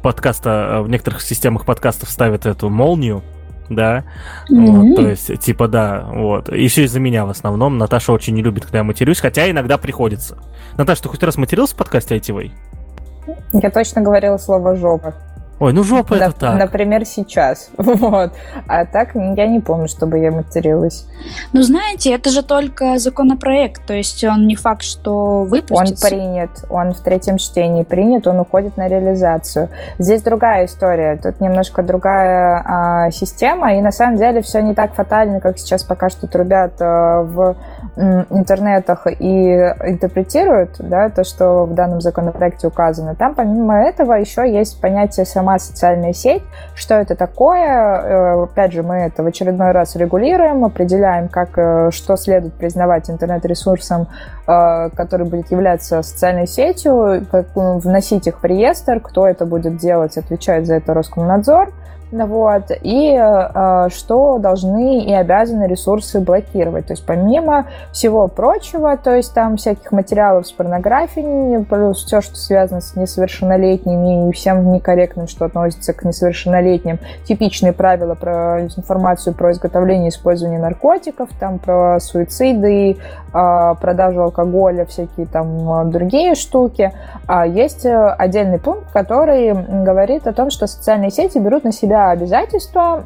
системах подкастов ставят эту молнию, да, вот, то есть, типа, да, вот, и все из-за меня в основном. Наташа очень не любит, когда я матерюсь, хотя иногда приходится. Наташа, ты хоть раз матерился в подкасте ITV? Я точно говорила слово «жопа». Ой, ну жопа это так. Например, сейчас. Вот. А так я не помню, чтобы я материлась. Ну, знаете, это же только законопроект, то есть он не факт, что выпустится. Он принят, он в третьем чтении принят, он уходит на реализацию. Здесь другая история, тут немножко другая система, и на самом деле все не так фатально, как сейчас пока что трубят в интернетах и интерпретируют, да, то, что в данном законопроекте указано. Там помимо этого еще есть понятие сама социальная сеть. Что это такое? Опять же, мы это в очередной раз регулируем, определяем, что следует признавать интернет-ресурсом, который будет являться социальной сетью, вносить их в реестр, кто это будет делать, отвечает за это Роскомнадзор. Вот, и что должны и обязаны ресурсы блокировать. То есть помимо всего прочего, то есть там всяких материалов с порнографией, плюс все, что связано с несовершеннолетними и всем некорректным, что относится к несовершеннолетним, типичные правила про информацию про изготовление и использование наркотиков, там про суициды, продажу алкоголя, всякие там другие штуки. Есть отдельный пункт, который говорит о том, что социальные сети берут на себя обязательство,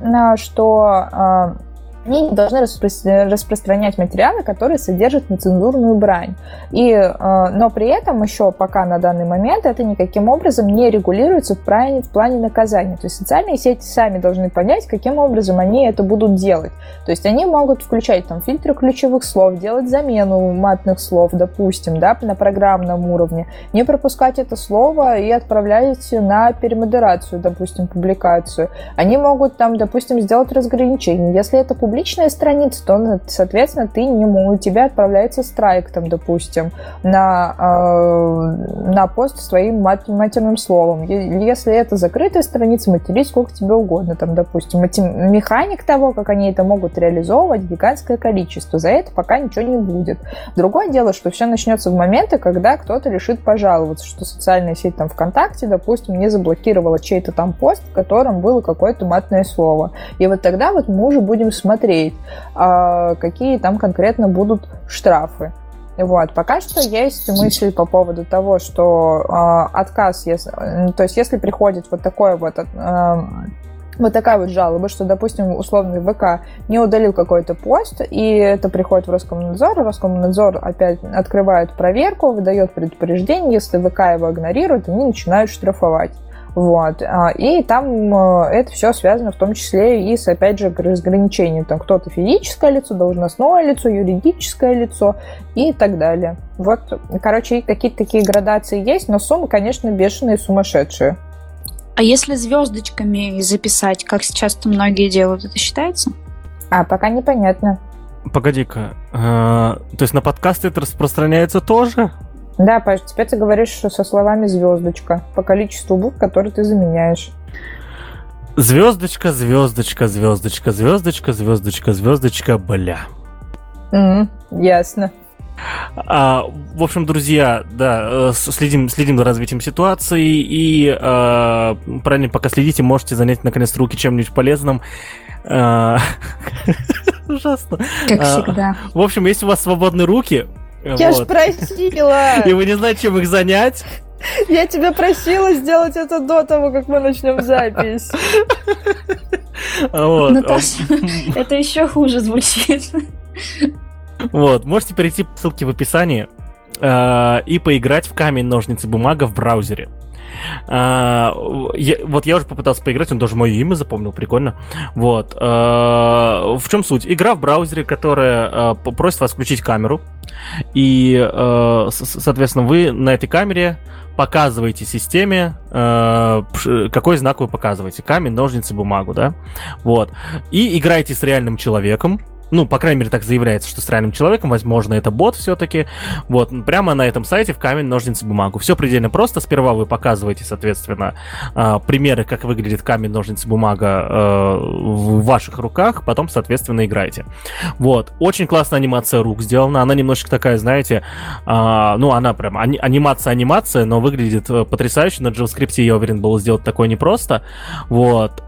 что они должны распространять материалы, которые содержат нецензурную брань. Но при этом еще пока на данный момент это никаким образом не регулируется в плане наказания. То есть социальные сети сами должны понять, каким образом они это будут делать. То есть они могут включать там фильтры ключевых слов, делать замену матных слов, допустим, да, на программном уровне, не пропускать это слово и отправлять на перемодерацию, допустим, публикацию. Они могут там, допустим, сделать разграничение. Если это публичная публичная страница, то, соответственно, у тебя отправляется страйк, там, допустим, на пост своим матерным словом. Если это закрытая страница, матерись сколько тебе угодно, там, допустим. Механик того, как они это могут реализовывать, гигантское количество. За это пока ничего не будет. Другое дело, что все начнется в моменты, когда кто-то решит пожаловаться, что социальная сеть там ВКонтакте, допустим, не заблокировала чей-то там пост, в котором было какое-то матное слово. И вот тогда вот мы уже будем смотреть, какие там конкретно будут штрафы. Вот. Пока что есть мысль по поводу того, что отказ, то есть если приходит вот такое вот такая вот жалоба, что, допустим, условный ВК не удалил какой-то пост, и это приходит в Роскомнадзор опять открывает проверку, выдает предупреждение, если ВК его игнорирует, они начинают штрафовать. Вот. И там это все связано в том числе и с, опять же, разграничением. Там кто-то физическое лицо, должностное лицо, юридическое лицо и так далее. Вот, короче, какие-то такие градации есть, но суммы, конечно, бешеные, сумасшедшие. А если звездочками записать, как сейчас-то многие делают, это считается? Пока непонятно. Погоди-ка, то есть на подкасты это распространяется тоже? Да, Паш, теперь ты говоришь со словами звездочка по количеству букв, которые ты заменяешь. Звездочка, звездочка, звездочка, звездочка, звездочка, звездочка, бля. Ясно. В общем, друзья, да, следим за развитием ситуации и правильно, пока следите, можете занять наконец руки чем-нибудь полезным. Ужасно. Как всегда. В общем, если у вас свободные руки... Я ж просила! И вы не знаете, чем их занять? Я тебя просила сделать это до того, как мы начнем запись. Наташа, это еще хуже звучит. Вот, можете перейти по ссылке в описании и поиграть в камень, ножницы, бумага в браузере. Я уже попытался поиграть, он даже мое имя запомнил, прикольно. Вот. В чем суть? Игра в браузере, которая просит вас включить камеру. И, соответственно, вы на этой камере показываете системе, какой знак вы показываете. Камень, ножницы, бумагу, да? Вот. И играете с реальным человеком. Ну, по крайней мере, так заявляется, что с реальным человеком, возможно, это бот все-таки. Вот, прямо на этом сайте в камень, ножницы, бумагу. Все предельно просто. Сперва вы показываете, соответственно, примеры, как выглядит камень, ножницы, бумага в ваших руках, потом, соответственно, играете. Вот. Очень классная анимация рук сделана. Она немножечко такая, знаете, она прям анимация, но выглядит потрясающе. На JavaScript, я уверен, было сделать такое непросто. Вот.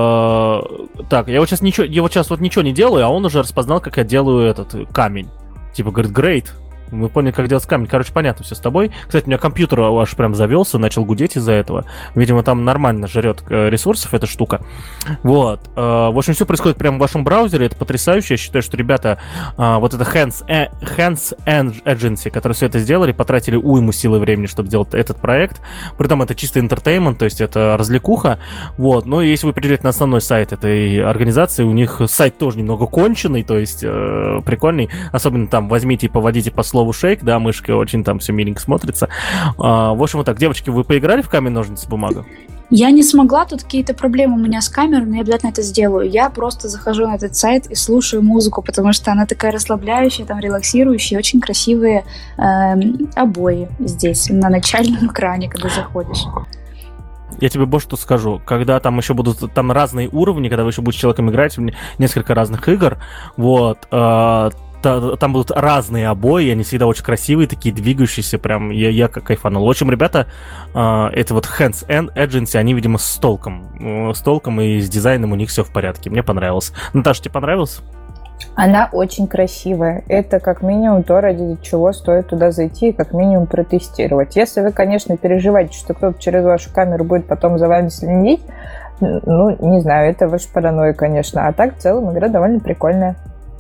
Так, я вот сейчас ничего не делаю, а он уже распознал, как я делаю этот камень. Типа, говорит, great. Мы поняли, как делать камень. Короче, понятно все с тобой. Кстати, у меня компьютер аж прям завелся, начал гудеть из-за этого. Видимо, там нормально жрет ресурсов эта штука. Вот. В общем, все происходит прямо в вашем браузере. Это потрясающе. Я считаю, что ребята, вот это Hands Agency, которые все это сделали, потратили уйму сил и времени, чтобы сделать этот проект. Притом это чисто entertainment, то есть это развлекуха. Вот. Но если вы придете на основной сайт этой организации, у них сайт тоже немного конченый, то есть прикольный. Особенно там возьмите и поводите по слову шейк, да, мышкой очень там все миленько смотрится. В общем, вот так. Девочки, вы поиграли в камень, ножницы, бумага? Я не смогла, тут какие-то проблемы у меня с камерой, но я обязательно это сделаю. Я просто захожу на этот сайт и слушаю музыку, потому что она такая расслабляющая, там релаксирующая, очень красивые обои здесь, на начальном экране, когда заходишь. Я тебе больше что скажу. Когда там еще будут там разные уровни, когда вы еще будете с человеком играть в несколько разных игр, вот, там будут разные обои, они всегда очень красивые, такие двигающиеся, прям я как кайфанул. В общем, ребята, это вот Hands Agency, они, видимо, с толком и с дизайном у них все в порядке. Мне понравилось. Наташа, тебе понравилось? Она очень красивая. Это как минимум то, ради чего стоит туда зайти и как минимум протестировать. Если вы, конечно, переживаете, что кто-то через вашу камеру будет потом за вами следить, ну, не знаю, это ваша паранойя, конечно. А так, в целом, игра довольно прикольная.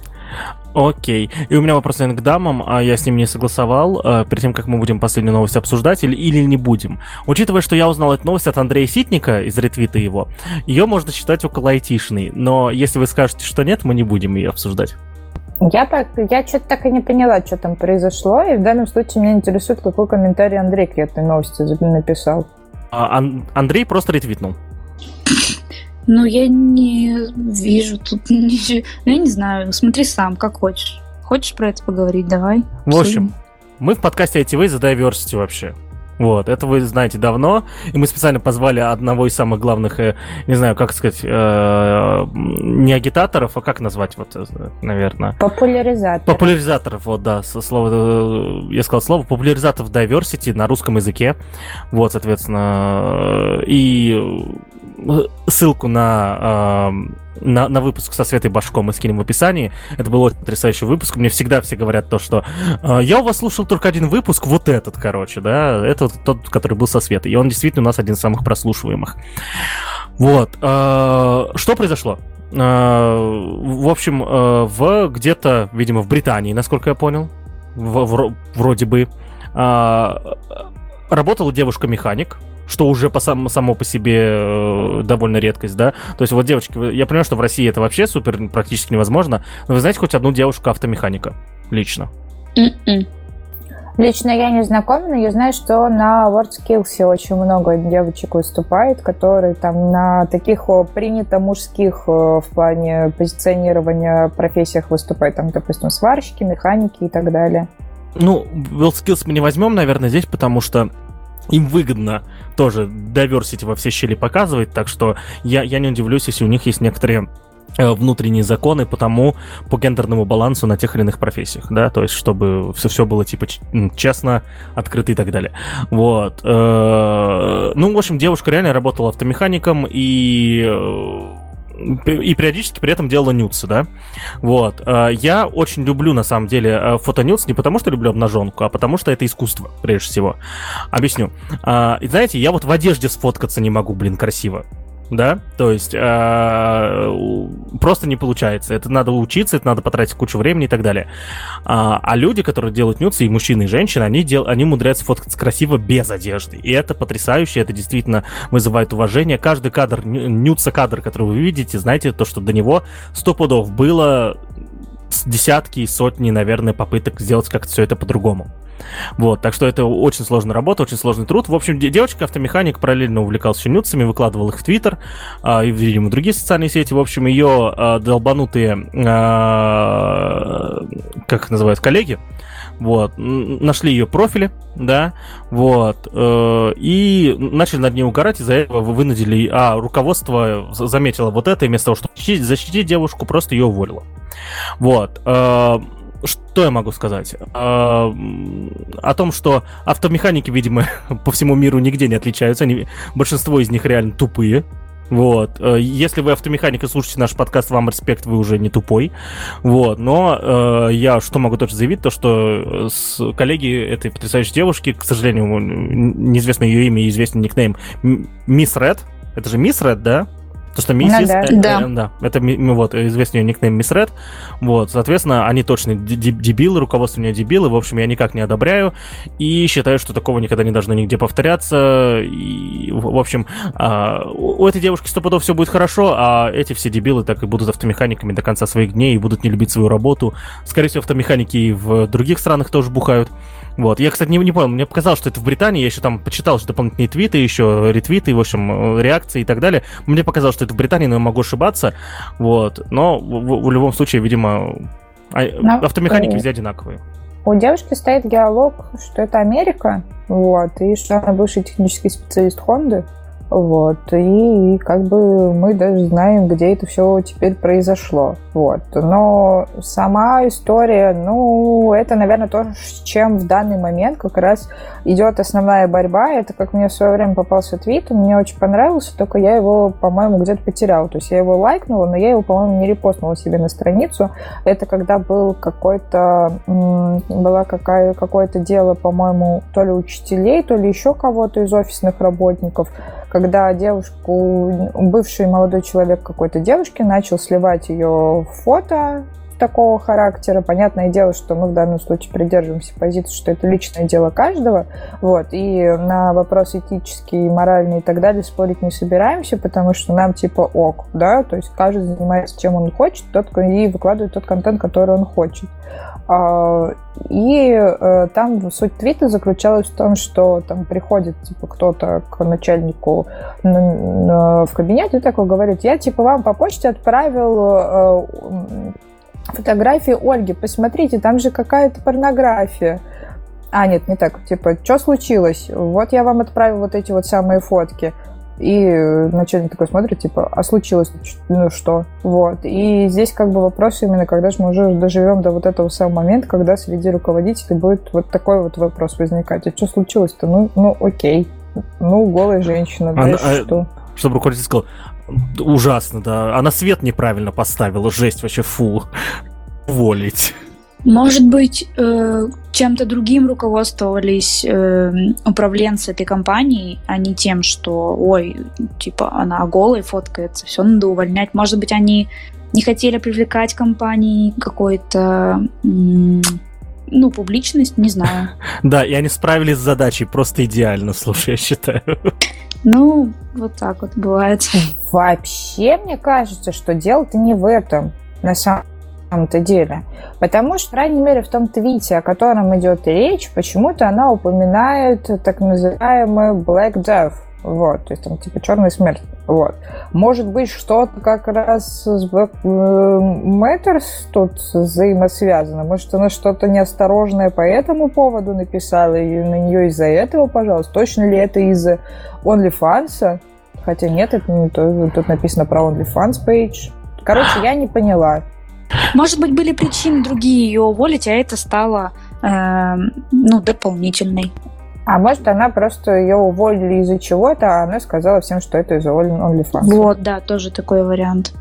Окей. И у меня вопрос, наверное, к дамам. Я с ним не согласовал. Перед тем, как мы будем последнюю новость обсуждать, или не будем. Учитывая, что я узнал эту новость от Андрея Ситника из ретвита его, ее можно считать около айтишной. Но если вы скажете, что нет, мы не будем ее обсуждать. Я что-то так и не поняла, что там произошло. И в данном случае меня интересует, какой комментарий Андрей к этой новости написал. Андрей просто ретвитнул. Ну, я не вижу тут ничего. Ну, я не знаю, смотри сам, как хочешь. Хочешь про это поговорить? Давай. В общем, мы в подкасте ITV за Diversity вообще. Вот, это вы знаете давно, и мы специально позвали одного из самых главных, не знаю, как сказать, не агитаторов, а как назвать, вот, наверное... Популяризаторов, вот, да, я сказал слово, популяризаторов diversity на русском языке, вот, соответственно, и ссылку на выпуск со Светой Башко мы скинем в описании. Это был очень потрясающий выпуск. Мне всегда все говорят то, что я у вас слушал только один выпуск, вот этот, короче, да, это вот тот, который был со Светой. И он действительно у нас один из самых прослушиваемых. Вот. Что произошло? В общем, где-то, видимо, в Британии, насколько я понял, вроде бы, работала девушка-механик, что уже само по себе довольно редкость, да? То есть вот, девочки, я понимаю, что в России это вообще супер практически невозможно, но вы знаете хоть одну девушку-автомеханика лично? Лично я не знакома, но я знаю, что на WorldSkills очень много девочек выступает, которые там на таких принято мужских в плане позиционирования профессиях выступают, там, допустим, сварщики, механики и так далее. Ну, WorldSkills мы не возьмем, наверное, здесь, потому что им выгодно тоже diversity во все щели показывать, так что я не удивлюсь, если у них есть некоторые внутренние законы по гендерному балансу на тех или иных профессиях, да, то есть чтобы все было типа честно, открыто и так далее. Вот. Ну, в общем, девушка реально работала автомехаником и периодически при этом делала нюдсы, да, вот. Я очень люблю, на самом деле, фотонюдс не потому, что люблю обнаженку, а потому, что это искусство, прежде всего. Объясню. И знаете, я вот в одежде сфоткаться не могу, красиво. Да, то есть просто не получается. Это надо учиться, это надо потратить кучу времени и так далее. А люди, которые делают нюдсы, и мужчины, и женщины, они умудряются фоткаться красиво без одежды. И это потрясающе, это действительно вызывает уважение. Каждый кадр, нюдса-кадр, который вы видите, знаете, то, что до него 100 пудов было десятки и сотни, наверное, попыток сделать как-то все это по-другому. Вот, так что это очень сложная работа, очень сложный труд. В общем, девочка-автомеханик параллельно увлекалась нюдсами, выкладывал их в Твиттер и, видимо, в другие социальные сети. В общем, ее долбанутые, как их называют, коллеги, вот, нашли ее профили, да, вот, и начали над ней угорать, из-за этого вынудили, руководство заметило вот это, и вместо того, чтобы защитить девушку, просто ее уволило. Вот. Что я могу сказать? О том, что автомеханики, видимо, по всему миру нигде не отличаются. Большинство из них реально тупые. Вот. Если вы автомеханик и слушаете наш подкаст, вам респект, вы уже не тупой. Вот. Но я что могу точно заявить, то что коллеги этой потрясающей девушки, к сожалению, неизвестно ее имя и известный никнейм, Мисс Ред. Это же Мисс Ред, да? То, что миссис... Да, это вот, известный ее никнейм Мисс Ред. Вот, соответственно, они точно дебилы, руководство у нее дебилы. В общем, я никак не одобряю. И считаю, что такого никогда не должно нигде повторяться. И, в общем, у этой девушки 100 пудов все будет хорошо, а эти все дебилы так и будут автомеханиками до конца своих дней и будут не любить свою работу. Скорее всего, автомеханики и в других странах тоже бухают. Вот. Я, кстати, не понял, мне показалось, что это в Британии, я еще там почитал что дополнительные твиты, еще ретвиты, в общем, реакции и так далее. Мне показалось, что это в Британии, но я могу ошибаться. Вот. Но в любом случае, видимо, автомеханики везде одинаковые. У девушки стоит геолог, что это Америка, вот, и что она бывший технический специалист Хонды. Вот, и как бы мы даже знаем, где это все теперь произошло. Вот. Но сама история, ну, это, наверное, то, с чем в данный момент как раз идет основная борьба. Это как мне в свое время попался твит, он мне очень понравился, только я его, по-моему, где-то потеряла. То есть я его лайкнула, но я его, по-моему, не репостнула себе на страницу. Это когда было какое-то дело, по-моему, то ли учителей, то ли еще кого-то из офисных работников, когда девушку, бывший молодой человек какой-то девушки, начал сливать ее фото такого характера. Понятное дело, что мы в данном случае придерживаемся позиции, что это личное дело каждого. Вот. И на вопросы этические, моральные и так далее спорить не собираемся, потому что нам типа ок, да, то есть каждый занимается чем он хочет, тот и выкладывает тот контент, который он хочет. И там суть твита заключалась в том, что там приходит типа кто-то к начальнику в кабинет и такой говорит: я типа вам по почте отправил фотографии Ольги, посмотрите, там же какая-то порнография. А, нет, не так, типа, что случилось? Вот я вам отправил вот эти вот самые фотки. И начальник такой смотрит, типа, а случилось, ну что? Вот. И здесь как бы вопрос именно, когда же мы уже доживем до вот этого самого момента, когда среди руководителей будет вот такой вот вопрос возникать. А что случилось-то? Ну окей. Ну, голая женщина, дальше что? Чтобы руководитель сказал: ужасно, да. Она свет неправильно поставила, жесть вообще, фу. Уволить. Может быть, чем-то другим руководствовались управленцы этой компании, а не тем, что, ой, типа, она голой фоткается, все надо увольнять. Может быть, они не хотели привлекать компании какой-то, публичность, не знаю. Да, и они справились с задачей просто идеально, слушай, я считаю. Ну, вот так вот бывает. Вообще, мне кажется, что дело-то не в этом, на самом-то деле. Потому что, по крайней мере, в том твите, о котором идет речь, почему-то она упоминает так называемый Black Death. Вот, то есть там типа черная смерть. Вот. Может быть, что-то как раз с Black Matters тут взаимосвязано. Может, она что-то неосторожное по этому поводу написала, и на нее из-за этого, пожалуйста. Точно ли это из-за OnlyFans? Хотя нет, это не то. Тут написано про OnlyFans page. Короче, я не поняла. Может быть, были причины другие ее уволить, а это стало дополнительной. А может, она просто ее уволили из-за чего-то, а она сказала всем, что это из-за OnlyFans. Вот, да, тоже такой вариант.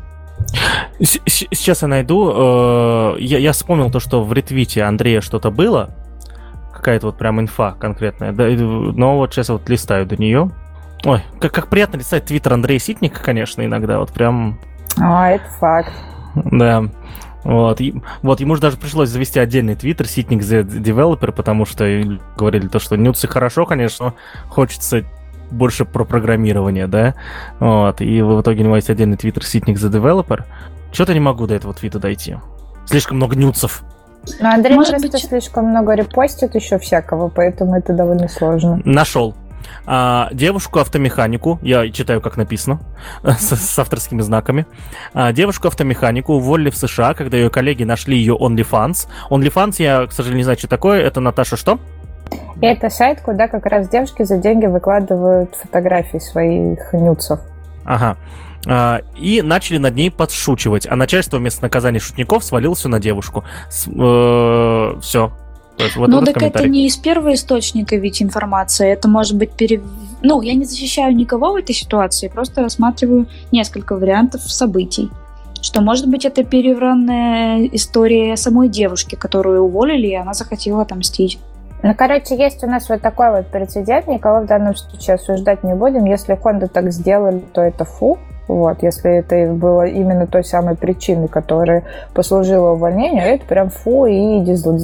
Сейчас я найду. Я вспомнил то, что в ретвите Андрея что-то было. Какая-то вот прям инфа конкретная. Но вот сейчас я вот листаю до нее. Ой, как приятно листать твиттер Андрея Ситника, конечно, иногда. Вот прям... Это факт. Да. Вот, ему же даже пришлось завести отдельный твиттер Sitnik the Developer, потому что говорили то, что нюцы хорошо, конечно, но хочется больше про программирование, да? Вот, и в итоге у него есть отдельный твиттер Sitnik the Developer. Что-то не могу до этого твита дойти. Слишком много нюцев. Ну, Андрей просто слишком много репостит еще всякого, поэтому это довольно сложно. Нашел. Девушку-автомеханику, я читаю, как написано, с авторскими знаками. Девушку-автомеханику уволили в США, когда ее коллеги нашли ее OnlyFans. OnlyFans, я, к сожалению, не знаю, что такое. Это, Наташа, что? Это сайт, куда как раз девушки за деньги выкладывают фотографии своих нюцев. Ага. И начали над ней подшучивать. А начальство вместо наказания шутников свалило все на девушку. Все. Вот ну, так это не из первого источника ведь информация, это может быть Ну, я не защищаю никого в этой ситуации, просто рассматриваю несколько вариантов событий. Что, может быть, это перевранная история самой девушки, которую уволили, и она захотела отомстить. Ну, короче, есть у нас вот такой вот прецедент, никого в данном случае осуждать не будем. Если Honda так сделали, то это фу. Вот, если это было именно той самой причиной, которая послужила увольнению, это прям фу и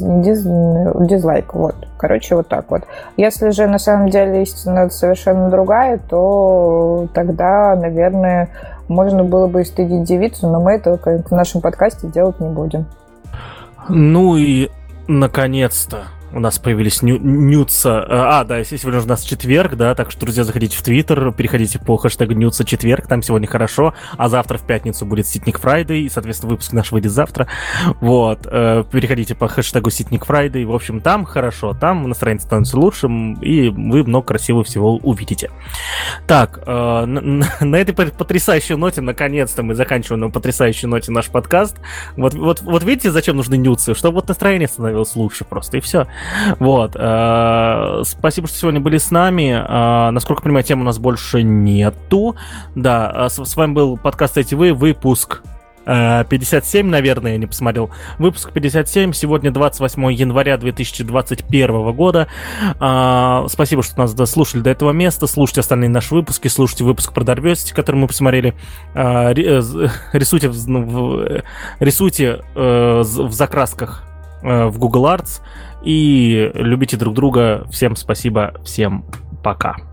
дизлайк. Вот. Короче, вот так вот. Если же на самом деле истина совершенно другая, то тогда, наверное, можно было бы стыдить девицу, но мы это в нашем подкасте делать не будем. Ну и наконец-то у нас появились нюца. Да, сегодня у нас четверг, да, так что, друзья, заходите в Твиттер, переходите по хэштегу нюца четверг, там сегодня хорошо, а завтра в пятницу будет Sitnik Friday, и, соответственно, выпуск наш выйдет завтра. Вот, переходите по хэштегу Sitnik Friday, в общем, там хорошо, там настроение становится лучшим, и вы много красивого всего увидите. Так, на этой потрясающей ноте, наконец-то, мы заканчиваем на потрясающей ноте наш подкаст. Вот видите, зачем нужны нюцы? Чтобы вот настроение становилось лучше просто, и все. Вот. Спасибо, что сегодня были с нами. Насколько я понимаю, тем у нас больше нету. Да, с вами был подкаст «Эти вы», выпуск 57, наверное, я не посмотрел. Выпуск 57, сегодня 28 января 2021 года. Спасибо, что нас дослушали до этого места. Слушайте остальные наши выпуски, слушайте выпуск про Diversity, который мы посмотрели. Рисуйте в закрасках в Google Arts и любите друг друга. Всем спасибо, всем пока.